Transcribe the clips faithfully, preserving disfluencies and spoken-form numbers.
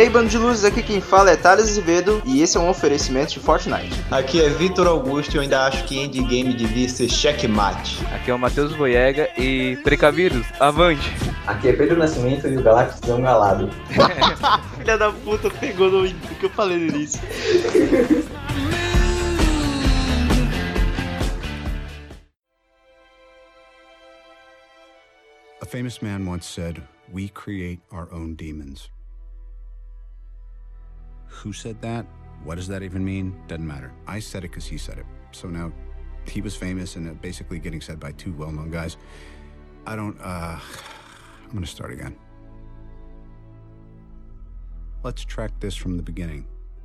aí, bando de luzes, aqui quem fala é Thales Azevedo e esse é um oferecimento de Fortnite. Aqui é Vitor Augusto e eu ainda acho que endgame devia ser checkmate. Aqui é o Matheus Boyega e precavidos, avante. Aqui é Pedro Nascimento e o Galactus é um galado. Filha da puta, pegou no que eu falei no início. A famous man once said, "We create our own demons." Who said that? What does that even mean? Doesn't matter. I said it because he said it. So now he was famous and basically getting said by two well-known guys. I don't, uh, I'm gonna start again. Let's track this from the beginning.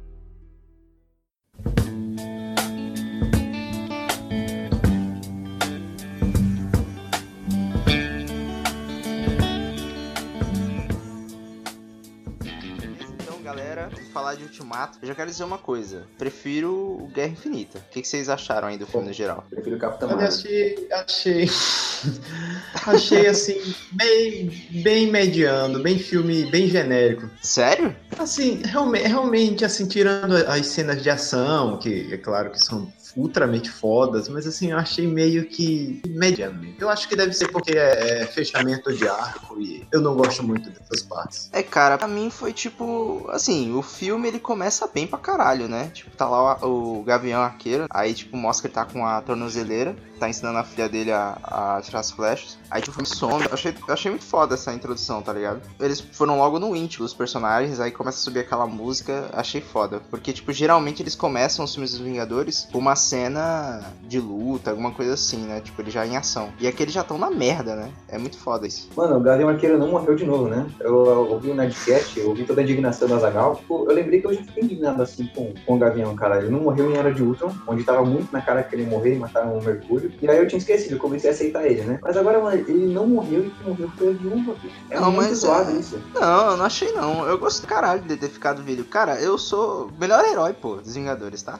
Falar de Ultimato, eu já quero dizer uma coisa. Prefiro o Guerra Infinita. O que, que vocês acharam aí do filme no geral? Prefiro o Capitão Eu Marvel. achei, achei, achei assim, bem, bem mediano, bem filme, bem genérico. Sério? Assim, realmente, realmente, assim, tirando as cenas de ação, que é claro que são ultramente fodas, mas assim, eu achei meio que mediano. Eu acho que deve ser porque é, é fechamento de arco e eu não gosto muito dessas partes. É, cara, pra mim foi tipo, assim, o filme ele começa bem pra caralho, né? Tipo, tá lá o, o Gavião Arqueiro, aí tipo, mostra que ele tá com a tornozeleira, tá ensinando a filha dele a, a atirar as flechas, aí tipo, o filme some. Eu achei, eu achei muito foda essa introdução, tá ligado? Eles foram logo no íntimo dos personagens, aí começa a subir aquela música, achei foda. Porque, tipo, geralmente eles começam os filmes dos Vingadores com uma cena de luta, alguma coisa assim, né? Tipo, eles já em ação. E aqui eles já estão na merda, né? É muito foda isso. Mano, o Gavião Arqueiro não morreu de novo, né? Eu, eu ouvi o Nerdcast, eu ouvi toda a indignação do Azaghal. Tipo, eu lembrei que eu já fiquei indignado assim com, com o Gavião, cara. Ele não morreu em Era de Ultron, onde tava muito na cara que ele ia morrer e mataram o Mercúrio. E aí eu tinha esquecido, eu comecei a aceitar ele, né? Mas agora, mano, ele não morreu e que morreu foi a viúva, filho. É Não, muito mas zoado é- isso. Não, eu não achei não. Eu gosto do caralho de ter ficado vivo. Cara, eu sou o melhor herói, pô, dos Vingadores, tá?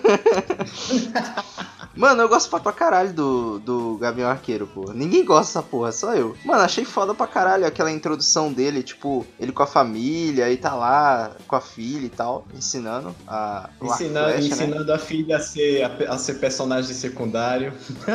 Mano, eu gosto pra, pra caralho do, do Gavião Arqueiro, pô. Ninguém gosta dessa porra, só eu. Mano, achei foda pra caralho aquela introdução dele, tipo, ele com a família e tá lá com a filha e tal, ensinando a o arco e Ensinando, flecha, né? ensinando a filha a ser, a, a ser personagem secundário.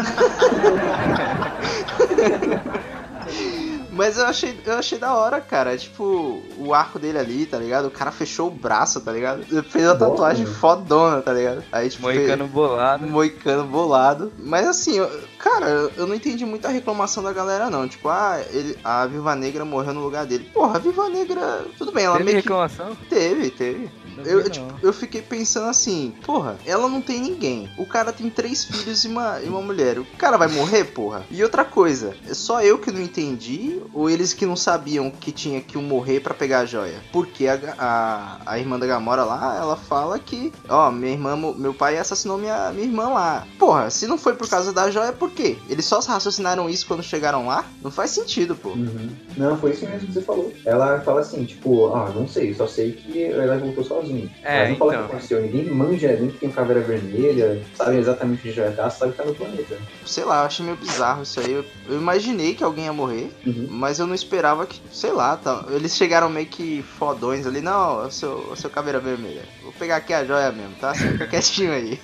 Mas eu achei, eu achei da hora, cara. Tipo, o arco dele ali, tá ligado? O cara fechou o braço, tá ligado? Fez a Bom, tatuagem né? fodona, tá ligado? Aí, tipo, Moicano fez- bolado. Moicano bolado. Mas assim, eu- cara, eu não entendi muito a reclamação da galera, não. Tipo, ah, ele, a Viúva Negra morreu no lugar dele. Porra, a Viúva Negra, tudo bem, ela Teve meio que... reclamação? Teve, teve. Não Eu, vi, tipo, não. eu fiquei pensando assim, porra, ela não tem ninguém. O cara tem três filhos e uma, e uma mulher. O cara vai morrer, porra? E outra coisa, é só eu que não entendi, ou eles que não sabiam que tinha que um morrer pra pegar a joia? Porque a, a, a irmã da Gamora lá, ela fala que, ó, minha irmã, meu pai assassinou minha, minha irmã lá. Porra, se não foi por causa da joia, por quê? Eles só raciocinaram isso quando chegaram lá? Não faz sentido, pô. Uhum. Não, foi isso mesmo que você falou. Ela fala assim, tipo, ah, não sei, só sei que ela voltou sozinha. É, Mas não fala o então. que aconteceu. Ninguém manja, ninguém tem caveira vermelha, sabe exatamente onde já tá, sabe que tá no planeta. Sei lá, eu achei meio bizarro isso aí. Eu, eu imaginei que alguém ia morrer, Uhum. mas eu não esperava que, sei lá, tá, eles chegaram meio que fodões ali. Não, o seu, o seu caveira vermelha. Vou pegar aqui a joia mesmo, tá? Você fica quietinho aí.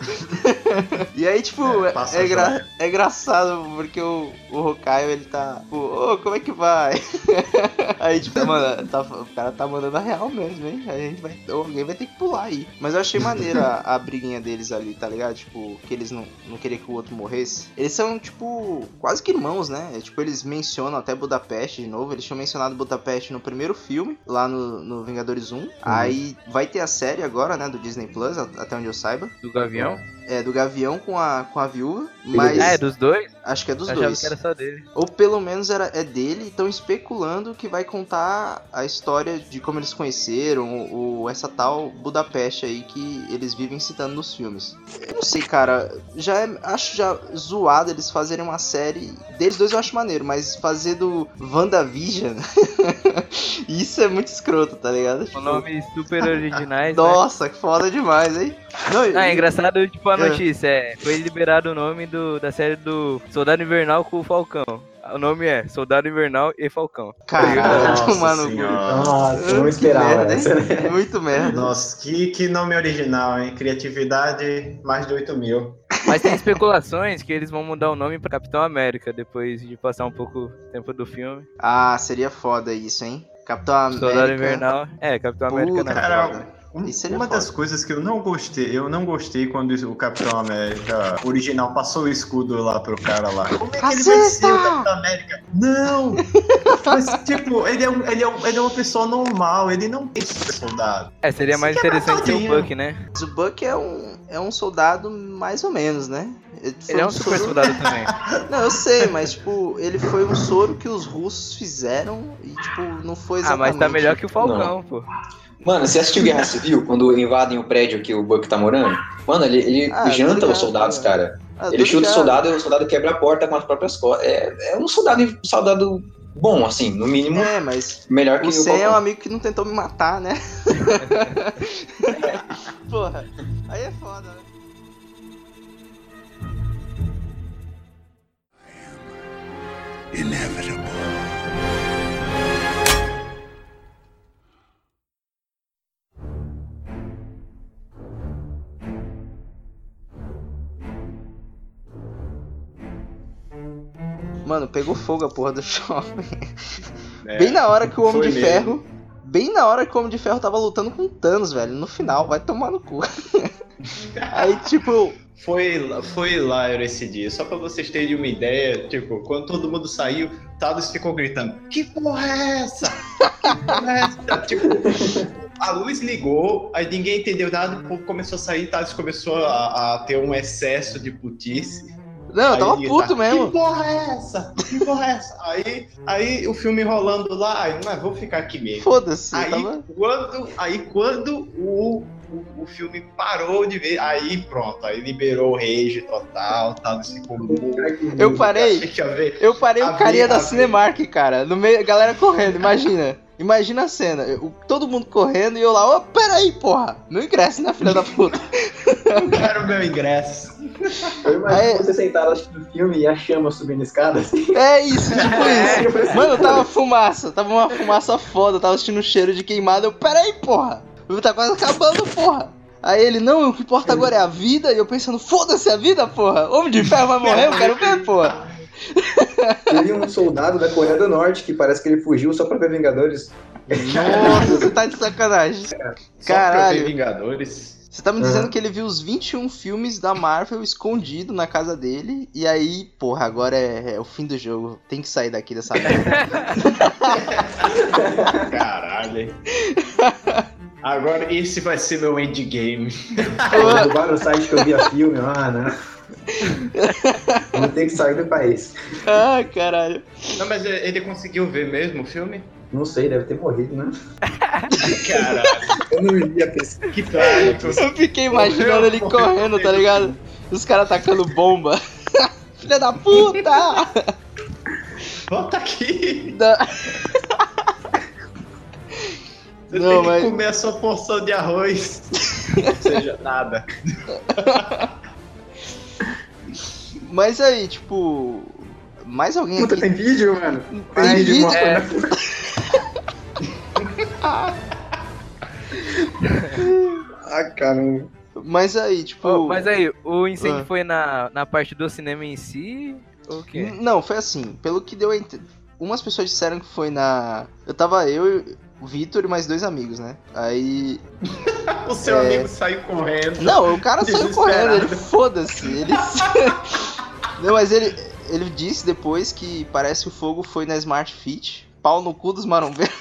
E aí, tipo, É, é, passa é, a gra- joia. é engraçado porque o, o Hokaio, ele tá, tipo, ô, como é que vai? Aí, tipo, mano, tá- o cara tá mandando a real mesmo, hein? A gente vai, alguém vai ter que pular aí. Mas eu achei maneira a, a briguinha deles ali, tá ligado? Tipo, que eles não, não queriam que o outro morresse. Eles são, tipo, quase que irmãos, né? É, tipo, eles mencionam até Budapeste de novo. Eles tinham mencionado Budapeste no primeiro filme, lá no, no Vingadores um. Aí vai ter a série agora, né, do Disney Plus, a- até onde eu saiba. Do Gavião? É, do Gavião com a, com a viúva, mas Ah, é dos dois? acho que é dos Eu achava dois. que era só dele. Ou pelo menos era, é dele, estão especulando que vai contar a história de como eles se conheceram, ou, ou essa tal Budapeste aí que eles vivem citando nos filmes. Eu não sei, cara, já é, acho já zoado eles fazerem uma série deles dois, eu acho maneiro, mas fazer do WandaVision, isso é muito escroto, tá ligado? Com nomes super originais, né? Nossa, que foda demais, hein? Não, Ah, é e- engraçado, tipo, a É. notícia, é, foi liberado o nome do, da série do Soldado Invernal com o Falcão. o nome é Soldado Invernal e Falcão. Caralho, Nossa tomando cu. senhora. Nossa, eu não Que esperava merda, essa, hein? né? Muito merda. Nossa, que, que nome original, hein? Criatividade, mais de oito mil. Mas tem especulações que eles vão mudar o nome pra Capitão América depois de passar um pouco tempo do filme. Ah, seria foda isso, hein? Capitão América. Soldado Invernal. É, Capitão América Puta, não. Cara, foda. um- Isso seria uma foda. das coisas que eu não gostei, eu não gostei quando o Capitão América original passou o escudo lá pro cara lá. Como é que ele vai Racista! ser o Capitão América? Não! Mas, tipo, ele é, um, ele, é um, ele é uma pessoa normal, ele não tem super soldado. É, seria mais Esse quebra interessante ser o todinho. Buck, né? Mas o Buck é um, é um soldado mais ou menos, né? Ele, foi Ele é um super soro- soldado também. Não, eu sei, mas tipo, ele foi um soro que os russos fizeram e tipo, não foi Ah, exatamente. mas tá melhor que o Falcão, pô. Mano, você assistiu Guerra Civil, quando invadem o prédio que o Buck tá morando? Mano, ele, ele Ah, tô janta ligado, os soldados, tô cara. Ah, tô Ele chuta o ligado. soldado e o soldado quebra a porta com as próprias costas. É, é um soldado, um soldado bom, assim, no mínimo, É, mas melhor que o o Sam é um Falcão. amigo que não tentou me matar, né? Porra, aí é foda, né? Inevitable. Mano, pegou fogo a porra do shopping. É, Bem na hora que o Homem foi de mesmo. Ferro. Bem na hora que o Homem de Ferro tava lutando com o Thanos, velho. No final, vai tomar no cu. Aí, tipo. Foi, foi hilário esse dia. Só pra vocês terem uma ideia, tipo, quando todo mundo saiu, Tados ficou gritando: Que porra é essa? Que porra é essa? Tipo, a luz ligou, aí ninguém entendeu nada, o povo começou a sair, Tados começou a, a ter um excesso de putice. Não, eu tava Aí, puto tá, mesmo. Que porra é essa? Que porra é essa? Aí, aí o filme rolando lá, aí, mas vou ficar aqui mesmo. Foda-se. eu Aí Tava... quando, aí quando o, o, o filme parou de ver, aí pronto, aí liberou o rage total, tal, esse combo. Eu parei. Achei que ia ver. Eu parei A o carinha ver- da a ver- Cinemark, cara. No meio, a galera correndo, imagina. Imagina a cena. eu- todo mundo correndo e eu lá, ô, peraí, porra. Meu ingresso, né, filha da puta? Eu quero meu ingresso. Eu imagino Aí- você sentado assistindo o filme e a chama subindo a escada, assim. É isso, tipo isso. Mano, tava fumaça. Tava uma fumaça foda. Tava sentindo um cheiro de queimado. Eu, peraí, porra. Tá quase acabando, porra. Aí ele, não, o que importa agora é a vida. E eu pensando, foda-se a vida, porra. Homem de Ferro vai morrer, eu quero ver, porra. Teve um soldado da Coreia do Norte que parece que ele fugiu só pra ver Vingadores. Nossa, você tá de sacanagem. Só pra ver Caralho. Vingadores. Você tá me dizendo Uhum. que ele viu os vinte e um filmes da Marvel escondido na casa dele. E aí, porra, agora é, é o fim do jogo. Tem que sair daqui dessa merda. Caralho. Agora esse vai ser meu endgame. Roubaram o site que eu via filme. Ah, não. Vou ter que sair do país. Ah, caralho. Não, mas ele conseguiu ver mesmo o filme? Não sei, deve ter morrido, né? Caralho. Eu não ia pensar. Que trágico. Eu fiquei imaginando Morreu, ele morreu. correndo, tá ligado? Os caras tacando bomba. Filha da puta! Volta aqui. Da- Você Não, tem que mas- comer a sua porção de arroz. Ou seja, nada. Mas aí, tipo. Mais alguém Puta, aqui. tem vídeo, mano? Tem vídeo? mostrando a- Ah, caramba. Mas aí, tipo. Ô, mas aí, o incêndio Ah. foi na, na parte do cinema em si? Ou o quê? N- Não, foi assim. Pelo que deu a ent... Umas pessoas disseram que foi na. Eu tava eu, e o Vitor e mais dois amigos, né? Aí. O seu É. amigo saiu correndo. Não, o cara saiu Desesperado. correndo, ele foda-se. Ele. Não, mas ele. Ele disse depois que parece que o fogo foi na Smart Fit. Pau no cu dos marombeiros.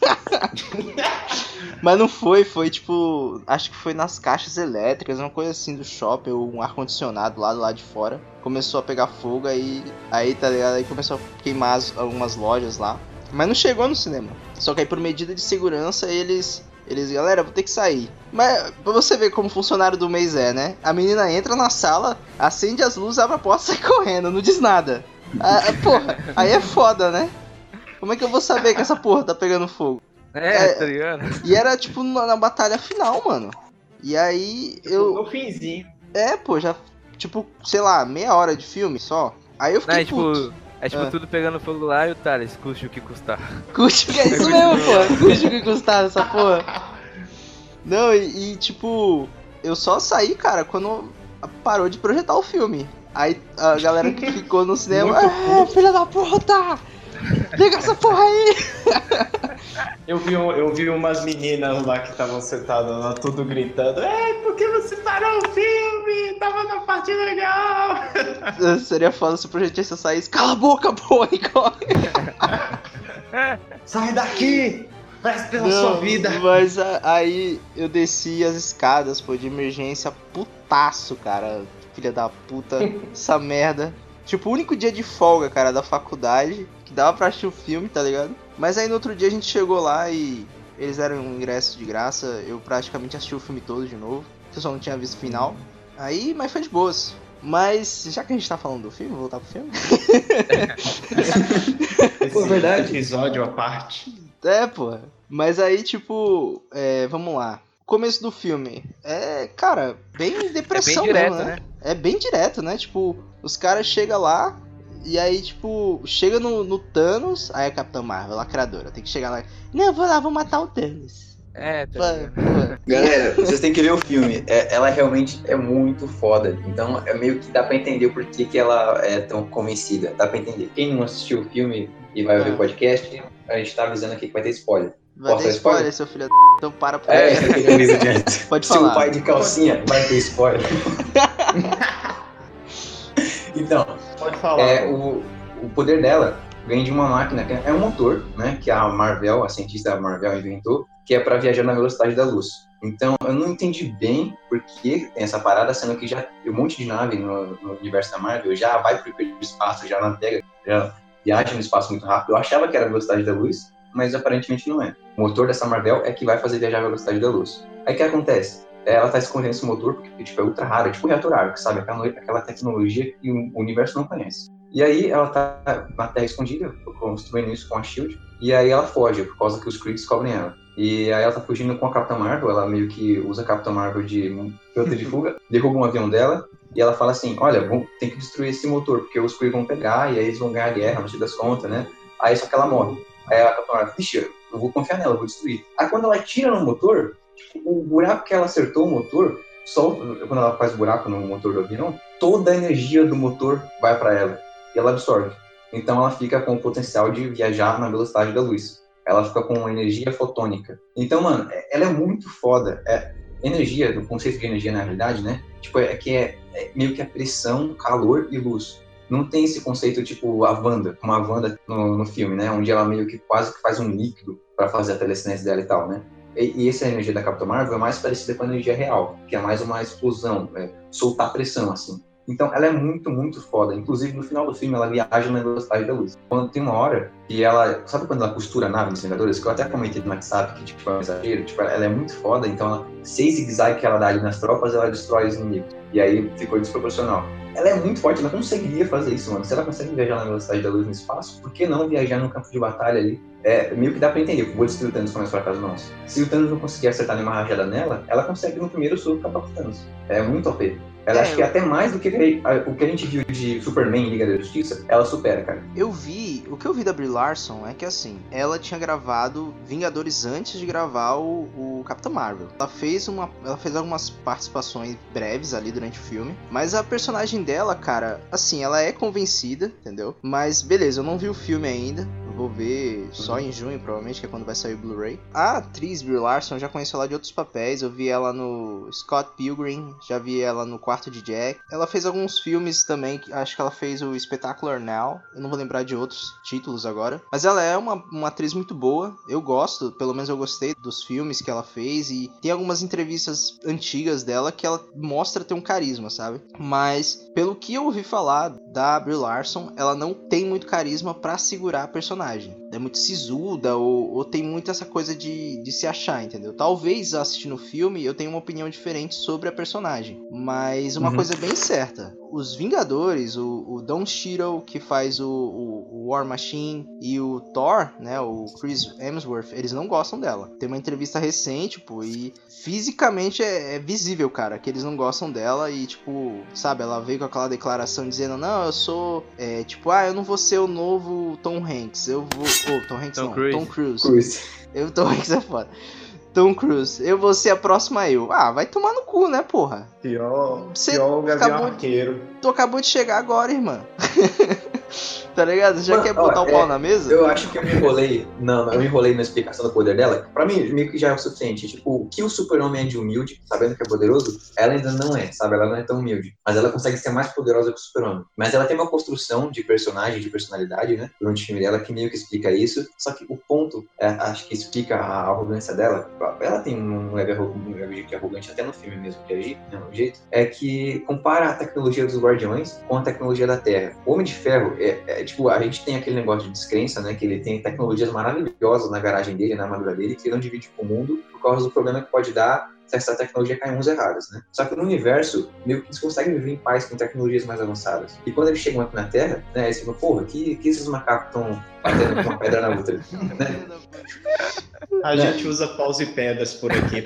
Mas não foi, foi tipo. Acho que foi nas caixas elétricas, uma coisa assim do shopping, ou um ar-condicionado lá do lado de fora. Começou a pegar fogo, aí. Aí, tá ligado? Aí começou a queimar as- algumas lojas lá. Mas não chegou no cinema. Só que aí por medida de segurança eles. Eles, galera, vou ter que sair. Mas pra você ver como funcionário do mês é, né? A menina entra na sala, acende as luzes, abre a porta e sai correndo, não diz nada. Ah, porra, aí é foda, né? Como é que eu vou saber que essa porra tá pegando fogo? É, É. tá ligado? E era tipo na, na batalha final, mano. E aí eu. No finzinho. É, pô, já. Tipo, sei lá, meia hora de filme só. Aí eu Não, fiquei é, tipo, puto. É tipo Ah. tudo pegando fogo lá e o Thales, custe o que custar. Custe, que é isso mesmo, pô. Custe o que custar essa porra. Não, e, e, tipo, eu só saí, cara, quando parou de projetar o filme. Aí a galera que ficou no cinema, é, filha da puta! Liga essa porra aí! Eu vi, um- eu vi umas meninas lá que estavam sentadas lá, tudo gritando: Ei, por que você parou o filme? Tava na parte legal! Seria foda se o projetista saísse, cala a boca, porra, e corre! Sai daqui! Presta pela Não, sua vida! Mas a- aí eu desci as escadas, pô, de emergência, putaço, cara. Filha da puta, essa merda. Tipo, o único dia de folga, cara, da faculdade, que dava pra assistir o filme, tá ligado? Mas aí no outro dia a gente chegou lá e eles deram um ingresso de graça. Eu praticamente assisti o filme todo de novo. Eu só não tinha visto o final. Aí, mas foi de boas. Mas, já que a gente tá falando do filme, vou voltar pro filme. Pô, é verdade. Episódio à parte. É, pô. Mas aí, tipo, é, vamos lá. Começo do filme. É, cara, bem depressão É bem direto, mesmo, né? né? É bem direto, né? Tipo, os caras chegam lá e aí, tipo, chega no, no Thanos, aí a Capitã Marvel, lacradora, tem que chegar lá. Não, vou lá, vou matar o Thanos. É, tá Pô, ligado? pô. Galera, vocês têm que ver o filme. É- ela realmente é muito foda. Então, é meio que dá pra entender o porquê que ela é tão convencida. Dá pra entender. Quem não assistiu o filme e vai ouvir Ah. o podcast, a gente tá avisando aqui que vai ter spoiler. Vai Posso ter dar spoiler? spoiler, seu filho da... Então para por É, aí. isso aqui eu aviso de antes. Pode Seu falar. pai de calcinha vai ter spoiler. Então, Pode falar. é, o, o poder dela vem de uma máquina, que é um motor, né, que a Marvel, a cientista da Marvel inventou, que é para viajar na velocidade da luz. Então, eu não entendi bem por que tem essa parada, sendo que já tem um monte de nave no, no universo da Marvel, já vai pro espaço, já navega, já viaja no espaço muito rápido. Eu achava que era a velocidade da luz, mas aparentemente não é. O motor dessa Marvel é que vai fazer viajar a velocidade da luz. Aí o que acontece? Ela tá escondendo esse motor porque tipo, é ultra raro, é tipo um reator Arco, sabe? Aquela, aquela tecnologia que o universo não conhece. E aí ela tá na Terra escondida, construindo isso com a SHIELD, e aí ela foge, por causa que os Kree descobrem ela. E aí ela tá fugindo com a Capitã Marvel, ela meio que usa a Capitã Marvel de rota de fuga, derruba um avião dela, e ela fala assim, olha, vamos, tem que destruir esse motor, porque os Kree vão pegar, e aí eles vão ganhar a guerra, no fim das contas, né? Aí só que ela morre. Aí a Capitã Marvel, vixe, eu vou confiar nela, eu vou destruir. Aí quando ela tira no motor, tipo, o buraco que ela acertou o motor, só quando ela faz buraco no motor do avião, toda a energia do motor vai para ela e ela absorve. Então ela fica com o potencial de viajar na velocidade da luz. Ela fica com uma energia fotônica. Então, mano, ela é muito foda. É, energia, o conceito de energia na realidade, né? Tipo, é que é, é meio que a pressão, calor e luz. Não tem esse conceito tipo a Wanda, como a Wanda no, no filme, né? Onde ela meio que quase que faz um líquido para fazer a telecinese dela e tal, né? E, e essa energia da Capitã Marvel é mais parecida com a energia real, que é mais uma explosão, é, soltar pressão, assim. Então, ela é muito, muito foda. Inclusive, no final do filme, ela viaja na velocidade da luz. Quando tem uma hora que ela... Sabe quando ela costura a nave dos Vingadores? Que eu até comentei no WhatsApp, que tipo, é um exagero. Tipo, ela é muito foda, então ela... Seis zigue-zague que ela dá ali nas tropas, ela destrói os inimigos. E aí, ficou desproporcional. Ela é muito forte, ela conseguiria fazer isso, mano. Se ela consegue viajar na velocidade da luz no espaço, por que não viajar no campo de batalha ali? É, meio que dá pra entender, o vou destruir o Thanos com as fracas mãos. Se o Thanos não conseguir acertar nenhuma rajada nela, ela consegue no primeiro soco acabar com o Thanos. É muito O P. Ela É, acho que até mais do que o que a gente viu de Superman e Liga da Justiça, ela supera, cara. Eu vi, o que eu vi da Brie Larson é que assim, ela tinha gravado Vingadores antes de gravar o, o Capitã Marvel. Ela fez uma, ela fez algumas participações breves ali durante o filme, mas a personagem dela, cara, assim, ela é convencida, entendeu? Mas beleza, eu não vi o filme ainda. Vou ver só em junho, provavelmente, que é quando vai sair o Blu-ray. A atriz Brie Larson, eu já conheço ela de outros papéis. Eu vi ela no Scott Pilgrim, já vi ela no Quarto de Jack. Ela fez alguns filmes também, acho que ela fez o Spectacular Now. Eu não vou lembrar de outros títulos agora. Mas ela é uma, uma atriz muito boa. Eu gosto, pelo menos eu gostei dos filmes que ela fez. E tem algumas entrevistas antigas dela que ela mostra ter um carisma, sabe? Mas, pelo que eu ouvi falar da Brie Larson, ela não tem muito carisma pra segurar a personagem. é muito sisuda, ou, ou tem muito essa coisa de, de se achar, entendeu? Talvez assistindo o filme eu tenha uma opinião diferente sobre a personagem, mas uma Uhum. coisa é bem certa, os Vingadores, o, o Don Cheadle, que faz o, o, o War Machine, e o Thor, né, o Chris Hemsworth, eles não gostam dela. Tem uma entrevista recente, pô, e fisicamente é, é visível, cara, que eles não gostam dela, e tipo, sabe, ela veio com aquela declaração dizendo, não, eu sou, é, tipo, ah, eu não vou ser o novo Tom Hanks, eu vou, oh, Tom Hanks Tom não, Cruise. Tom Cruise, Cruz. eu, Tom Hanks é foda. Tom Cruise, eu vou ser a próxima eu. Ah, vai tomar no cu, né, porra? Pior, Cê pior o Gavião acabou- Arqueiro. Tu acabou de chegar agora, irmã. Tá ligado? Já Mano, quer botar ó, o pau é, na mesa? Eu acho que eu me enrolei. Não, não, eu me enrolei na explicação do poder dela. Pra mim, meio que já é o suficiente. Tipo, o que o super-homem é de humilde, sabendo que é poderoso, ela ainda não é, sabe? Ela não é tão humilde. Mas ela consegue ser mais poderosa que o super-homem. Mas ela tem uma construção de personagem, de personalidade, né? Durante o filme dela, que meio que explica isso. Só que o ponto, é, acho que explica a arrogância dela. Ela tem um leve arrogante, arrogante até no filme mesmo, de agir, né? No jeito. É que compara a tecnologia dos Guardiões com a tecnologia da Terra. O Homem de Ferro, é, é tipo, a gente tem aquele negócio de descrença, né? Que ele tem tecnologias maravilhosas na garagem dele, na armadura dele, que ele não divide com o mundo por causa do problema que pode dar se essa tecnologia cai em mãos erradas, né? Só que no universo, meio que eles conseguem viver em paz com tecnologias mais avançadas. E quando eles chegam aqui na Terra, né? Eles ficam, porra, que, que esses macacos estão batendo com uma pedra na outra, né? A gente usa paus e pedras por aqui.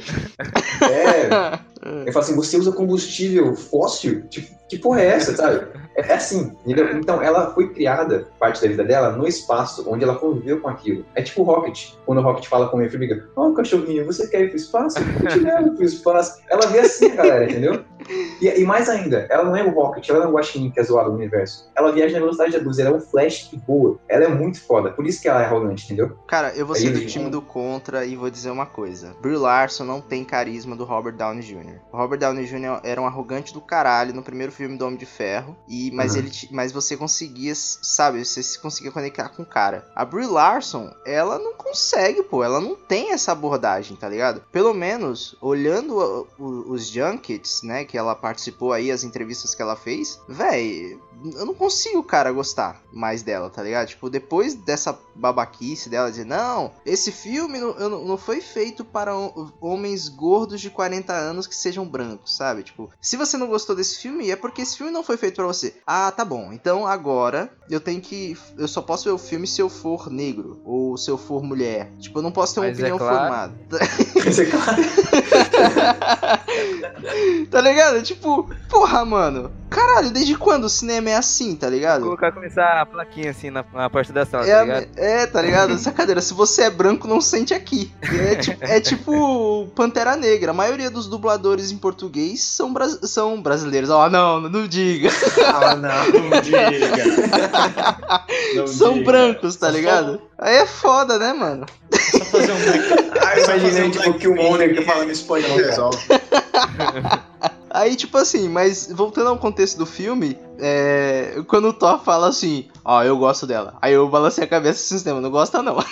É, eu falo assim, você usa combustível fóssil? Tipo, que porra é essa, sabe? É assim, entendeu? Então, ela foi criada, parte da vida dela, no espaço, onde ela conviveu com aquilo. É tipo o Rocket. Quando o Rocket fala com o Formiga, ó, cachorrinho, você quer ir pro espaço? Eu te levo pro espaço. Ela vê assim, galera, entendeu? E, e mais ainda, ela não é o Rocket, ela não é o Guaxinim que é zoado no universo. Ela viaja na velocidade da luz, ela é um Flash que voa. Ela é muito foda, por isso que ela é arrogante, entendeu? Cara, eu vou Aí ser do ele- time do contra e vou dizer uma coisa. Brie Larson não tem carisma do Robert Downey Júnior O Robert Downey Júnior era um arrogante do caralho no primeiro filme do Homem de Ferro. E, mas, Uhum. ele, te- mas você conseguia, sabe, você se conseguia conectar com o cara. A Brie Larson, ela não consegue, pô. Ela não tem essa abordagem, tá ligado? Pelo menos, olhando o- o- os junkets, né, que ela participou aí, as entrevistas que ela fez, véi, eu não consigo, cara, gostar mais dela, tá ligado? Tipo, depois dessa babaquice dela dizer, não, esse filme não, eu não não foi feito para ho- homens gordos de quarenta anos que sejam brancos, sabe? Tipo, se você não gostou desse filme, é porque esse filme não foi feito pra você. Ah, tá bom. Então agora eu tenho que. Eu só posso ver o filme se eu for negro ou se eu for mulher. Tipo, eu não posso ter uma Mas é opinião claro. formada. Isso é claro. Tá ligado? Tipo, porra, mano. Caralho, desde quando o cinema é assim, tá Vou ligado? colocar começar a plaquinha assim na, na porta da sala, É, tá a ligado? me- é, tá ligado? Essa cadeira, se você é branco, não sente aqui. É, ti- é tipo Pantera Negra. A maioria dos dubladores em português são, bras- são brasileiros. Ó, não, não diga. Ah, não, não diga. Não São diga. brancos, tá Só ligado? Aí é foda, né, mano? Só fazer um black. Ah, Só fazer imaginei, um tipo, black que o Killmonger que fala no espanhol, resolve. Aí, tipo assim, mas voltando ao contexto do filme, é, quando o Thor fala assim, ó, eu gosto dela. Aí eu balancei a cabeça assim, sistema, não gosta não.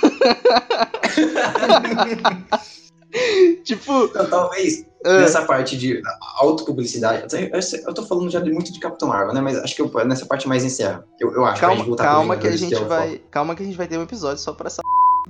Tipo, Então, talvez ah, nessa parte de autopublicidade, eu, eu tô falando já de muito de Capitão Marvel, né? Mas acho que eu, nessa parte mais encerra. Eu, eu acho, pra gente calma, voltar calma pro que a Vingadores, gente é o vai, foco. calma que a gente vai ter um episódio só pra essa.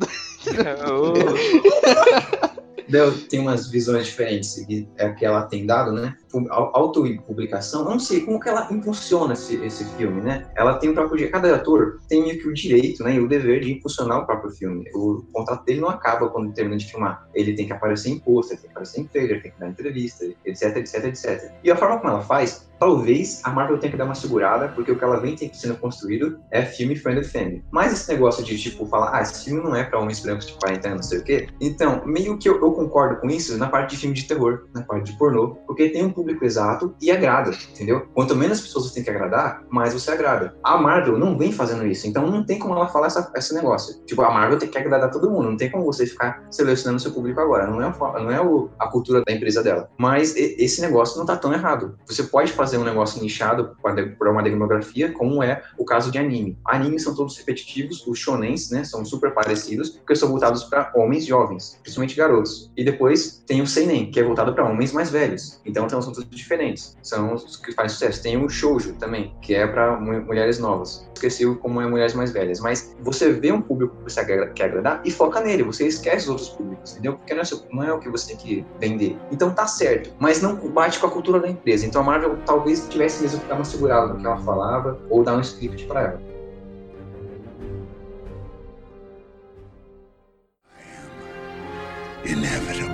Ô, Deu- Tem umas visões diferentes que, é, que ela tem dado, né? Autopublicação, eu não sei como que ela impulsiona esse, esse filme, né? Ela tem o próprio direito, cada ator tem meio que o direito, né? E o dever de impulsionar o próprio filme. O contrato dele não acaba quando termina de filmar. Ele tem que aparecer em pôster, tem que aparecer em trailer, tem que dar entrevista, etc, etc, etcétera. E a forma como ela faz, talvez a Marvel tenha que dar uma segurada, porque o que ela vem sendo construído é filme friendly family. Mas esse negócio de, tipo, falar, ah, esse filme não é pra homens brancos de quarenta anos, não sei o quê. Então, meio que eu, eu concordo com isso na parte de filme de terror, na parte de pornô, porque tem um público exato e agrada, entendeu? Quanto menos pessoas você tem que agradar, mais você agrada. A Marvel não vem fazendo isso, então não tem como ela falar essa, esse negócio. Tipo, a Marvel tem que agradar todo mundo, não tem como você ficar selecionando seu público agora, não é, o, não é o, a cultura da empresa dela. Mas e, esse negócio não tá tão errado. Você pode fazer fazer um negócio nichado para uma demografia, como é o caso de anime. Animes são todos repetitivos, os shonens, né, são super parecidos, porque são voltados para homens jovens, principalmente garotos. E depois tem o seinen, que é voltado para homens mais velhos. Então são todos diferentes. São os que fazem sucesso. Tem o shoujo também, que é para mulheres novas. Esqueci como é mulheres mais velhas. Mas você vê um público que você quer agradar e foca nele. Você esquece os outros públicos, entendeu? Porque não é, não é o que você tem que vender. Então tá certo, mas não bate com a cultura da empresa. Então a Marvel talvez tivesse mesmo que dar uma segurada no que ela falava ou dar um script para ela. Inevitable.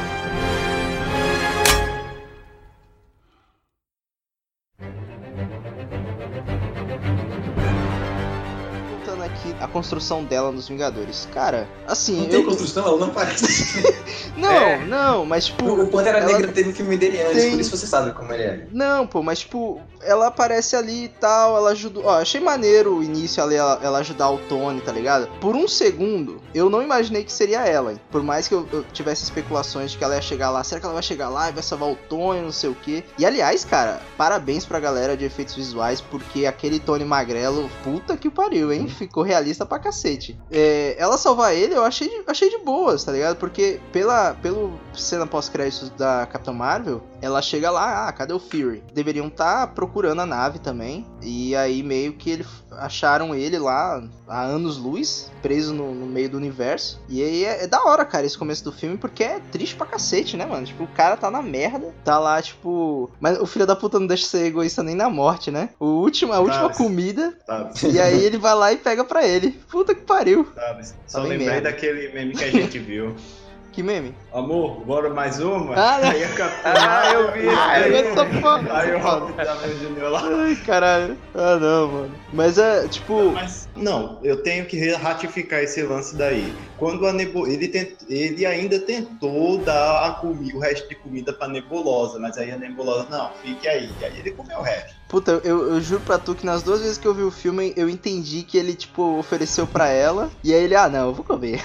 Voltando aqui, a construção dela nos Vingadores. Cara, assim... Não tem eu... construção, ela não parece. Não, é. não, mas tipo... O Pantera ela... Negra teve um filme dele antes, tem... por isso você sabe como ele é. Não, pô, mas tipo, ela aparece ali e tal, ela ajudou... Ó, achei maneiro o início ali, ela, ela ajudar o Tony, tá ligado? Por um segundo, eu não imaginei que seria ela, hein? Por mais que eu, eu tivesse especulações de que ela ia chegar lá, será que ela vai chegar lá e vai salvar o Tony, não sei o quê? E aliás, cara, parabéns pra galera de efeitos visuais, porque aquele Tony magrelo, puta que pariu, hein? Ficou realista pra cacete. É, ela salvar ele, eu achei de, achei de boas, tá ligado? Porque pela, pelo cena pós-créditos da Capitã Marvel, ela chega lá, ah, cadê o Fury? Deveriam estar tá procurando a nave também, e aí meio que ele, acharam ele lá há anos-luz, preso no, no meio do universo. E aí é, é da hora, cara, esse começo do filme, porque é triste pra cacete, né, mano? Tipo, o cara tá na merda, tá lá, tipo... Mas o filho da puta não deixa de ser egoísta nem na morte, né? O último, a última Tá, comida, tá. e aí ele vai lá e pega pra ele. Puta que pariu. Sabe? Só Tá bem lembrei merda. daquele meme que a gente viu. Que meme? Amor, bora mais uma? Ah, né? Aí a Capitã... Ah, eu vi. Aí, eu sou foda. aí o Robert Downey Júnior lá. Ai, caralho. Ah, não, mano. Mas é, tipo... Mas, não, eu tenho que ratificar esse lance daí. Quando a Nebulosa... Ele, tent, ele ainda tentou dar a comi, o resto de comida pra Nebulosa, mas aí a Nebulosa, não, fique aí. E aí ele comeu o resto. Puta, eu, eu juro pra tu que nas duas vezes que eu vi o filme, eu entendi que ele, tipo, ofereceu pra ela. E aí ele, ah, não, eu vou comer.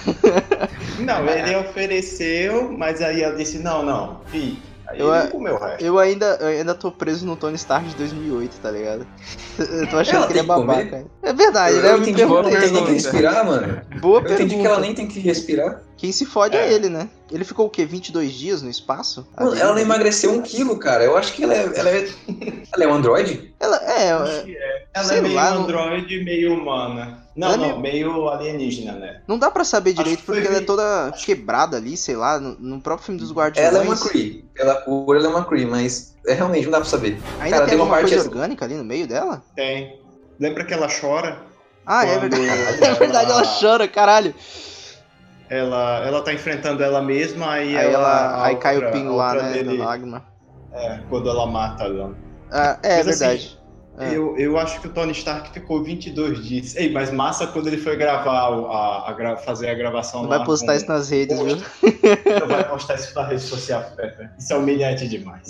Não, ele ofereceu, mas aí ela disse, não, não, fique. Aí Eu, ele comeu o resto. eu, ainda, eu ainda tô preso no Tony Stark de dois mil e oito, tá ligado? Eu tô achando Ela que ele é tem que comer? babaca. É verdade, Eu, né? eu me entendi que ela perguntei. nem tem que respirar, mano. Boa Eu pergunta. entendi que ela nem tem que respirar. Quem se fode é. É. ele, né? Ele ficou o quê? vinte e dois dias no espaço? Mano, ela não emagreceu um quilo, cara. Eu acho que ela é. Ela é, ela é um androide? Ela é. Acho que é. Ela sei é meio lá, não- androide, meio humana. Não, Ela é não, meio alienígena, né? Não dá pra saber Acho direito que foi porque ela é vi- toda quebrada ali, sei lá, no, no próprio filme dos Guardiões. Ela é uma Kree. Ela, por ela é uma Kree, mas é, realmente não dá pra saber. Ainda Cara, tem uma alguma parte coisa assim- orgânica ali no meio dela? Tem. Lembra que ela chora? Ah, é Quando verdade. É verdade, ela ela- chora, caralho. Ela, ela tá enfrentando ela mesma, aí, Aí, ela, ela, a aí cai o outra- pingo a lá, outra né? dele- Da lágrima. É, quando ela mata ela. Ah, é Mas, assim, verdade. É. Eu, eu acho que o Tony Stark ficou vinte e dois dias. Ei, mas massa quando ele foi gravar, o- a, a gra- fazer a gravação Não lá vai postar com- isso nas redes, viu? Não vai postar isso na rede social, Pepe. Isso é humilhante demais.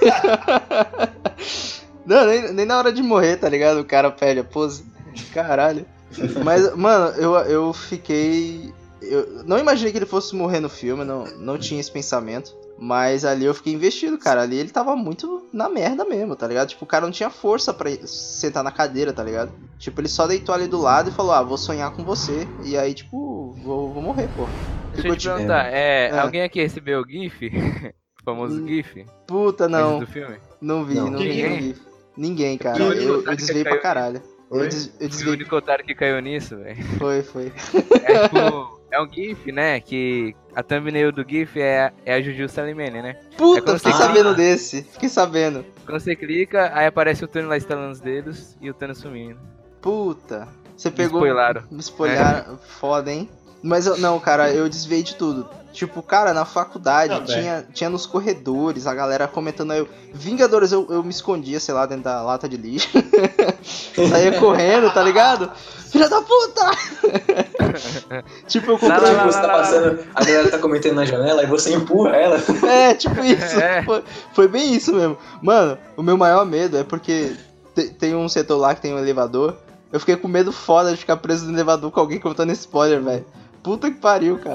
Não, nem, nem na hora de morrer, tá ligado? O cara perde a pose. Caralho. Mas, mano, eu, eu fiquei... Eu não imaginei que ele fosse morrer no filme, não, não tinha esse pensamento. Mas ali eu fiquei investido, cara. Ali ele tava muito na merda mesmo, tá ligado? Tipo, o cara não tinha força pra sentar na cadeira, tá ligado? Tipo, ele só deitou ali do lado e falou, ah, vou sonhar com você. E aí, tipo, vou, vou morrer, pô. Deixa Ficou eu te tipo, perguntar, é, É. alguém aqui recebeu o GIF? O famoso Hum, GIF? puta, Antes não. do filme? Não vi, Não. não vi. Ninguém? Não vi. Ninguém, cara. Não, Eu, eu não, desviei caiu pra caralho. Eu, Oi? des, eu Foi o desviei. único otário que caiu nisso, velho. Foi, foi. É tipo, é um GIF, né? Que a thumbnail do GIF é, é a Juju Salimene, né? É Puta, quando fiquei você sabendo clica- desse. Fiquei sabendo. Quando você clica, aí aparece o Thanos lá estalando os dedos e o Thanos sumindo. Puta. Você pegou. Spoilaram. Me spoilaram. Foda, hein? Mas eu, não, cara, eu desviei de tudo. Tipo, cara, na faculdade, Tá bem. tinha, tinha nos corredores, a galera comentando aí. eu- Vingadores, eu, eu me escondia, sei lá, dentro da lata de lixo. Saía correndo, tá ligado? Filha da puta! Tipo, eu Lá, comprei. lá, lá, Você tá passando, a galera tá comentando na janela e você empurra ela. É, tipo isso. É. Foi, foi bem isso mesmo. Mano, o meu maior medo é porque te- tem um setor lá que tem um elevador. Eu fiquei com medo foda de ficar preso no elevador com alguém contando spoiler, velho. Puta que pariu, cara.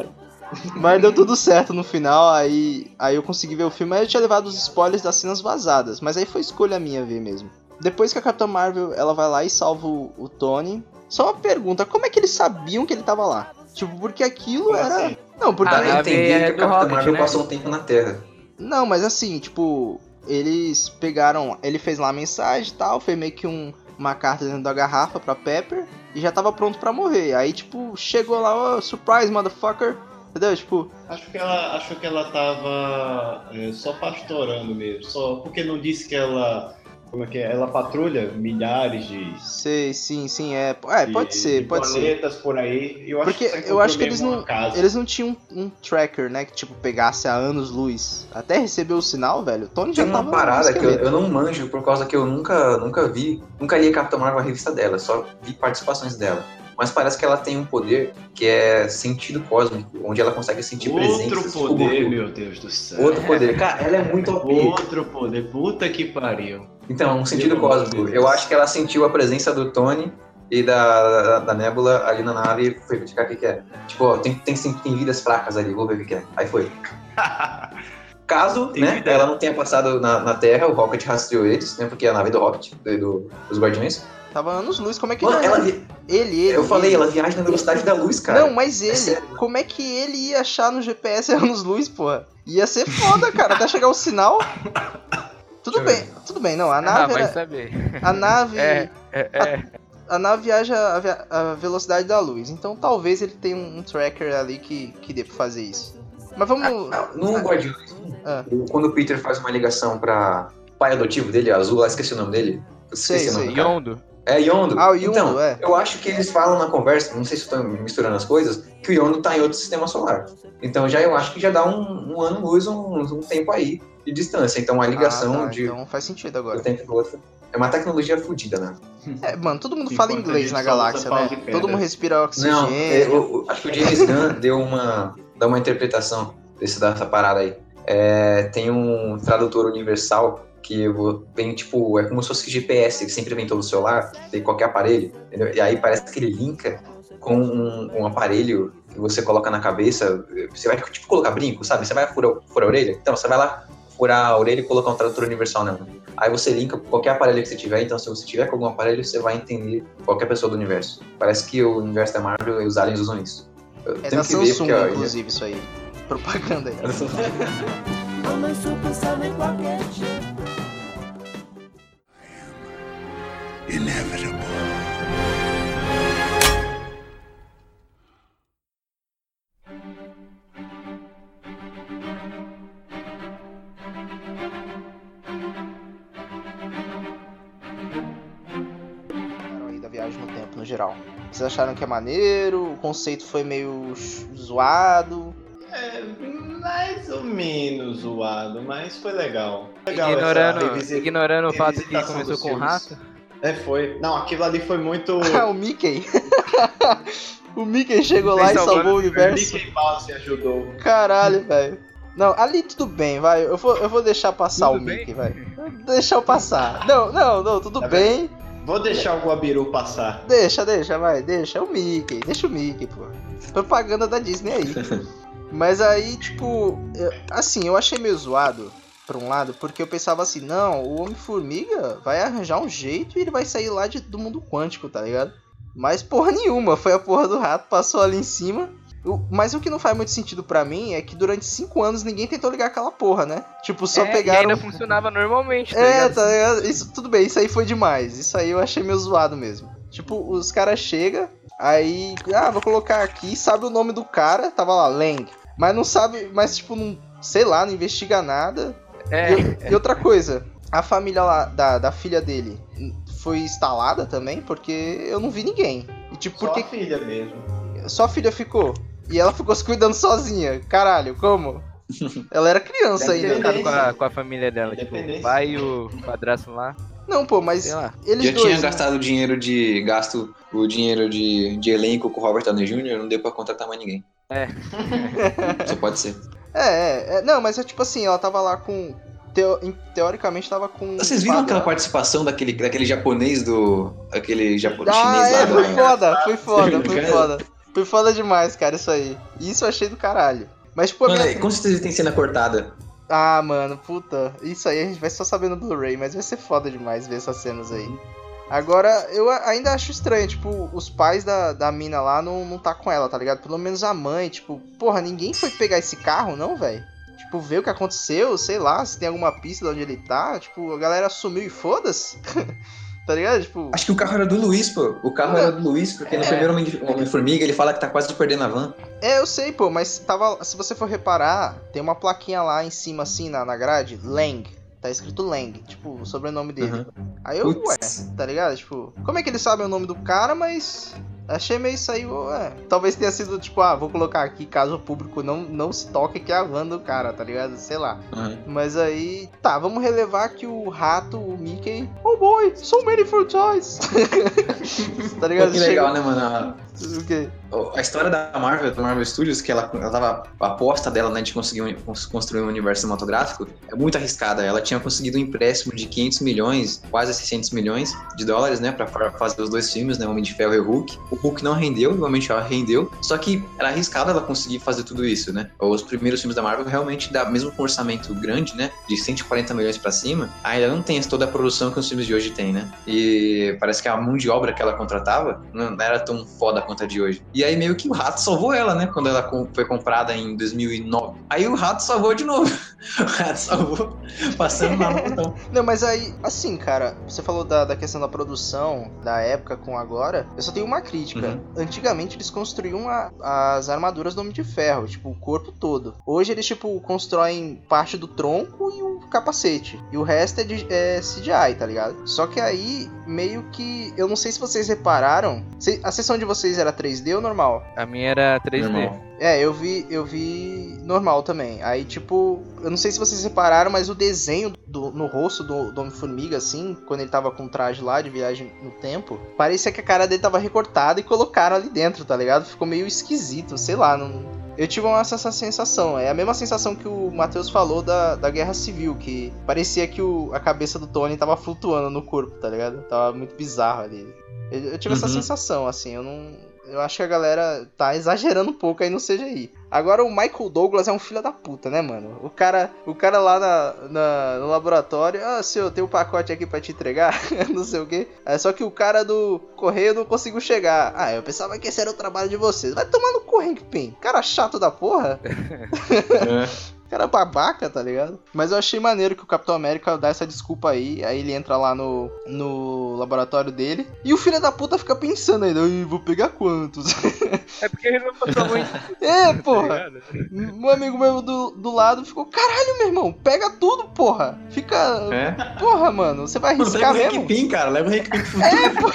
Mas deu tudo certo no final, aí, aí eu consegui ver o filme. Aí eu tinha levado os spoilers das cenas vazadas, mas aí foi escolha minha ver mesmo. Depois que a Capitã Marvel, ela vai lá e salva o, o Tony. Só uma pergunta, como é que eles sabiam que ele tava lá? Tipo, porque aquilo Como era... assim? Não, porque... Ah, Eu a entendi veia que a do Capitã Rocket, Marvel né? passou um tempo na Terra. Não, mas assim, tipo, eles pegaram... Ele fez lá a mensagem e tal, foi meio que um, uma carta dentro da garrafa pra Pepper e já tava pronto pra morrer. Aí, tipo, chegou lá, oh, surprise, motherfucker, entendeu? Tipo... Acho que ela, acho que ela tava é, só pastorando mesmo, só porque não disse que ela, como é que é? Ela patrulha milhares de, Sei, sim, sim, é... É, de- pode ser, de pode ser. planetas por aí. Eu acho Porque que só eu encontrou acho que eles mesmo não, uma casa. eles não tinham um, um tracker, né, que tipo, pegasse a anos-luz. Até receber o sinal, velho, o Tony já Tem uma tava parada no que eu, esqueleto. eu não manjo por causa que eu nunca, nunca vi, nunca li a Capitã Marvel, a revista dela, só vi participações dela. Mas parece que ela tem um poder que é sentido cósmico, onde ela consegue sentir Outro presenças. tipo, poder, Goku. meu Deus do céu. Outro poder. Cara, ela é muito O P. Outro poder, puta que pariu. Então, um sentido Pelo amor de cósmico. Deus. Eu acho que ela sentiu a presença do Tony e da, da, da Nebula ali na nave e foi verificar o que, que é. Tipo, ó, tem, tem, tem, tem vidas fracas ali, vou ver o que, que é. Aí foi. Caso, Tem né, vida. ela não tenha passado na, na Terra, o Rocket rastreou eles, né, porque é a nave do Rocket, do, do- dos Guardiões. Tava anos-luz, como é que Mano, não? ela vi... Ele, ele. Eu falei, ele. ela viaja na velocidade da luz, cara. Não, mas ele, sério. como é que ele ia achar no G P S anos-luz, porra? Ia ser foda, cara, até chegar o sinal. Tudo Deixa eu bem, tudo bem, não, a Ah, nave vai era- saber. a nave, É, é, é. a nave viaja a, via- a velocidade da luz, então talvez ele tenha um, um tracker ali que, que dê pra fazer isso. Mas vamos... Ah, no Guardiões, Ah. o- quando o Peter faz uma ligação pra pai adotivo dele, azul, lá esqueci o nome dele. Eu esqueci Sei, o nome sei. do cara. Yondo. É Yondo. Ah, o Yondo, então, é. eu acho que eles falam na conversa, não sei se eu tô misturando as coisas, que o Yondo tá em outro sistema solar. Então já eu acho que já dá um, um ano-luz, um, um tempo aí de distância. Então a ligação Ah, tá, de então faz sentido agora. do tempo pro outro é uma tecnologia fodida, né? É, mano, todo mundo Enquanto fala a inglês gente na só usa galáxia, pau né? de pedra. Todo mundo respira oxigênio. Não, é, eu, eu acho que o James Gunn deu uma, dá uma interpretação desse, dessa parada aí. É, tem um tradutor universal que eu- tem tipo, é como se fosse G P S, que sempre vem todo o celular, tem qualquer aparelho, entendeu? E aí parece que ele linka com um, um aparelho que você coloca na cabeça, você vai tipo colocar brinco, sabe? Você vai furar, furar a orelha, então você vai lá furar a orelha e colocar um tradutor universal nela. Aí você linka com qualquer aparelho que você tiver, então se você tiver com algum aparelho, você vai entender qualquer pessoa do universo. Parece que o universo da Marvel e os aliens usam isso. Eu É tenho da que ver, Samsung, porque, ó, inclusive, isso aí. Propaganda aí. Inevitable. Acharam aí da viagem no tempo, no geral? Vocês acharam que é maneiro? O conceito foi meio ch- zoado? É, mais ou menos zoado, mas foi legal. Legal Ignorando, essa revisi- ignorando o fato que revisitação começou dos com filmes. rato. É, foi. Não, aquilo ali foi muito... Ah, o Mickey? O Mickey chegou lá e Salvando salvou o o universo? Mickey Mouse ajudou. Caralho, velho. Não, ali tudo bem, vai. Eu vou, eu vou deixar passar Tudo o bem? Mickey, vai. Deixa eu passar. Não, não, não, tudo Tá bem. Vou deixar o Guabiru passar. Deixa, deixa, vai. Deixa. É o Mickey. Deixa o Mickey, pô. Propaganda da Disney aí. Mas aí, tipo, eu- assim, eu achei meio zoado, por um lado, porque eu pensava assim, não, o Homem-Formiga vai arranjar um jeito e ele vai sair lá de- do mundo quântico, tá ligado? Mas porra nenhuma, foi a porra do rato, passou ali em cima. O- mas o que não faz muito sentido pra mim é que durante cinco anos ninguém tentou ligar aquela porra, né? Tipo, só É, e pegaram... ainda funcionava normalmente, tá É, ligado? tá ligado? Isso, tudo bem, isso aí foi demais. Isso aí eu achei meio zoado mesmo. Tipo, os caras chegam, aí, ah, vou colocar aqui, sabe o nome do cara, tava lá, Lang. Mas não sabe, mas tipo, não, sei lá, não investiga nada. É, E, e outra coisa, a família lá da, da filha dele foi instalada também, porque eu não vi ninguém. E tipo, Só porque a filha mesmo. só a filha ficou? E ela ficou se cuidando sozinha. Caralho, como? Ela era criança Deve ter ainda. ficado com a, com a família dela, tipo, o Independência. pai e o padrasto lá, Não, pô, mas sei lá. eles Já dois... tinha né? gastado o dinheiro de. gasto o dinheiro de, de elenco com o Robert Downey Júnior, não deu pra contratar mais ninguém. É. Só pode ser. É, é, é, não, mas é tipo assim, ela tava lá com... Teo, em- teoricamente tava com... Vocês viram Fábio, aquela né? participação daquele, daquele japonês do. aquele japonês Ah, chinês lá é, do. foi foda, foi foda, foi Cara, foda. Foi foda demais, cara, isso aí. Isso eu achei do caralho. Mas, tipo, a Mano, minha... com certeza tem cena cortada. Ah, mano, puta. Isso aí a gente vai só saber no Blu-ray, mas vai ser foda demais ver essas cenas aí. Agora, eu ainda acho estranho, tipo, os pais da, da mina lá não, não tá com ela, tá ligado? Pelo menos a mãe, tipo, porra, ninguém foi pegar esse carro, não, velho? Tipo, ver o que aconteceu, sei lá, se tem alguma pista de onde ele tá. Tipo, a galera sumiu e foda-se. Tá ligado? Tipo... Acho que o carro era do Luiz, pô. O carro Não. era do Luiz, porque no É. primeiro Homem- Homem-Formiga ele fala que tá quase perdendo a van. É, eu sei, pô, mas tava, se você for reparar, tem uma plaquinha lá em cima, assim, na, na grade, Lang. Tá escrito Lang, tipo, o sobrenome dele. Uhum. Aí eu, Putz. ué, tá ligado? Tipo, como é que eles sabem o nome do cara, mas... Achei meio isso aí, ué. Talvez tenha sido, tipo, ah, vou colocar aqui caso o público não, não se toque que é a van do cara, tá ligado? Sei lá. Uhum. Mas aí, tá, vamos relevar que o rato, o Mickey... Oh boy, so many fruit toys! Tá ligado? Pô, que legal, Chega- né, mano? O quê? A, a história da Marvel, da Marvel Studios, que ela, ela tava... A aposta dela, né, de conseguir um- cons- construir um universo cinematográfico é muito arriscada. Ela tinha conseguido um empréstimo de quinhentos milhões, quase seiscentos milhões de dólares, né, pra fa- fazer os dois filmes, né, Homem de Ferro e o Hulk. O Hulk não rendeu, realmente ela rendeu, só que era arriscado ela conseguir fazer tudo isso, né? Os primeiros filmes da Marvel realmente, dá, mesmo com um orçamento grande, né, de cento e quarenta milhões pra cima, ainda não tem toda a produção que os filmes de hoje têm, né? E parece que a mão de obra que ela contratava não era tão foda quanto a de hoje. E aí meio que o rato salvou ela, né, quando ela com- foi comprada em dois mil e nove. Aí o rato salvou de novo. O rato salvou, passando lá no botão. Não, mas aí, assim, cara, você falou da, da questão da produção, da época com agora, eu só tenho uma crítica. Uhum. Antigamente eles construíam a- as armaduras do Homem de Ferro, tipo, o corpo todo. Hoje eles, tipo, constroem parte do tronco e o capacete. E o resto é, de, é C G I, tá ligado? Só que aí, meio que, eu não sei se vocês repararam, se- a sessão de vocês era três D ou normal? A minha era três D. Normal. É, eu vi, eu vi normal também. Aí, tipo, eu não sei se vocês repararam, mas o desenho do, no rosto do, do Homem-Formiga, assim, quando ele tava com o traje lá de viagem no tempo, parecia que a cara dele tava recortada e colocaram ali dentro, tá ligado? Ficou meio esquisito, sei lá, não... Eu tive uma, essa sensação, é a mesma sensação que o Matheus falou da, da Guerra Civil, que parecia que o, a cabeça do Tony tava flutuando no corpo, tá ligado? Tava muito bizarro ali. Eu, eu tive essa Uhum. sensação, assim, eu não... Eu acho que a galera tá exagerando um pouco aí no C G I. Agora o Michael Douglas é um filho da puta, né, mano? O cara, o cara lá na, na- no laboratório, ah, senhor, tem um pacote aqui pra te entregar, não sei o quê. É, só que o cara do correio não conseguiu chegar. Ah, eu pensava que esse era o trabalho de vocês. Vai tomar no cu, Hank Pym. Cara chato da porra. É. Cara babaca, tá ligado? Mas eu achei maneiro que o Capitão América dá essa desculpa aí. Aí ele entra lá no, no laboratório dele. E o filho da puta fica pensando ainda. "Ai, vou pegar quantos?" É porque ele não passou muito. É, tá porra. ligado? Um amigo meu do, do lado ficou, caralho, meu irmão, pega tudo, porra. Fica. É? Porra, mano, você vai Mano, arriscar leva o mesmo? Hank Pym, cara. Leva o Hank Pym pro futuro.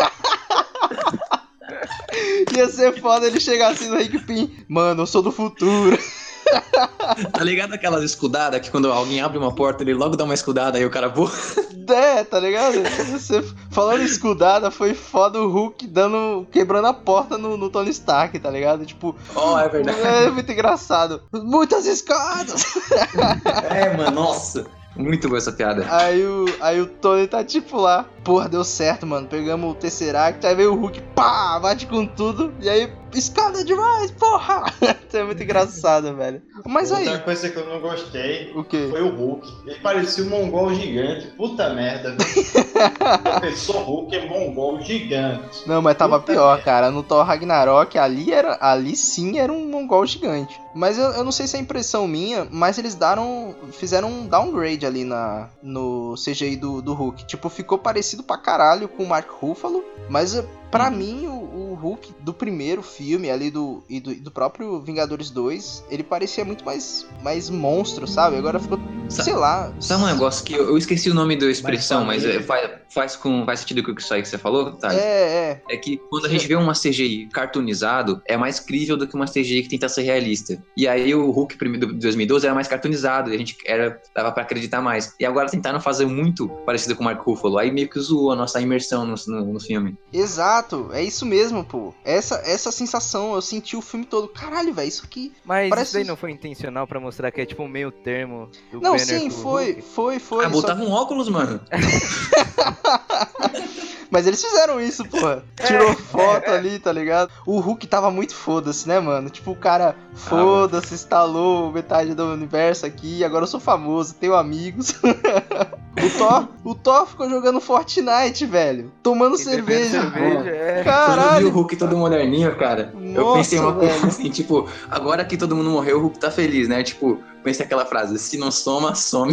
Ia ser foda ele chegar assim no Hank Pym. Mano, eu sou do futuro. Tá ligado aquelas escudadas que quando alguém abre uma porta, ele logo dá uma escudada e o cara voa? É, tá ligado? Você, falando em escudada, foi foda o Hulk dando, quebrando a porta no, no Tony Stark, tá ligado? Tipo, Oh, é verdade. é muito engraçado. Muitas escadas! É, mano, nossa. Muito boa essa piada. Aí o, aí o Tony tá tipo lá, porra, deu certo, mano. Pegamos o Tesseract, aí veio o Hulk, pá, bate com tudo. E aí, escada demais, porra! É muito engraçado, velho. Mas aí, Outra coisa que eu não gostei o quê? foi o Hulk. Ele parecia um mongol gigante. Puta merda, velho. A pessoa Hulk é mongol gigante. Não, mas tava Puta pior, merda. cara. No Thor Ragnarok, ali, era, ali sim era um mongol gigante. Mas eu, eu não sei se é impressão minha, mas eles daram, fizeram um downgrade ali na, no C G I do, do Hulk. Tipo, ficou parecido pra caralho com o Mark Ruffalo, mas pra mim o, o Hulk do primeiro filme ali do, e do, e do próprio Vingadores dois, ele parecia muito mais, mais monstro, sabe? Agora ficou, Sa- sei lá... Sabe um negócio que eu, eu esqueci o nome da expressão, mas, família. é, faz, faz, com, faz sentido com isso aí que você falou, tá? É, é. É que quando a gente vê uma C G I cartoonizado, é mais crível do que uma C G I que tenta ser realista. E aí o Hulk prime- do dois mil e doze era mais cartoonizado, e a gente era, dava pra acreditar mais. E agora tentaram fazer muito parecido com o Mark Ruffalo, aí meio que zoou a nossa imersão no, no, no filme. Exato, é isso mesmo, pô. Essa, essa sensação, eu senti o filme todo. Caralho, velho, isso aqui... Mas Parece- isso daí não foi intencional pra mostrar que é tipo um meio termo do Não, Banner sim, com o foi, Hulk? foi, foi. ah, só- botava um óculos, mano. Mas eles fizeram isso, porra. Tirou foto ali, tá ligado? O Hulk tava muito foda-se, né, mano? Tipo, o cara, foda-se, instalou metade do universo aqui, agora eu sou famoso, tenho amigos. O Thor, o Thor ficou jogando Fortnite, velho. Tomando E cerveja. bebendo cerveja, é. Quando eu vi Caralho. o Hulk todo moderninho, cara, eu Nossa, pensei uma coisa velho. assim, tipo, agora que todo mundo morreu, o Hulk tá feliz, né? Tipo, pensei aquela frase, se não soma, some.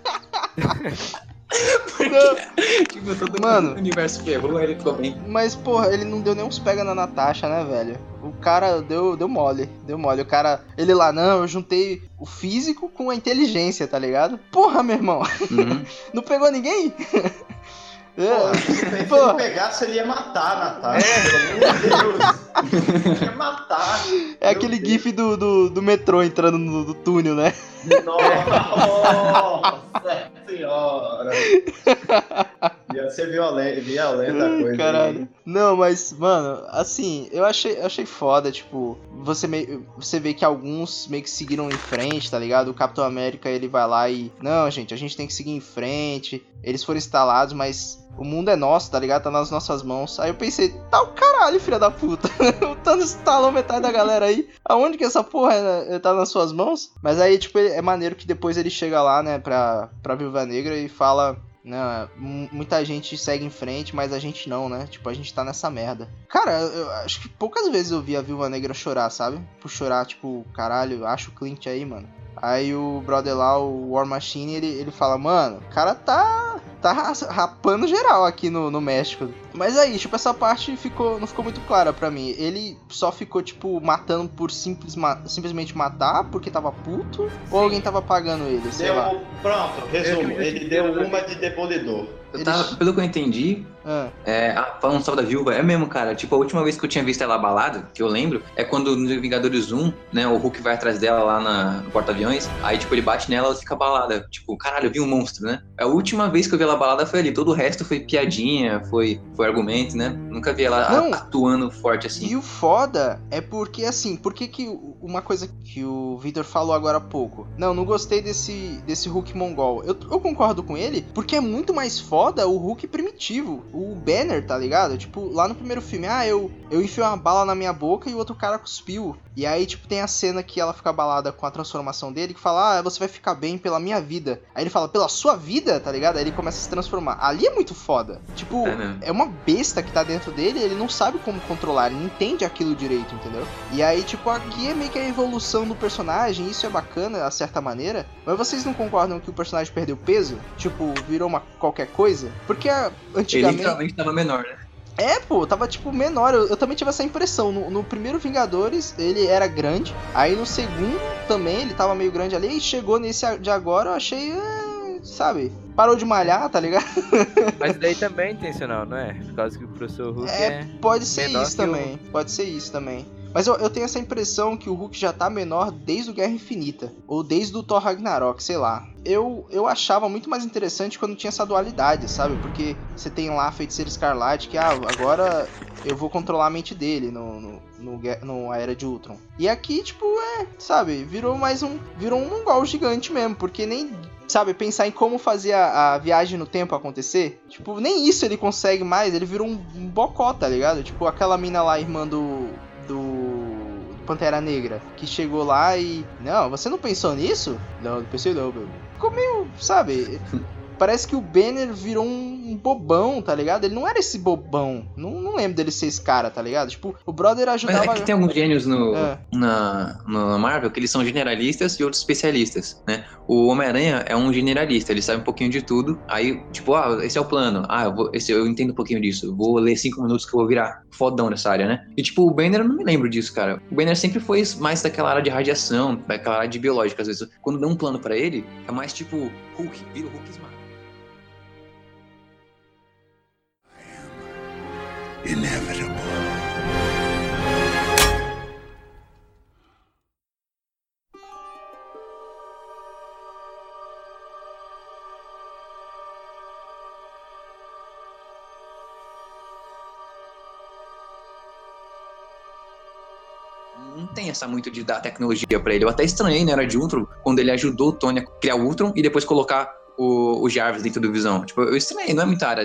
Porque, tipo, todo Mano. mundo no universo ferrou, aí ele ficou bem. Mas, porra, ele não deu nem uns pega na Natasha, né, velho? O cara deu, deu mole, deu mole. O cara, ele lá, não, eu juntei o físico com a inteligência, tá ligado? Porra, meu irmão. Uhum. Não pegou ninguém? Pô, É. se ele Pô. pegasse, ele ia matar a Natasha. Pelo amor de Deus. Ele ia matar. É aquele gif do, do, do metrô entrando no, no túnel, né? Nossa senhora. Ia ser violenta, violenta a coisa. Caralho. Aí. Não, mas, mano, assim, eu achei, achei foda, tipo, você, meio, você vê que alguns meio que seguiram em frente, tá ligado? O Capitão América, ele vai lá e, não, gente, a gente tem que seguir em frente. Eles foram instalados, mas o mundo é nosso, tá ligado? Tá nas nossas mãos. Aí eu pensei, tá o caralho, filha da puta. O Thanos instalou metade da galera aí. Aonde que essa porra é, tá nas suas mãos? Mas aí, tipo, é maneiro que depois ele chega lá, né, pra, pra Viúva Negra e fala... Não, muita gente segue em frente, mas a gente não, né? Tipo, a gente tá nessa merda. Cara, eu acho que poucas vezes eu vi a Viúva Negra chorar, sabe? Por chorar, tipo, caralho, acha o Clint aí, mano. Aí o brother lá, o War Machine, ele, ele fala, mano, o cara tá... Tá rapando geral aqui no, no México. Mas aí, tipo, essa parte ficou, não ficou muito clara pra mim. Ele só ficou, tipo, matando por simples, ma- simplesmente matar porque tava puto? Sim. Ou alguém tava pagando ele, sei deu, lá. Pronto, resumo. Ele deu uma de demolidor. Eu tava, pelo que eu entendi, Ah. é, ah, falando só da Viúva, é mesmo, cara. Tipo, a última vez que eu tinha visto ela abalada, que eu lembro, é quando no Vingadores um, né, o Hulk vai atrás dela lá na, no porta-aviões, aí, tipo, ele bate nela, ela fica abalada. Tipo, caralho, eu vi um monstro, né? A última vez que eu vi ela abalada foi ali. Todo o resto foi piadinha, foi, foi argumento, né? Nunca vi ela Não. a, atuando forte assim. E o foda é porque, assim, por que que uma coisa que o Victor falou agora há pouco? Não, não gostei desse, desse Hulk mongol. Eu, eu concordo com ele, porque é muito mais foda o Hulk primitivo. O Banner, tá ligado? Tipo, lá no primeiro filme, ah, eu, eu enfiei uma bala na minha boca e o outro cara cuspiu. E aí, tipo, tem a cena que ela fica abalada com a transformação dele, que fala, ah, você vai ficar bem pela minha vida. Aí ele fala, pela sua vida, tá ligado? Aí ele começa a se transformar. Ali é muito foda. Tipo, É, é uma besta que tá dentro dele, ele não sabe como controlar, ele não entende aquilo direito, entendeu? E aí, tipo, aqui é meio que a evolução do personagem, isso é bacana, de certa maneira, mas vocês não concordam que o personagem perdeu peso? Tipo, virou uma qualquer coisa? Porque a, Ele antigamente... literalmente tava menor, né? É, pô, tava tipo menor, eu, eu também tive essa impressão. No, no primeiro Vingadores ele era grande, aí no segundo também ele tava meio grande ali, e chegou nesse de agora eu achei, é, sabe, parou de malhar, tá ligado? Mas daí também é intencional, não é? Por causa que o professor Hulk é... É, pode ser menor isso que o- também, pode ser isso também. Mas eu, eu tenho essa impressão que o Hulk já tá menor desde o Guerra Infinita. Ou desde o Thor Ragnarok, sei lá. Eu, eu achava muito mais interessante quando tinha essa dualidade, sabe? Porque você tem lá a Feiticeira Escarlate, que ah, agora eu vou controlar a mente dele no, no, no, Guerra- no A Era de Ultron. E aqui, tipo, é, sabe? Virou mais um... Virou um mongol gigante mesmo, porque nem... Sabe, pensar em como fazer a, a viagem no tempo acontecer. Tipo, nem isso ele consegue mais. Ele virou um, um bocó, tá ligado? Tipo, aquela mina lá, irmã do... Do Pantera Negra, que chegou lá e... Não, você não pensou nisso? Não, não pensei não, meu. Ficou meio, sabe... Parece que o Banner virou um bobão, tá ligado? Ele não era esse bobão. Não, não lembro dele ser esse cara, tá ligado? Tipo, o brother Mas ajudava... é que tem alguns gênios no, É. na, na Marvel que eles são generalistas e outros especialistas, né? O Homem-Aranha é um generalista, ele sabe um pouquinho de tudo. Aí, tipo, ah, esse é o plano. Ah, eu, vou, esse, eu entendo um pouquinho disso. Eu vou ler cinco minutos que eu vou virar fodão nessa área, né? E, tipo, o Banner, eu não me lembro disso, cara. O Banner sempre foi mais daquela área de radiação, daquela área de biológica, às vezes. Quando dá um plano pra ele, é mais tipo, Hulk, vira o Hulk esmaga. Inevitable. Não tem essa muito de dar tecnologia pra ele. Eu até estranhei na Era de Ultron, quando ele ajudou o Tony a criar o Ultron e depois colocar o, o Jarvis dentro do Visão. Tipo, eu estranhei, não é muita área dele.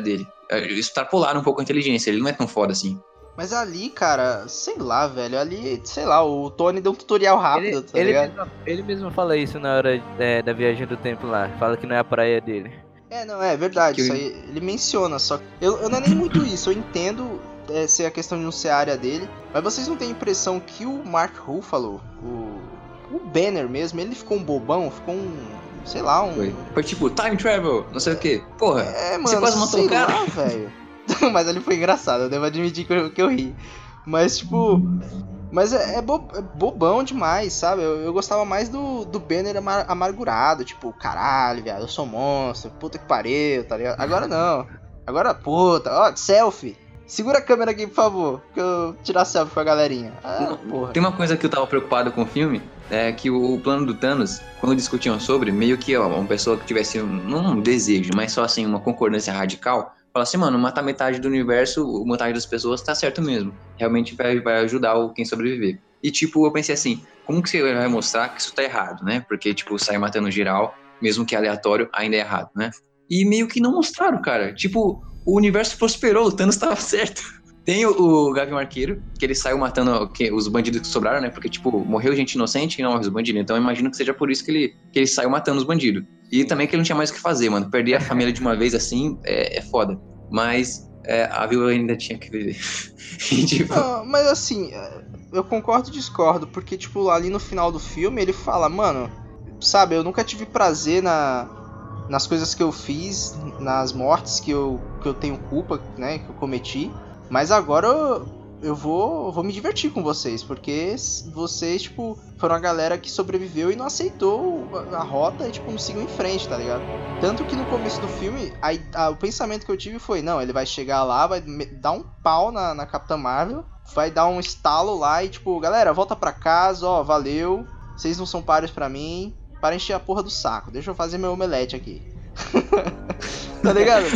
extrapolaram um pouco a inteligência, ele não é tão foda assim. Mas ali, cara, sei lá, velho, ali, sei lá, o Tony deu um tutorial rápido, Ele, tá ele, ligado? mesmo, ele mesmo fala isso na hora é, da viagem do tempo lá. Fala que não é a praia dele. É, não, é verdade, Que- isso aí ele menciona, só que eu, eu não é nem muito isso, eu entendo é, ser a questão de não ser a área dele, mas vocês não têm a impressão que o Mark Ruffalo, o, o Banner mesmo, ele ficou um bobão, ficou um, sei lá, um... Foi, foi tipo, time travel, não sei o que. Porra, É, mano, você quase matou sei o cara. lá, velho. Mas ele foi engraçado, eu devo admitir que eu, que eu ri. Mas, tipo... Mas é, é, bo- é bobão demais, sabe? Eu, eu gostava mais do, do Banner amar- amargurado. Tipo, caralho, viado, eu sou monstro. Puta que pariu, tá ligado? Agora não. Agora, puta. Ó, selfie. Segura a câmera aqui, por favor. Que eu tirar selfie com a galerinha. Ah, porra. Tem uma coisa que eu tava preocupado com o filme, é que o plano do Thanos, quando discutiam sobre, meio que ó, uma pessoa que tivesse um, não um desejo, mas só assim, uma concordância radical, fala assim, mano, matar metade do universo, metade das pessoas, tá certo mesmo. Realmente vai, vai ajudar o quem sobreviver. E tipo, eu pensei assim, como que você vai mostrar que isso tá errado, né? Porque, tipo, sair matando geral, mesmo que aleatório, ainda é errado, né? E meio que não mostraram, cara. Tipo, o universo prosperou, o Thanos tava certo. Tem o, o Gavião Arqueiro, que ele saiu matando que, os bandidos que sobraram, né? Porque, tipo, morreu gente inocente e não morreu os bandidos. Então eu imagino que seja por isso que ele, que ele saiu matando os bandidos. E também que ele não tinha mais o que fazer, mano. Perder a família de uma vez assim é, é foda. Mas é, a viúva ainda tinha que viver. E, tipo, Não, mas assim, é, eu concordo e discordo, porque, tipo, ali no final do filme ele fala, mano, sabe, eu nunca tive prazer na, nas coisas que eu fiz, nas mortes que eu, que eu tenho culpa, né, que eu cometi, mas agora eu, eu vou, vou me divertir com vocês, porque vocês, tipo, foram a galera que sobreviveu e não aceitou a, a rota e, tipo, não seguiu em frente, tá ligado? Tanto que no começo do filme, a, a, o pensamento que eu tive foi, não, ele vai chegar lá, vai me, dar um pau na, na Capitã Marvel, vai dar um estalo lá e, tipo, galera, volta pra casa, ó, valeu, vocês não são pares pra mim, para encher a porra do saco, deixa eu fazer meu omelete aqui. Tá ligado?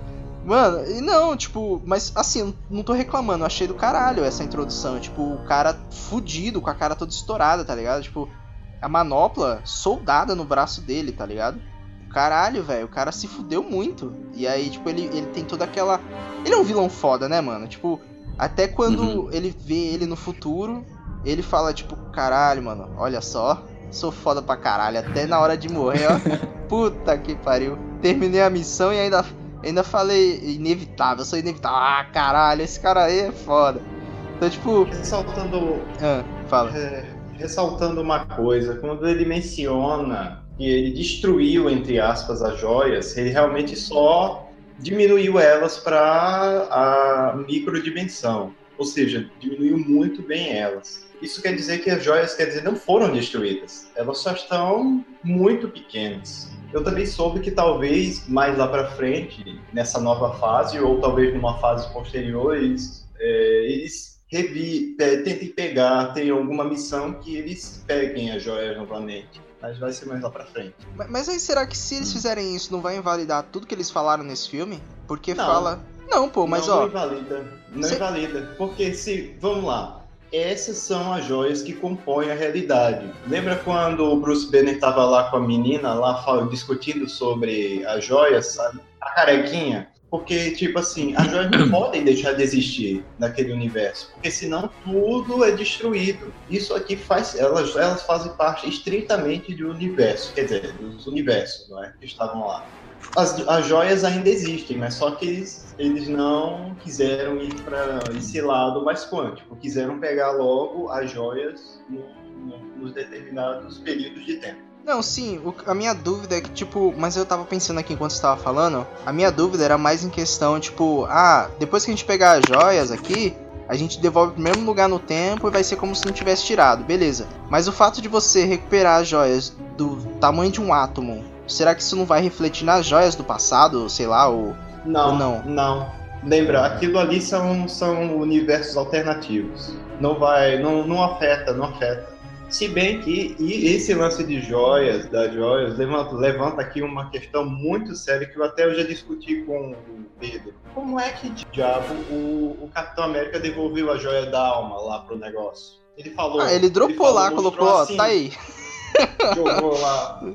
Mano, e não, tipo, mas assim, não tô reclamando, eu achei do caralho essa introdução, tipo, o cara fudido, com a cara toda estourada, tá ligado? Tipo, a manopla soldada no braço dele, tá ligado? Caralho, velho, o cara se fudeu muito. E aí, tipo, ele, ele tem toda aquela... Ele é um vilão foda, né, mano? Tipo, até quando Uhum. ele vê ele no futuro, ele fala, tipo, caralho, mano, olha só, sou foda pra caralho, até na hora de morrer, ó. Puta que pariu. Terminei a missão e ainda... Ainda falei inevitável, eu sou inevitável. Ah, caralho, esse cara aí é foda. Então, tipo... Ressaltando, Ah, fala. é, ressaltando uma coisa, quando ele menciona que ele destruiu, entre aspas, as joias, ele realmente só diminuiu elas para a microdimensão. Ou seja, diminuiu muito bem elas. Isso quer dizer que as joias, quer dizer, não foram destruídas. Elas só estão muito pequenas. Eu também soube que talvez mais lá para frente, nessa nova fase, ou talvez numa fase posterior, eles, é, eles revi, é, tentem pegar, tem alguma missão que eles peguem as joias novamente. Mas vai ser mais lá pra frente. Mas, mas aí será que se eles fizerem isso não vai invalidar tudo que eles falaram nesse filme? Porque Não. fala... Não, pô, mas não, ó... Não invalida. Não Cê- invalida. Porque se... Vamos lá. Essas são as joias que compõem a realidade. Lembra quando o Bruce Banner estava lá com a menina, lá fal- discutindo sobre as joias, sabe? A carequinha. Porque, tipo assim, as joias não podem deixar de existir naquele universo. Porque senão tudo é destruído. Isso aqui faz... Elas, elas fazem parte estritamente do universo. Quer dizer, dos universos, não é? Que estavam lá. As, as joias ainda existem, mas só que eles, eles não quiseram ir para esse lado mais quântico. Quiseram pegar logo as joias no, no, nos determinados períodos de tempo. Não, sim, o- a minha dúvida é que, tipo... Mas eu tava pensando aqui enquanto você tava falando... A minha dúvida era mais em questão, tipo... Ah, depois que a gente pegar as joias aqui... A gente devolve pro mesmo lugar no tempo e vai ser como se não tivesse tirado, beleza. Mas o fato de você recuperar as joias do tamanho de um átomo... Será que isso não vai refletir nas joias do passado, sei lá, ou... Não, Ou não? não. Lembra, aquilo ali são, são universos alternativos. Não vai, não, não afeta, não afeta. Se bem que e esse lance de joias, das joias, levanta, levanta aqui uma questão muito séria que eu até eu já discuti com o Pedro. Como é que, diabo, o, o Capitão América devolveu a joia da alma lá pro negócio? Ele falou... Ah, ele dropou falou, lá, mostrou colocou, ó, assim, tá aí. Jogou lá...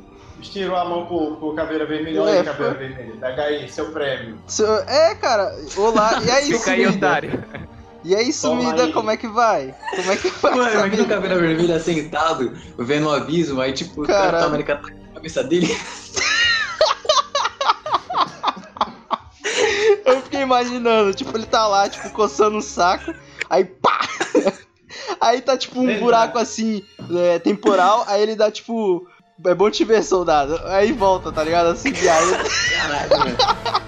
estirou a mão pro, pro Caveira Vermelha. Olha É, aí, Caveira foi. Vermelha. Pega aí, seu prêmio. Se- É, cara, olá, e aí, Fica aí, sumida? otário. E aí, sumida, aí. como é que vai? Como é que vai? Mano, imagina o sabe? Caveira Vermelha sentado, vendo o abismo, aí tipo, o Caralho. Capitão América tá com a cabeça dele. Eu fiquei imaginando, tipo, ele tá lá, tipo, coçando o saco, aí pá! Aí tá, tipo, um Verdade. buraco assim, é, temporal, aí ele dá, tipo, é bom te ver, soldado. Aí volta, tá ligado? Assim, viagem. Caralho, velho.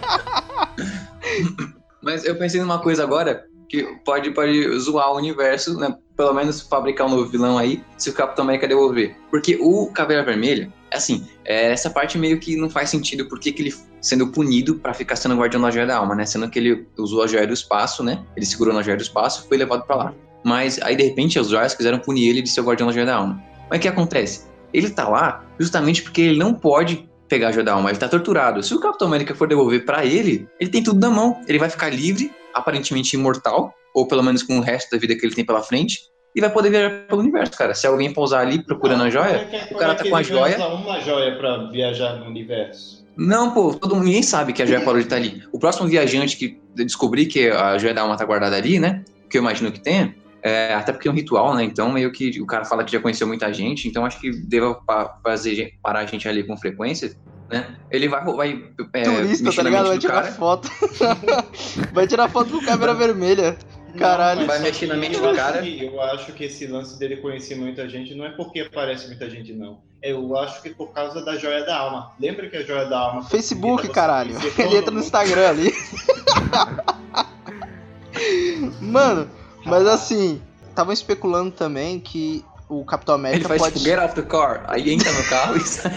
Mas eu pensei numa coisa agora que pode, pode zoar o universo, né? Pelo menos fabricar um novo vilão aí, se o Capitão América devolver. Porque o Caveira Vermelha, assim, é, essa parte meio que não faz sentido porque que ele sendo punido pra ficar sendo guardião da Joia da Alma, né? Sendo que ele usou a Joia do Espaço, né? Ele segurou na Joia do Espaço e foi levado pra lá. Mas aí, de repente, os Joias quiseram punir ele de ser o guardião da Joia da Alma. Mas o que acontece? Ele tá lá justamente porque ele não pode pegar a Joia da Alma, ele tá torturado. Se o Capitão América for devolver pra ele, ele tem tudo na mão. Ele vai ficar livre, aparentemente imortal, ou pelo menos com o resto da vida que ele tem pela frente, e vai poder viajar pelo universo, cara. Se alguém pousar ali procurando a joia, o cara tá com a joia. Usar uma joia pra viajar no universo. Não, pô, todo mundo, ninguém sabe que a joia parou de estar ali. O próximo viajante que descobrir que a joia da alma tá guardada ali, né? Que eu imagino que tenha, é, até porque é um ritual, né? Então meio que o cara fala que já conheceu muita gente, então acho que deva pa- fazer parar a gente ali com frequência, né? Ele vai, vai é, Turista, mexer tá na ligado? Vai mente do tirar cara, foto. Vai tirar foto com Caveira Vermelha. Caralho. Não, mas Vai só mexer que na mente eu do acho cara. que- eu acho que esse lance dele conhecer muita gente não é porque aparece muita gente, não. Eu acho que é por causa da Joia da Alma. Lembra que a Joia da Alma... Facebook, possibilita você caralho. conhecer Ele todo entra no mundo? Instagram ali. Mano, mas assim, estavam especulando também que o Capitão ele América faz pode. tipo, get off the car, aí entra no carro e sai.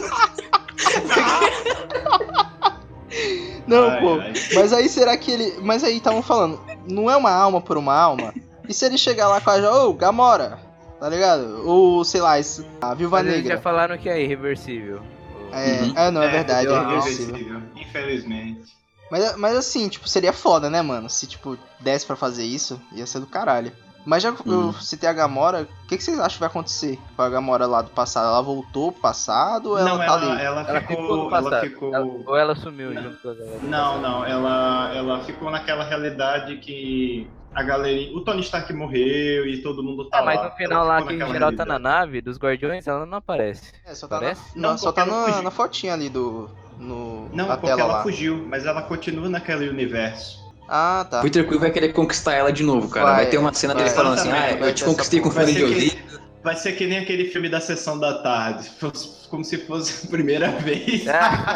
Não, Ai, pô. ai. Mas aí será que ele. Mas aí estavam falando, não é uma alma por uma alma? E se ele chegar lá com a Joia, ô, Gamora, tá ligado? Ou, sei lá, esse- a Viúva Mas eles Negra. já falaram que é irreversível. É, Uhum. ah, não, é, verdade, é deu irreversível. irreversível, Infelizmente. Mas, mas assim, tipo, seria foda, né, mano? Se, tipo, desse pra fazer isso, ia ser do caralho. Mas já que Uhum. eu citei a Gamora, o que, que vocês acham que vai acontecer com a Gamora lá do passado? Ela voltou pro passado ou ela não, tá ela, ali? ela, Ela ficou... ficou no ela passado. ficou... Ela- ou ela sumiu Não. junto com a galera. Não, não, ela, ela ficou naquela realidade que a galerinha... O Tony Stark morreu e todo mundo tá É, lá. mas no final Ela lá ficou que em naquela geral tá na realidade. nave dos Guardiões, ela não aparece. É, só tá, na, Parece? não, Não, só porque tá ela na, fugiu. na fotinha ali do. No, Não, na porque tela ela lá. fugiu, mas ela continua naquele universo. Ah, tá. Peter Quill vai querer conquistar ela de novo, cara. Vai, Vai, ter uma cena vai. dele falando assim, ah, Vai eu te ter essa conquistei com porra. fone Vai de ser que- ouvido. Vai ser que nem aquele filme da Sessão da Tarde, fosse- como se fosse a primeira vez.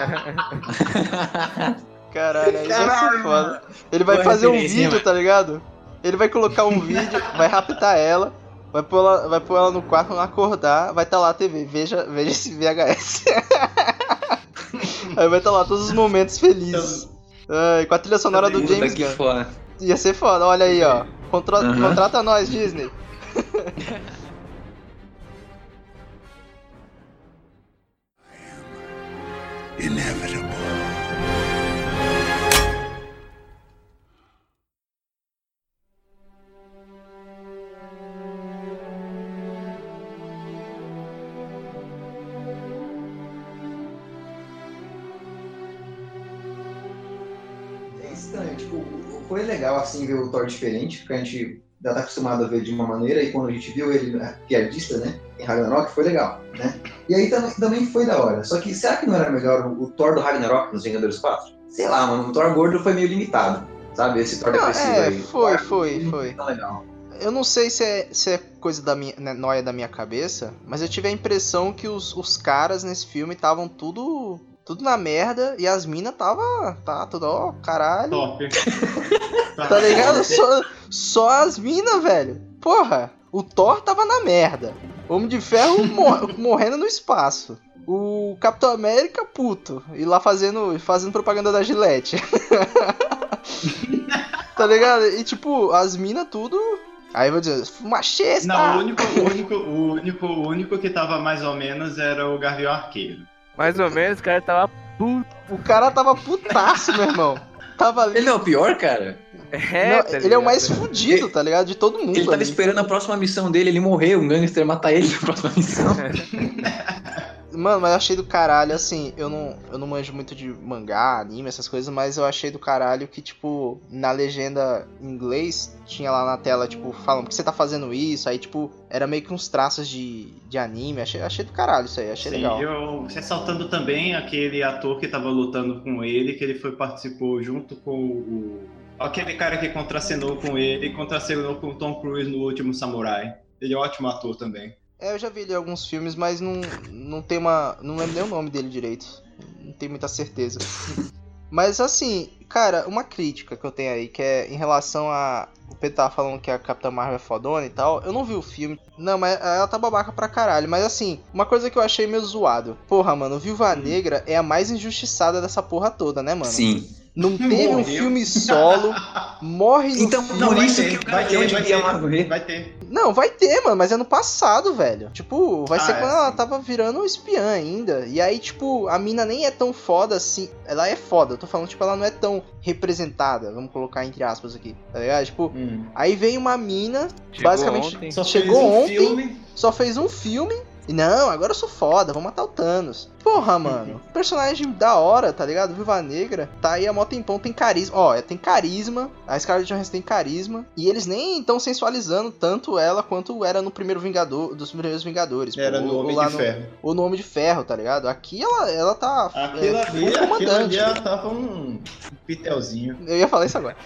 Caralho, aí vai ser Caralho, foda. Ele vai Boa fazer um referência, vídeo, mano. tá ligado? Ele vai colocar um vídeo, vai raptar ela, vai pôr ela, vai pôr ela no quarto, quando acordar, vai estar lá a T V, veja, veja esse V H S. Aí vai estar lá todos os momentos felizes. Ai, com a trilha sonora do Puta James que Gunn. foda. Ia ser foda, olha aí, ó. Contra- Uhum. Contrata nós, Disney. Inevitable. É estranho, tipo, foi legal assim ver o Thor diferente, porque a gente já tá acostumado a ver de uma maneira, e quando a gente viu ele né, piadista, né, em Ragnarok, foi legal, né? E aí também, também foi da hora. Só que será que não era melhor o, o Thor do Ragnarok nos Vingadores quatro? Sei lá, mano, o Thor gordo foi meio limitado, sabe? Esse Thor Não, depressivo é, aí. foi, foi, foi. Tá legal. Eu não sei se é, se é coisa da minha, né, nóia da minha cabeça, mas eu tive a impressão que os, os caras nesse filme estavam tudo tudo na merda e as minas tava, tá tudo, ó, caralho. Top. Tá ligado? Só, só as minas, velho. Porra, o Thor tava na merda. O Homem de Ferro mor- morrendo no espaço. O Capitão América, puto. E lá fazendo, fazendo propaganda da Gillette. Tá ligado? E tipo, as minas tudo... Aí eu vou dizer, machista! Não, o único, o, único, o, único, o único que tava mais ou menos era o Gavião Arqueiro. Mais ou menos, o cara tava puto. O cara tava putaço, meu irmão. Tava ali... Ele não é o pior, cara? É, Não, tá ele é o ligado? mais fudido, tá ligado? De todo mundo Ele tava ali. esperando a próxima missão dele, ele morreu, um gangster matar ele na próxima missão. Mano, mas eu achei do caralho, assim, eu não, eu não manjo muito de mangá, anime, essas coisas, mas eu achei do caralho que, tipo, na legenda em inglês, tinha lá na tela, tipo, falando, por que você tá fazendo isso? Aí, tipo, era meio que uns traços de, de anime, achei, achei do caralho isso aí, achei Sim, legal. eu ressaltando também aquele ator que tava lutando com ele, que ele foi participou junto com o... aquele cara que contracenou com ele, contracenou com o Tom Cruise no Último Samurai. Ele é um ótimo ator também. É, eu já vi ele em alguns filmes, mas não, não tem uma... não lembro nem o nome dele direito. Não tenho muita certeza. Mas assim, cara, uma crítica que eu tenho aí, que é em relação a... O Pedro tava falando que a Capitã Marvel é fodona e tal. Eu não vi o filme. Não, mas ela tá babaca pra caralho. Mas assim, uma coisa que eu achei meio zoado. Porra, mano, Viúva Negra é a mais injustiçada dessa porra toda, né, mano? Sim. Não teve um Morreu. filme solo, morre no Então, filme. não, vai isso ter, que eu quero vai ver ter, onde vai que ia ter, morrer. vai ter. Não, vai ter, mano, mas é no passado, velho. Tipo, vai Ah, ser é, quando ela sim. tava virando espiã ainda. E aí, tipo, a mina nem é tão foda assim. Ela é foda, eu tô falando, tipo, ela não é tão representada. Vamos colocar entre aspas aqui, tá ligado? Tipo, Hum. aí vem uma mina, Chegou basicamente, ontem. Só chegou fez um ontem, filme. só fez um filme. E não, agora eu sou foda, vou matar o Thanos. Porra, mano. Personagem da hora, tá ligado? Viúva Negra. Tá aí a mó tempão, tem carisma. Ó, é, tem carisma. A Scarlett Johansson tem carisma. E eles nem estão sensualizando tanto ela quanto era no primeiro Vingador, dos primeiros Vingadores. Era pô, no ou Homem lá de no- Ferro. Ou no Homem de Ferro, tá ligado? Aqui ela, ela tá. Aquilo é, ali, full aquilo comandante. ali ela tava um pitelzinho. Eu ia falar isso agora.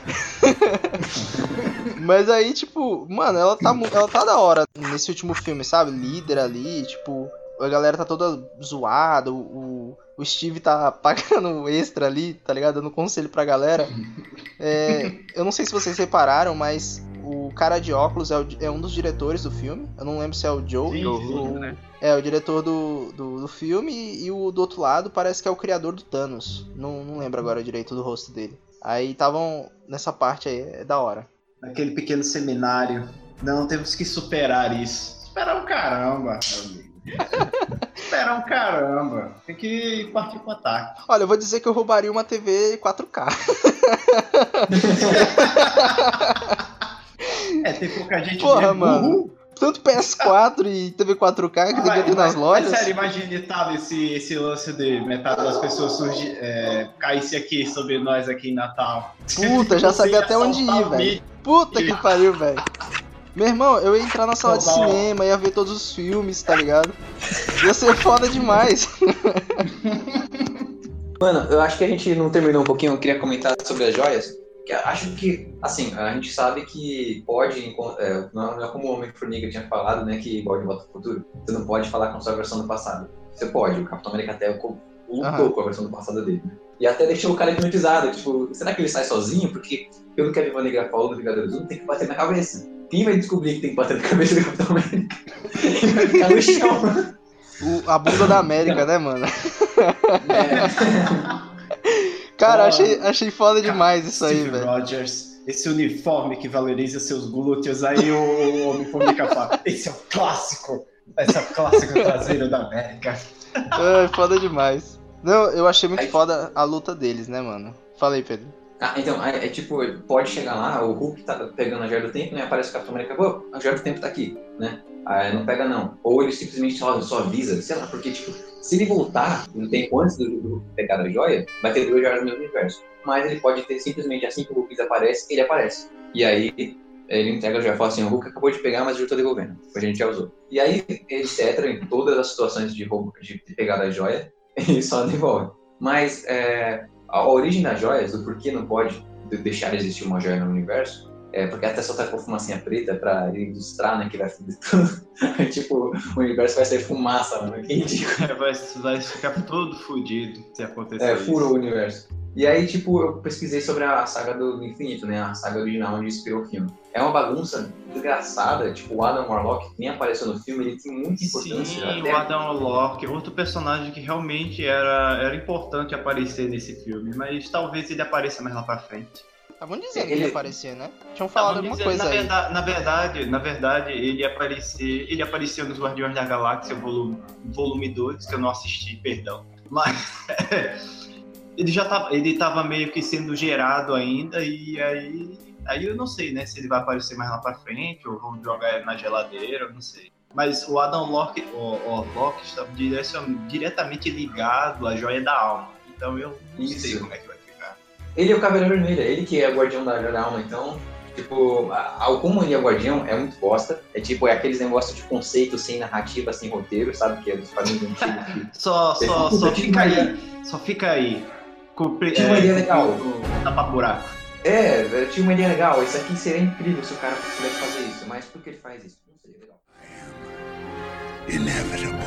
Mas aí, tipo, mano, ela tá, mu- ela tá da hora nesse último filme, sabe? Líder ali, tipo, a galera tá toda zoada, o, o, o Steve tá pagando extra ali, tá ligado? Dando conselho pra galera. É, eu não sei se vocês repararam, mas o cara de óculos é, o- é um dos diretores do filme. Eu não lembro se é o Joe Sim, ou- sim, ou- né? é, o diretor do, do, do filme e, e o do outro lado parece que é o criador do Thanos. Não, não lembro agora direito do rosto dele. Aí estavam nessa parte aí, é da hora. Aquele pequeno seminário. Não, temos que superar isso. Esperar um caramba, meu amigo. Esperar um caramba. Tem que partir pro ataque. Olha, eu vou dizer que eu roubaria uma T V quatro K. É, tem pouca gente Porra, mesmo. mano. Uhul. Tanto P S quatro e T V quatro K que Ah, devia vai, ter nas vai. lojas. É sério, imagine, tá, esse, esse lance de metade das pessoas surgi, é, caísse aqui sobre nós aqui em Natal. Puta, já sabia até onde ir, velho. Puta que pariu, velho. Meu irmão, eu ia entrar na sala de Total. cinema, ia ver todos os filmes, tá ligado? Ia ser foda demais. Mano, eu acho que a gente não terminou um pouquinho, eu queria comentar sobre as joias. Que eu acho que, assim, a gente sabe que pode, encon- é, não não é como o Homem-Formiga tinha falado, né, que pode volta pro futuro. Você não pode falar com a sua versão do passado. Você pode, o Capitão América até co- lutou Aham. com a versão do passado dele, né? E até deixou o cara hipnotizado, tipo, será que ele sai sozinho? Porque, pelo que a Viúva Negra falou no Vingadores um, tem que bater na cabeça. Quem vai descobrir que tem que bater na cabeça do Capitão América? Ele vai ficar no chão. O- a bunda da América, né, mano? É. Cara, Ó, achei, achei foda demais isso aí, Steve velho. Rogers, esse uniforme que valoriza seus glúteos, aí o, o Homem-Formiga fala, esse é o clássico, esse é o clássico traseiro da América. Ai, foda demais. Não, eu achei muito Aí- foda a luta deles, né, mano? Fala aí, Pedro. Ah, então, é, é tipo, pode chegar lá, o Hulk tá pegando a joia do tempo, né? Aparece o Capitão América, pô, a joia do tempo tá aqui, né? Aí não pega não. Ou ele simplesmente só, só avisa, sei lá, porque, tipo, se ele voltar no tempo antes do, do Hulk pegar a joia, vai ter duas joias no mesmo universo. Mas ele pode ter simplesmente, assim que o Hulk desaparece, ele aparece. E aí ele entrega a joia e fala assim, o Hulk acabou de pegar, mas eu já tô devolvendo, a gente já usou. E aí, etcétera, em todas as situações de, roubo, de pegar a joia, ele só devolve. Mas é, a origem das joias, do porquê não pode deixar de existir uma joia no universo, é porque até soltar com fumacinha preta pra ilustrar, né, que vai foder tudo. Aí, tipo, o universo vai ser fumaça, mano, que ridículo. Vai, vai ficar todo fudido se acontecer É, isso. furou o universo. E aí, tipo, eu pesquisei sobre a saga do infinito, né, a saga original onde inspirou o filme. É uma bagunça desgraçada, tipo, o Adam Warlock, que nem apareceu no filme, ele tem muita importância. Sim, até- o Adam Warlock, outro personagem que realmente era, era importante aparecer nesse filme, mas talvez ele apareça mais lá pra frente. Estavam dizendo que Ele- ia aparecer, né? Tinham falado Tavam alguma dizendo, coisa na aí. Verdade, na verdade, na verdade, ele aparecer, ele apareceu nos Guardiões da Galáxia volume, volume dois, que eu não assisti, perdão. Mas ele já tava, ele tava meio que sendo gerado ainda e aí, aí eu não sei, né, se ele vai aparecer mais lá pra frente ou vão jogar ele na geladeira, eu não sei. Mas o Adam Locke, o, o Locke está direcion- diretamente ligado à Joia da Alma. Então eu não Isso. sei como é que vai ficar. Ele é o Caveira Vermelha, ele que é o guardião da Joia da Alma, então, tipo, a- a- como ele é guardião, é muito bosta. É tipo, é aqueles negócios de conceito sem narrativa, sem roteiro, sabe? Que é dos quadrinhos antigos. que- Só, só, Puta, só que fica ideia. aí. Só fica aí. Compre- Tinha uma ideia legal. Tapa buraco. É, eu tinha uma ideia legal, isso aqui seria incrível se o cara pudesse fazer isso, mas por que ele faz isso? Não seria legal. Inevitable.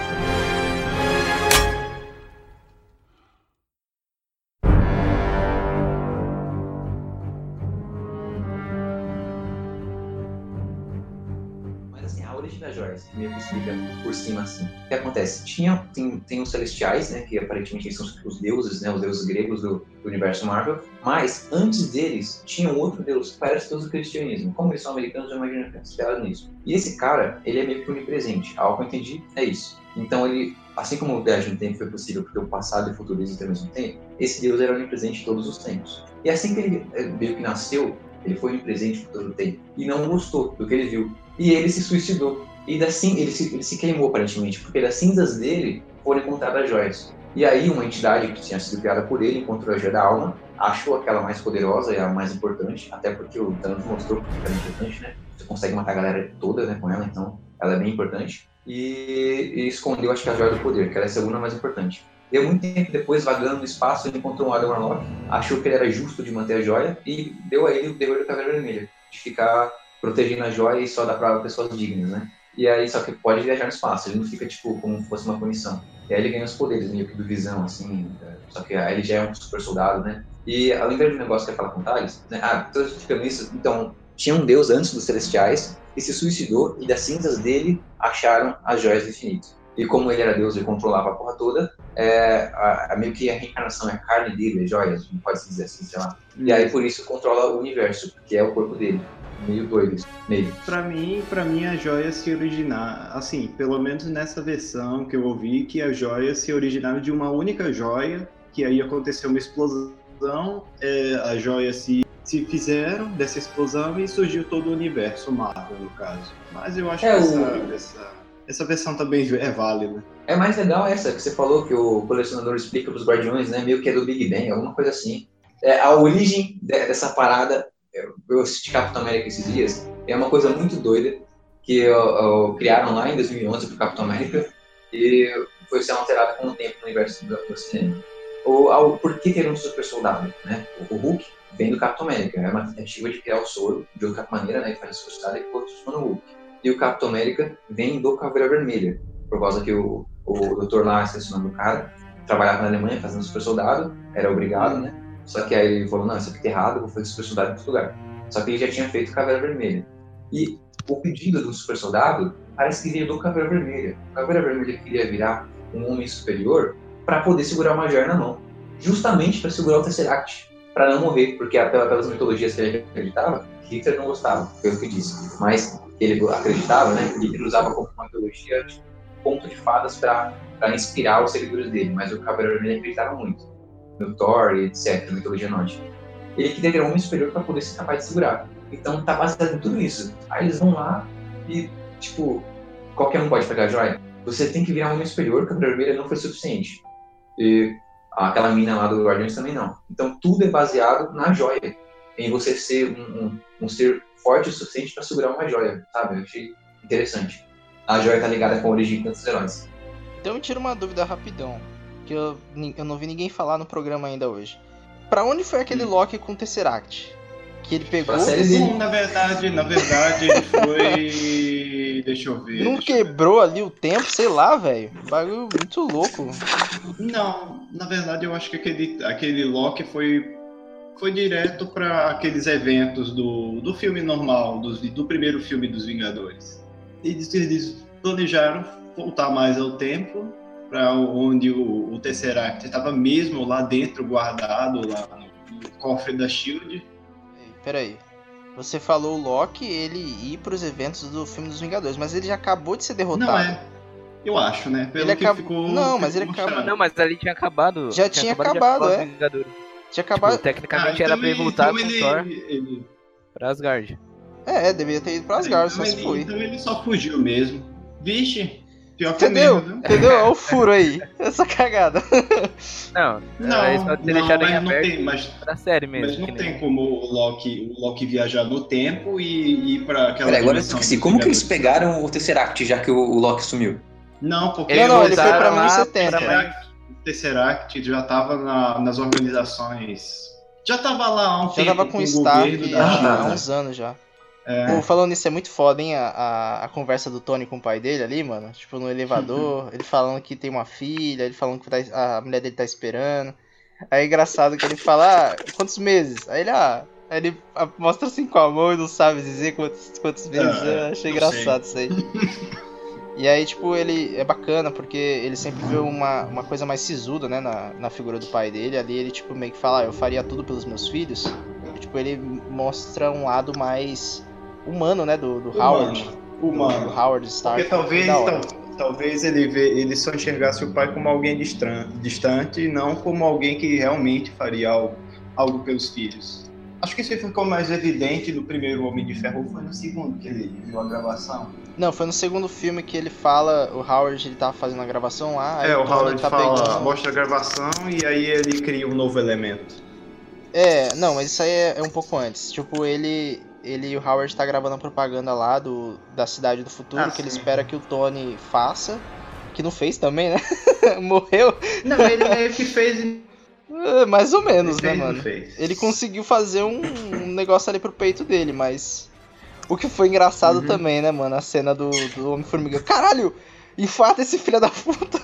Mas assim, a origem das joias, que meio que explica por cima assim. O que acontece? Tinha, tem, tem os celestiais, né, que aparentemente são os deuses, né, os deuses gregos do, do universo Marvel, mas antes deles tinha um outro deus que parece deus do cristianismo. Como eles são americanos, eu imagino que é inspirado nisso. E esse cara, ele é meio que onipresente. Ao que eu entendi, é isso. Então ele, assim como o viagem no tempo foi possível porque o passado e o futuro existem ao mesmo tempo, esse deus era onipresente todos os tempos. E assim que ele meio que nasceu, ele foi onipresente por todo o tempo e não gostou do que ele viu. E ele se suicidou. E assim, ele se, ele se queimou aparentemente, porque das cinzas dele foram encontradas joias. E aí uma entidade que tinha sido criada por ele encontrou a joia da alma, achou aquela mais poderosa e a mais importante, até porque o Thanos mostrou que era importante, né? Você consegue matar a galera toda, né, com ela, então ela é bem importante. E, e escondeu, acho que a joia do poder, que era a segunda mais importante. Deu muito tempo depois, vagando no espaço, ele encontrou um Adam Warlock, achou que ele era justo de manter a joia e deu a ele o dever da Caveira Vermelha, de ficar protegendo a joia e só dá pra pessoas dignas, né? E aí, só que pode viajar no espaço, ele não fica, tipo, como se fosse uma punição. E aí ele ganha os poderes, meio que do Visão, assim, só que aí ele já é um super soldado, né? E além do negócio que eu ia falar com o Thales, né? Ah, tô explicando isso, então, tinha um deus antes dos Celestiais que se suicidou e das cinzas dele acharam as joias do infinito. E como ele era deus e controlava a porra toda, é, a, a, meio que a reencarnação é a carne dele, as joias, não pode se dizer assim, sei lá. Hum. E aí por isso controla o universo, que é o corpo dele. Meio doido, meio. Pra mim, pra mim, a joia se originar, assim, pelo menos nessa versão que eu ouvi, que a joia se originaram de uma única joia, que aí aconteceu uma explosão, é, a joia se, se fizeram dessa explosão e surgiu todo o universo Marvel, no caso. Mas eu acho é, que essa, o... essa, essa versão também é válida. É mais legal essa que você falou, que o colecionador explica pros Guardiões, né, meio que é do Big Bang, alguma coisa assim. É, a origem dessa parada, eu assisti Capitão América esses dias, é uma coisa muito doida, que eu, eu, criaram lá em dois mil e onze pro Capitão América, e foi sendo alterado com o tempo no universo do, do cinema. O, ao, por que ter um super soldado, né? O, o Hulk vem do Capitão América, é uma tentativa de criar o soro de outra maneira, né, que faz o super soldado e ficou transformando o Hulk. E o Capitão América vem do Caveira Vermelha, por causa que o, o doutor lá, esqueci o nome do cara, trabalhava na Alemanha fazendo super soldado, era obrigado, né? Só que aí ele falou, não, isso aqui tá errado, eu vou fazer super soldado em outro lugar. Só que ele já tinha feito Caveira Vermelha. E o pedido do super soldado parece que veio do Caveira Vermelha. O Caveira Vermelha queria virar um homem superior para poder segurar uma joia na mão. Justamente para segurar o Tesseract, para não morrer, porque até pelas mitologias que ele acreditava, Hitler não gostava, foi o que disse. Mas ele acreditava, né, que ele usava como uma mitologia de conto de fadas para inspirar os seguidores dele. Mas o Caveira Vermelha acreditava muito no Thor e etcétera, mitologia nórdica. Ele queria ter um homem superior para poder ser capaz de segurar. Então tá baseado em tudo isso. Aí eles vão lá e, tipo, qualquer um pode pegar a joia. Você tem que virar um homem superior, que a vermelha não foi suficiente. E aquela mina lá do Guardiões também não. Então tudo é baseado na joia. Em você ser um, um, um ser forte o suficiente para segurar uma joia, sabe? Eu achei interessante. A joia tá ligada com a origem de tantos heróis. Então me tira uma dúvida rapidão, que eu, eu não vi ninguém falar no programa ainda hoje. Pra onde foi aquele hum. Loki com o Tesseract? Que ele pegou... Sim, na verdade, na verdade, ele foi... Deixa eu ver. Não quebrou ver. ali o tempo, sei lá, velho. Bagulho muito louco. Não, na verdade eu acho que aquele, aquele Loki foi, foi direto pra aqueles eventos do, do filme normal, do, do primeiro filme dos Vingadores. Eles, eles planejaram voltar mais ao tempo, para onde o, o Tesseract estava mesmo lá dentro, guardado lá no, no cofre da Shield. Peraí, você falou o Loki, ele ir para os eventos do filme dos Vingadores, mas ele já acabou de ser derrotado. Não é, eu acho, né? Pelo ele que acab... ficou. Não, mas ele acabou. Não, mas ali tinha acabado. Já tinha, tinha acabado, acabado é. Tinha acabado. Tipo, tecnicamente ah, era então pra ele voltar então com ele, o Thor ele... pra Asgard. É, deveria ter ido pra Asgard, então só ele, se foi. Então ele só fugiu mesmo. Vixe, pior que Entendeu? é mesmo, viu? Entendeu? Olha o furo aí. Essa cagada. Não, Não, eles podem ter não, deixado em mas não aberto tem, mas, pra série mesmo. mas não que tem nem- como o Loki, o Loki viajar no tempo e ir pra aquela Peraí, agora eu dimensão esqueci. dos Como que eles Vingadores. pegaram o Tesseract, já que o, o Loki sumiu? Não, porque Não, não, ele foi pra voltaram mil e lá setenta. Tesseract, o Tesseract já tava na- nas organizações. Já tava lá há um Já tempo tava com com o o Stark governo da há, China. há uns anos já. É. Pô, falando nisso, é muito foda, hein? A, a, a conversa do Tony com o pai dele ali, mano. Tipo, no elevador, ele falando que tem uma filha, ele falando que tá- a mulher dele tá esperando. Aí é engraçado que ele fala, ah, quantos meses? Aí ele, ah. Aí ele ah, mostra assim com a mão e não sabe dizer quantos, quantos meses. Ah, Eu achei não engraçado isso aí. E aí, tipo, ele é bacana porque ele sempre vê uma, uma coisa mais sisuda, né, na, na figura do pai dele. Ali ele, tipo, meio que fala, ah, eu faria tudo pelos meus filhos. Tipo, ele mostra um lado mais humano, né, do, do Howard. Do, Humano. do Howard Stark. Porque talvez, Da hora. tal- talvez ele, vê, ele só enxergasse o pai como alguém distan- distante e não como alguém que realmente faria algo, algo pelos filhos. Acho que isso ficou mais evidente no primeiro Homem de Ferro, ou foi no segundo que ele viu a gravação? Não, foi no segundo filme que ele fala, o Howard, ele tava fazendo a gravação lá. aí É, o Tony Howard tá fala, pegando- mostra a gravação e aí ele cria um novo elemento. É, não, mas isso aí é, é um pouco antes. Tipo, ele, ele e o Howard tá gravando a propaganda lá do, da Cidade do Futuro, Ah, que ele sim. espera que o Tony faça. Que não fez também, né? Morreu. Não, ele meio que fez e É, mais ou menos, fez, né, não mano? fez. Ele conseguiu fazer um, um negócio ali pro peito dele, mas... O que foi engraçado Uhum. também, né, mano? A cena do, do Homem-Formiga. Caralho! Infarta esse filho da puta!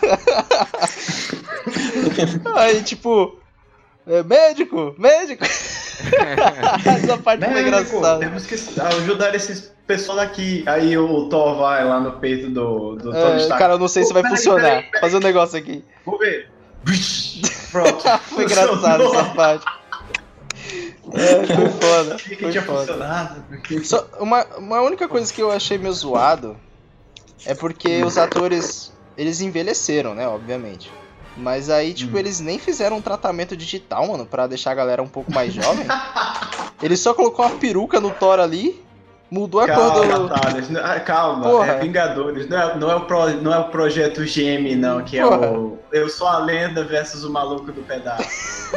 Aí, tipo... é, médico! Médico! Essa parte foi Médico, engraçada. temos que ajudar esses pessoal daqui. Aí o Thor vai lá no peito do, do Tony É, Stark. cara, eu não sei se Pô, vai peraí, funcionar. peraí, peraí. Fazer um negócio aqui. Vou ver. Pronto. Foi engraçado essa parte. É, foi foda. Achei que Foi tinha foda. funcionado. Só uma, uma única coisa que eu achei meio zoado é porque os atores, eles envelheceram, né, obviamente. Mas aí, tipo, Hum. eles nem fizeram um tratamento digital, mano, pra deixar a galera um pouco mais jovem. Ele só colocou uma peruca no Thor ali, mudou a cor Calma, do... Thales. Não, ah, calma, Porra. é Vingadores. Não é, não, é o pro, não é o projeto Geme, não, que é Porra. o. Eu sou a lenda versus o maluco do pedaço.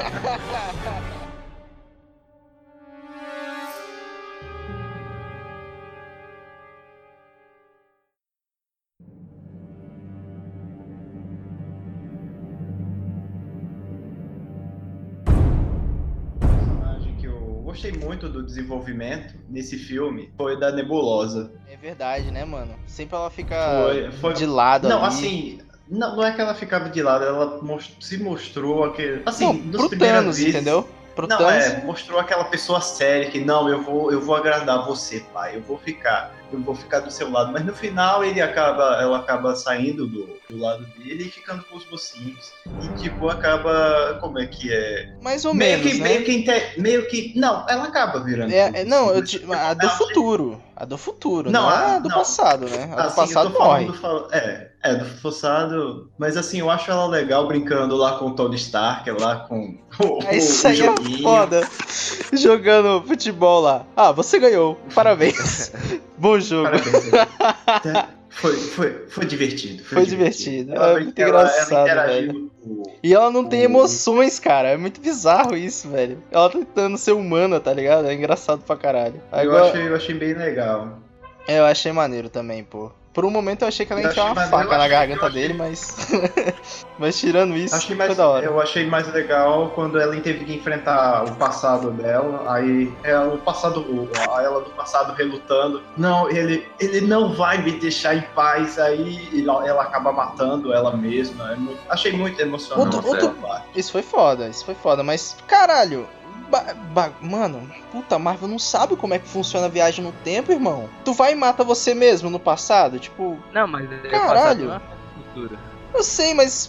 personagem que eu gostei muito do desenvolvimento nesse filme foi da Nebulosa. É verdade, né, mano? Sempre ela fica Foi- foi- de lado Não, ali. assim, não, não é que ela ficava de lado, ela mos- se mostrou aquele. Assim, Não, nos pro primeiras Thanos, vezes- entendeu? Pro Não, Thanos. é, mostrou aquela pessoa séria que não, eu vou, eu vou agradar você, pai, eu vou ficar, eu vou ficar do seu lado. Mas no final ele acaba, ela acaba saindo do, do lado dele e ficando com os mocinhos. E tipo, acaba, como é que é? Mais ou meio menos, que, né? meio que, inte- meio que, não, ela acaba virando. É, com é, os não, eu, mocinhos. di- a do Ela- futuro. A do futuro, não, Não, é a- a do não. passado, né? A do Assim, passado eu tô morre. falando, fal- é, é, do passado, mas assim, eu acho ela legal brincando lá com o Tony Stark, lá com o, É, Isso o aí é joguinho. foda. Jogando futebol lá. Ah, você ganhou. Parabéns. Bom jogo. Parabéns. Tá? Foi, foi, foi divertido. Foi divertido. Ela, É muito ela- ela engraçado, interagiu com- E ela não tem O- emoções, cara. É muito bizarro isso, velho. Ela tá tentando ser humana, tá ligado? É engraçado pra caralho. Eu, Agora, achei, eu achei bem legal. é, eu achei maneiro também, pô. Por um momento eu achei que ela ia Eu enfiar uma achei maneiro, faca eu na achei- garganta eu achei- dele, mas. Mas tirando isso, Achei foi mais, da hora. eu achei mais legal quando ela teve que enfrentar o passado dela, aí ela, o passado, o- a ela do passado relutando. Não, ele, ele não vai me deixar em paz, aí ela, ela acaba matando ela mesma. É muito- achei muito emocionante. Outro- outro- essa parte. Isso foi foda, isso foi foda, mas caralho. ba- ba- Mano, puta, Marvel não sabe como é que funciona a viagem no tempo, irmão. Tu vai e mata você mesmo no passado? Tipo, Não, mas é Caralho. passado, não é futuro. eu sei, mas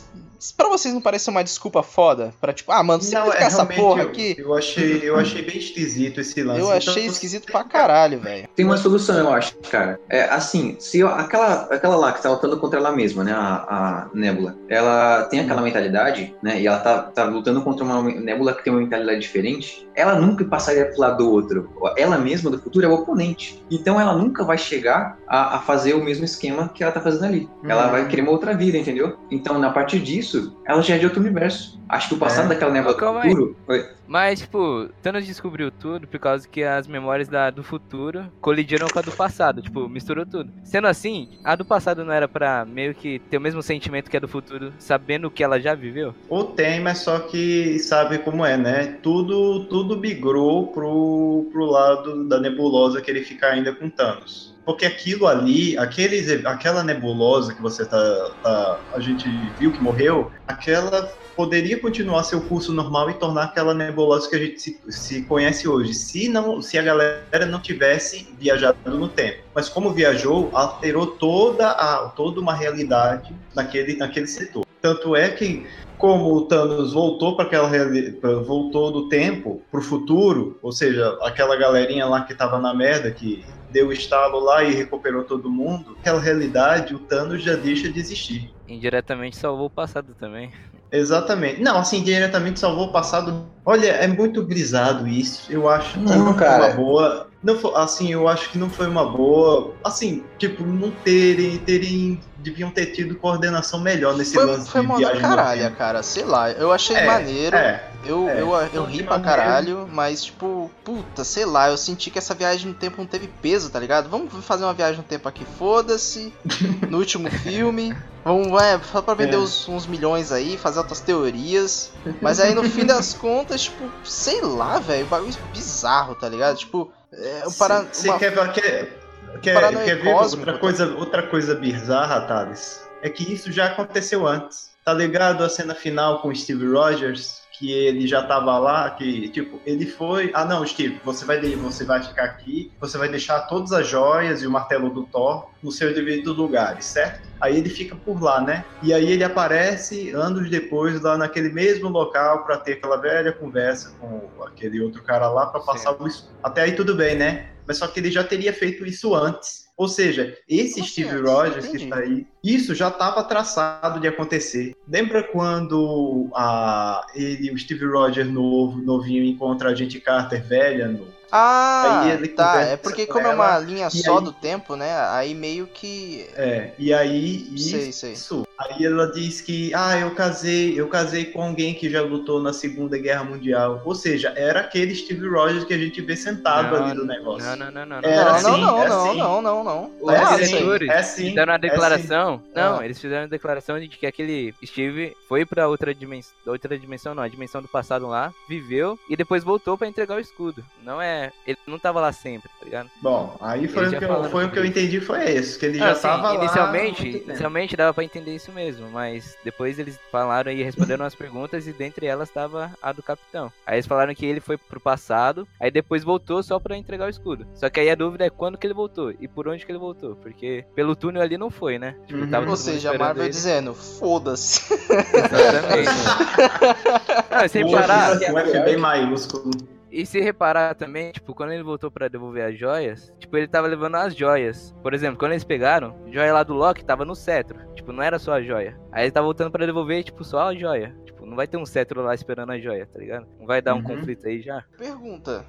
pra vocês não parece uma desculpa foda? Pra tipo, ah, mano, simplificar é, essa porra eu, aqui. Eu achei, eu achei bem esquisito esse lance. Eu achei então, esquisito pra caralho, velho. Tem uma solução, eu acho, cara. É, assim, se eu- aquela, aquela lá que tá lutando contra ela mesma, né, a, a Nebula, ela tem aquela mentalidade, né, e ela tá, tá lutando contra uma Nebula que tem uma mentalidade diferente, ela nunca passaria pro lado do outro. Ela mesma, do futuro, é o oponente. Então ela nunca vai chegar a, a fazer o mesmo esquema que ela tá fazendo ali. Ela Uhum. vai querer uma outra vida, entendeu? Então, a partir disso, ela já é de outro universo. Acho que o passado É. daquela Nebula Ô, calma do aí. futuro... Oi. Mas, tipo, Thanos descobriu tudo por causa que as memórias da, do futuro colidiram com a do passado. Tipo, misturou tudo. Sendo assim, a do passado não era pra meio que ter o mesmo sentimento que a do futuro, sabendo o que ela já viveu? Ou tem, mas só que sabe como é, né? Tudo, tudo migrou pro, pro lado da nebulosa que ele fica ainda com Thanos. Porque aquilo ali, aqueles, aquela nebulosa que você tá, tá. A gente viu que morreu, aquela poderia continuar seu curso normal e tornar aquela nebulosa que a gente se, se conhece hoje, se, não, se a galera não tivesse viajado no tempo. Mas como viajou, alterou toda, a, toda uma realidade naquele, naquele setor. Tanto é que, como o Thanos voltou para aquela reali- pra- voltou do tempo para o futuro, ou seja, aquela galerinha lá que estava na merda, que deu o estalo lá e recuperou todo mundo, aquela realidade, o Thanos já deixa de existir. Indiretamente salvou o passado também. Exatamente. Não, assim, diretamente salvou o passado. Olha, é muito brisado isso. Eu acho que Não, não foi cara. uma boa. Não foi, assim, eu acho que não foi uma boa. Assim, tipo, não terem. terem deviam ter tido coordenação melhor nesse Foi, lance foi de mó da viagem no caralho, tempo. cara. Sei lá, eu achei É, maneiro. É, Eu, é. eu, eu ri pra maneiro. caralho, mas tipo, puta, sei lá, eu senti que essa viagem no tempo não teve peso, tá ligado? Vamos fazer uma viagem no tempo aqui, foda-se. No último filme. Vamos, é, só pra vender É. uns, uns milhões aí, fazer outras teorias. Mas aí no fim das contas, tipo, sei lá, velho, bagulho bizarro, tá ligado? Tipo, é, o para, Você uma- quer, quer, quer, paranoia quer ver cósmica, outra coisa, outra coisa bizarra, Thales? É que isso já aconteceu antes. Tá ligado a cena final com o Steve Rogers? Que ele já tava lá, que, tipo, ele foi... Ah, não, Steve, você vai, você vai ficar aqui, você vai deixar todas as joias e o martelo do Thor nos seus devidos lugares, certo? Aí ele fica por lá, né? E aí ele aparece anos depois lá naquele mesmo local pra ter aquela velha conversa com aquele outro cara lá pra passar o escudo. Até aí tudo bem, né? Mas só que ele já teria feito isso antes. Ou seja, esse Como Steve assim? Rogers Entendi. que está aí, isso já estava traçado de acontecer. Lembra quando a, ele, o Steve Rogers novo, novinho encontra a Agente Carter velha no, Ah, Aí ele tá. conversa É porque com como é ela, uma linha e só aí- do tempo, né? Aí meio que. É, e aí Sei, isso, sei. aí ela diz que, ah, eu casei, eu casei com alguém que já lutou na Segunda Guerra Mundial. Ou seja, era aquele Steve Rogers que a gente vê sentado ali no negócio. Não, não, não, não. É, não. Era não, assim, não, não, é não, assim. não, não, não. Os Tá errado isso aí. diretores É sim, fizeram uma é declaração. Não, Ah. eles fizeram uma declaração de que aquele Steve foi pra outra dimensão. Outra dimensão não, a dimensão do passado lá, viveu e depois voltou pra entregar o escudo. Não é. Ele não tava lá sempre, tá ligado? Bom, aí foi, Eles o já que, eu, falaram foi o que eu sobre entendi, foi esse, que ele Ah, já sim, tava lá. há inicialmente, muito tempo. inicialmente dava pra entender isso mesmo, mas depois eles falaram e responderam as perguntas e dentre elas estava a do capitão. Aí eles falaram que ele foi pro passado, aí depois voltou só pra entregar o escudo. Só que aí a dúvida é quando que ele voltou e por onde que ele voltou, porque pelo túnel ali não foi, né? Tipo, Uhum. tava Ou todo mundo seja, a esperando Marvel ele. dizendo, foda-se. Exatamente. Não, e se Com reparar, F- com F bem maiúsculo. e se reparar também, tipo, quando ele voltou pra devolver as joias, tipo, ele tava levando as joias. Por exemplo, quando eles pegaram, a joia lá do Loki tava no cetro. Tipo, não era só a joia. Aí ele tá voltando pra devolver, tipo, só a joia. Tipo, não vai ter um cetro lá esperando a joia, tá ligado? Não vai dar um Uhum. conflito aí já. Pergunta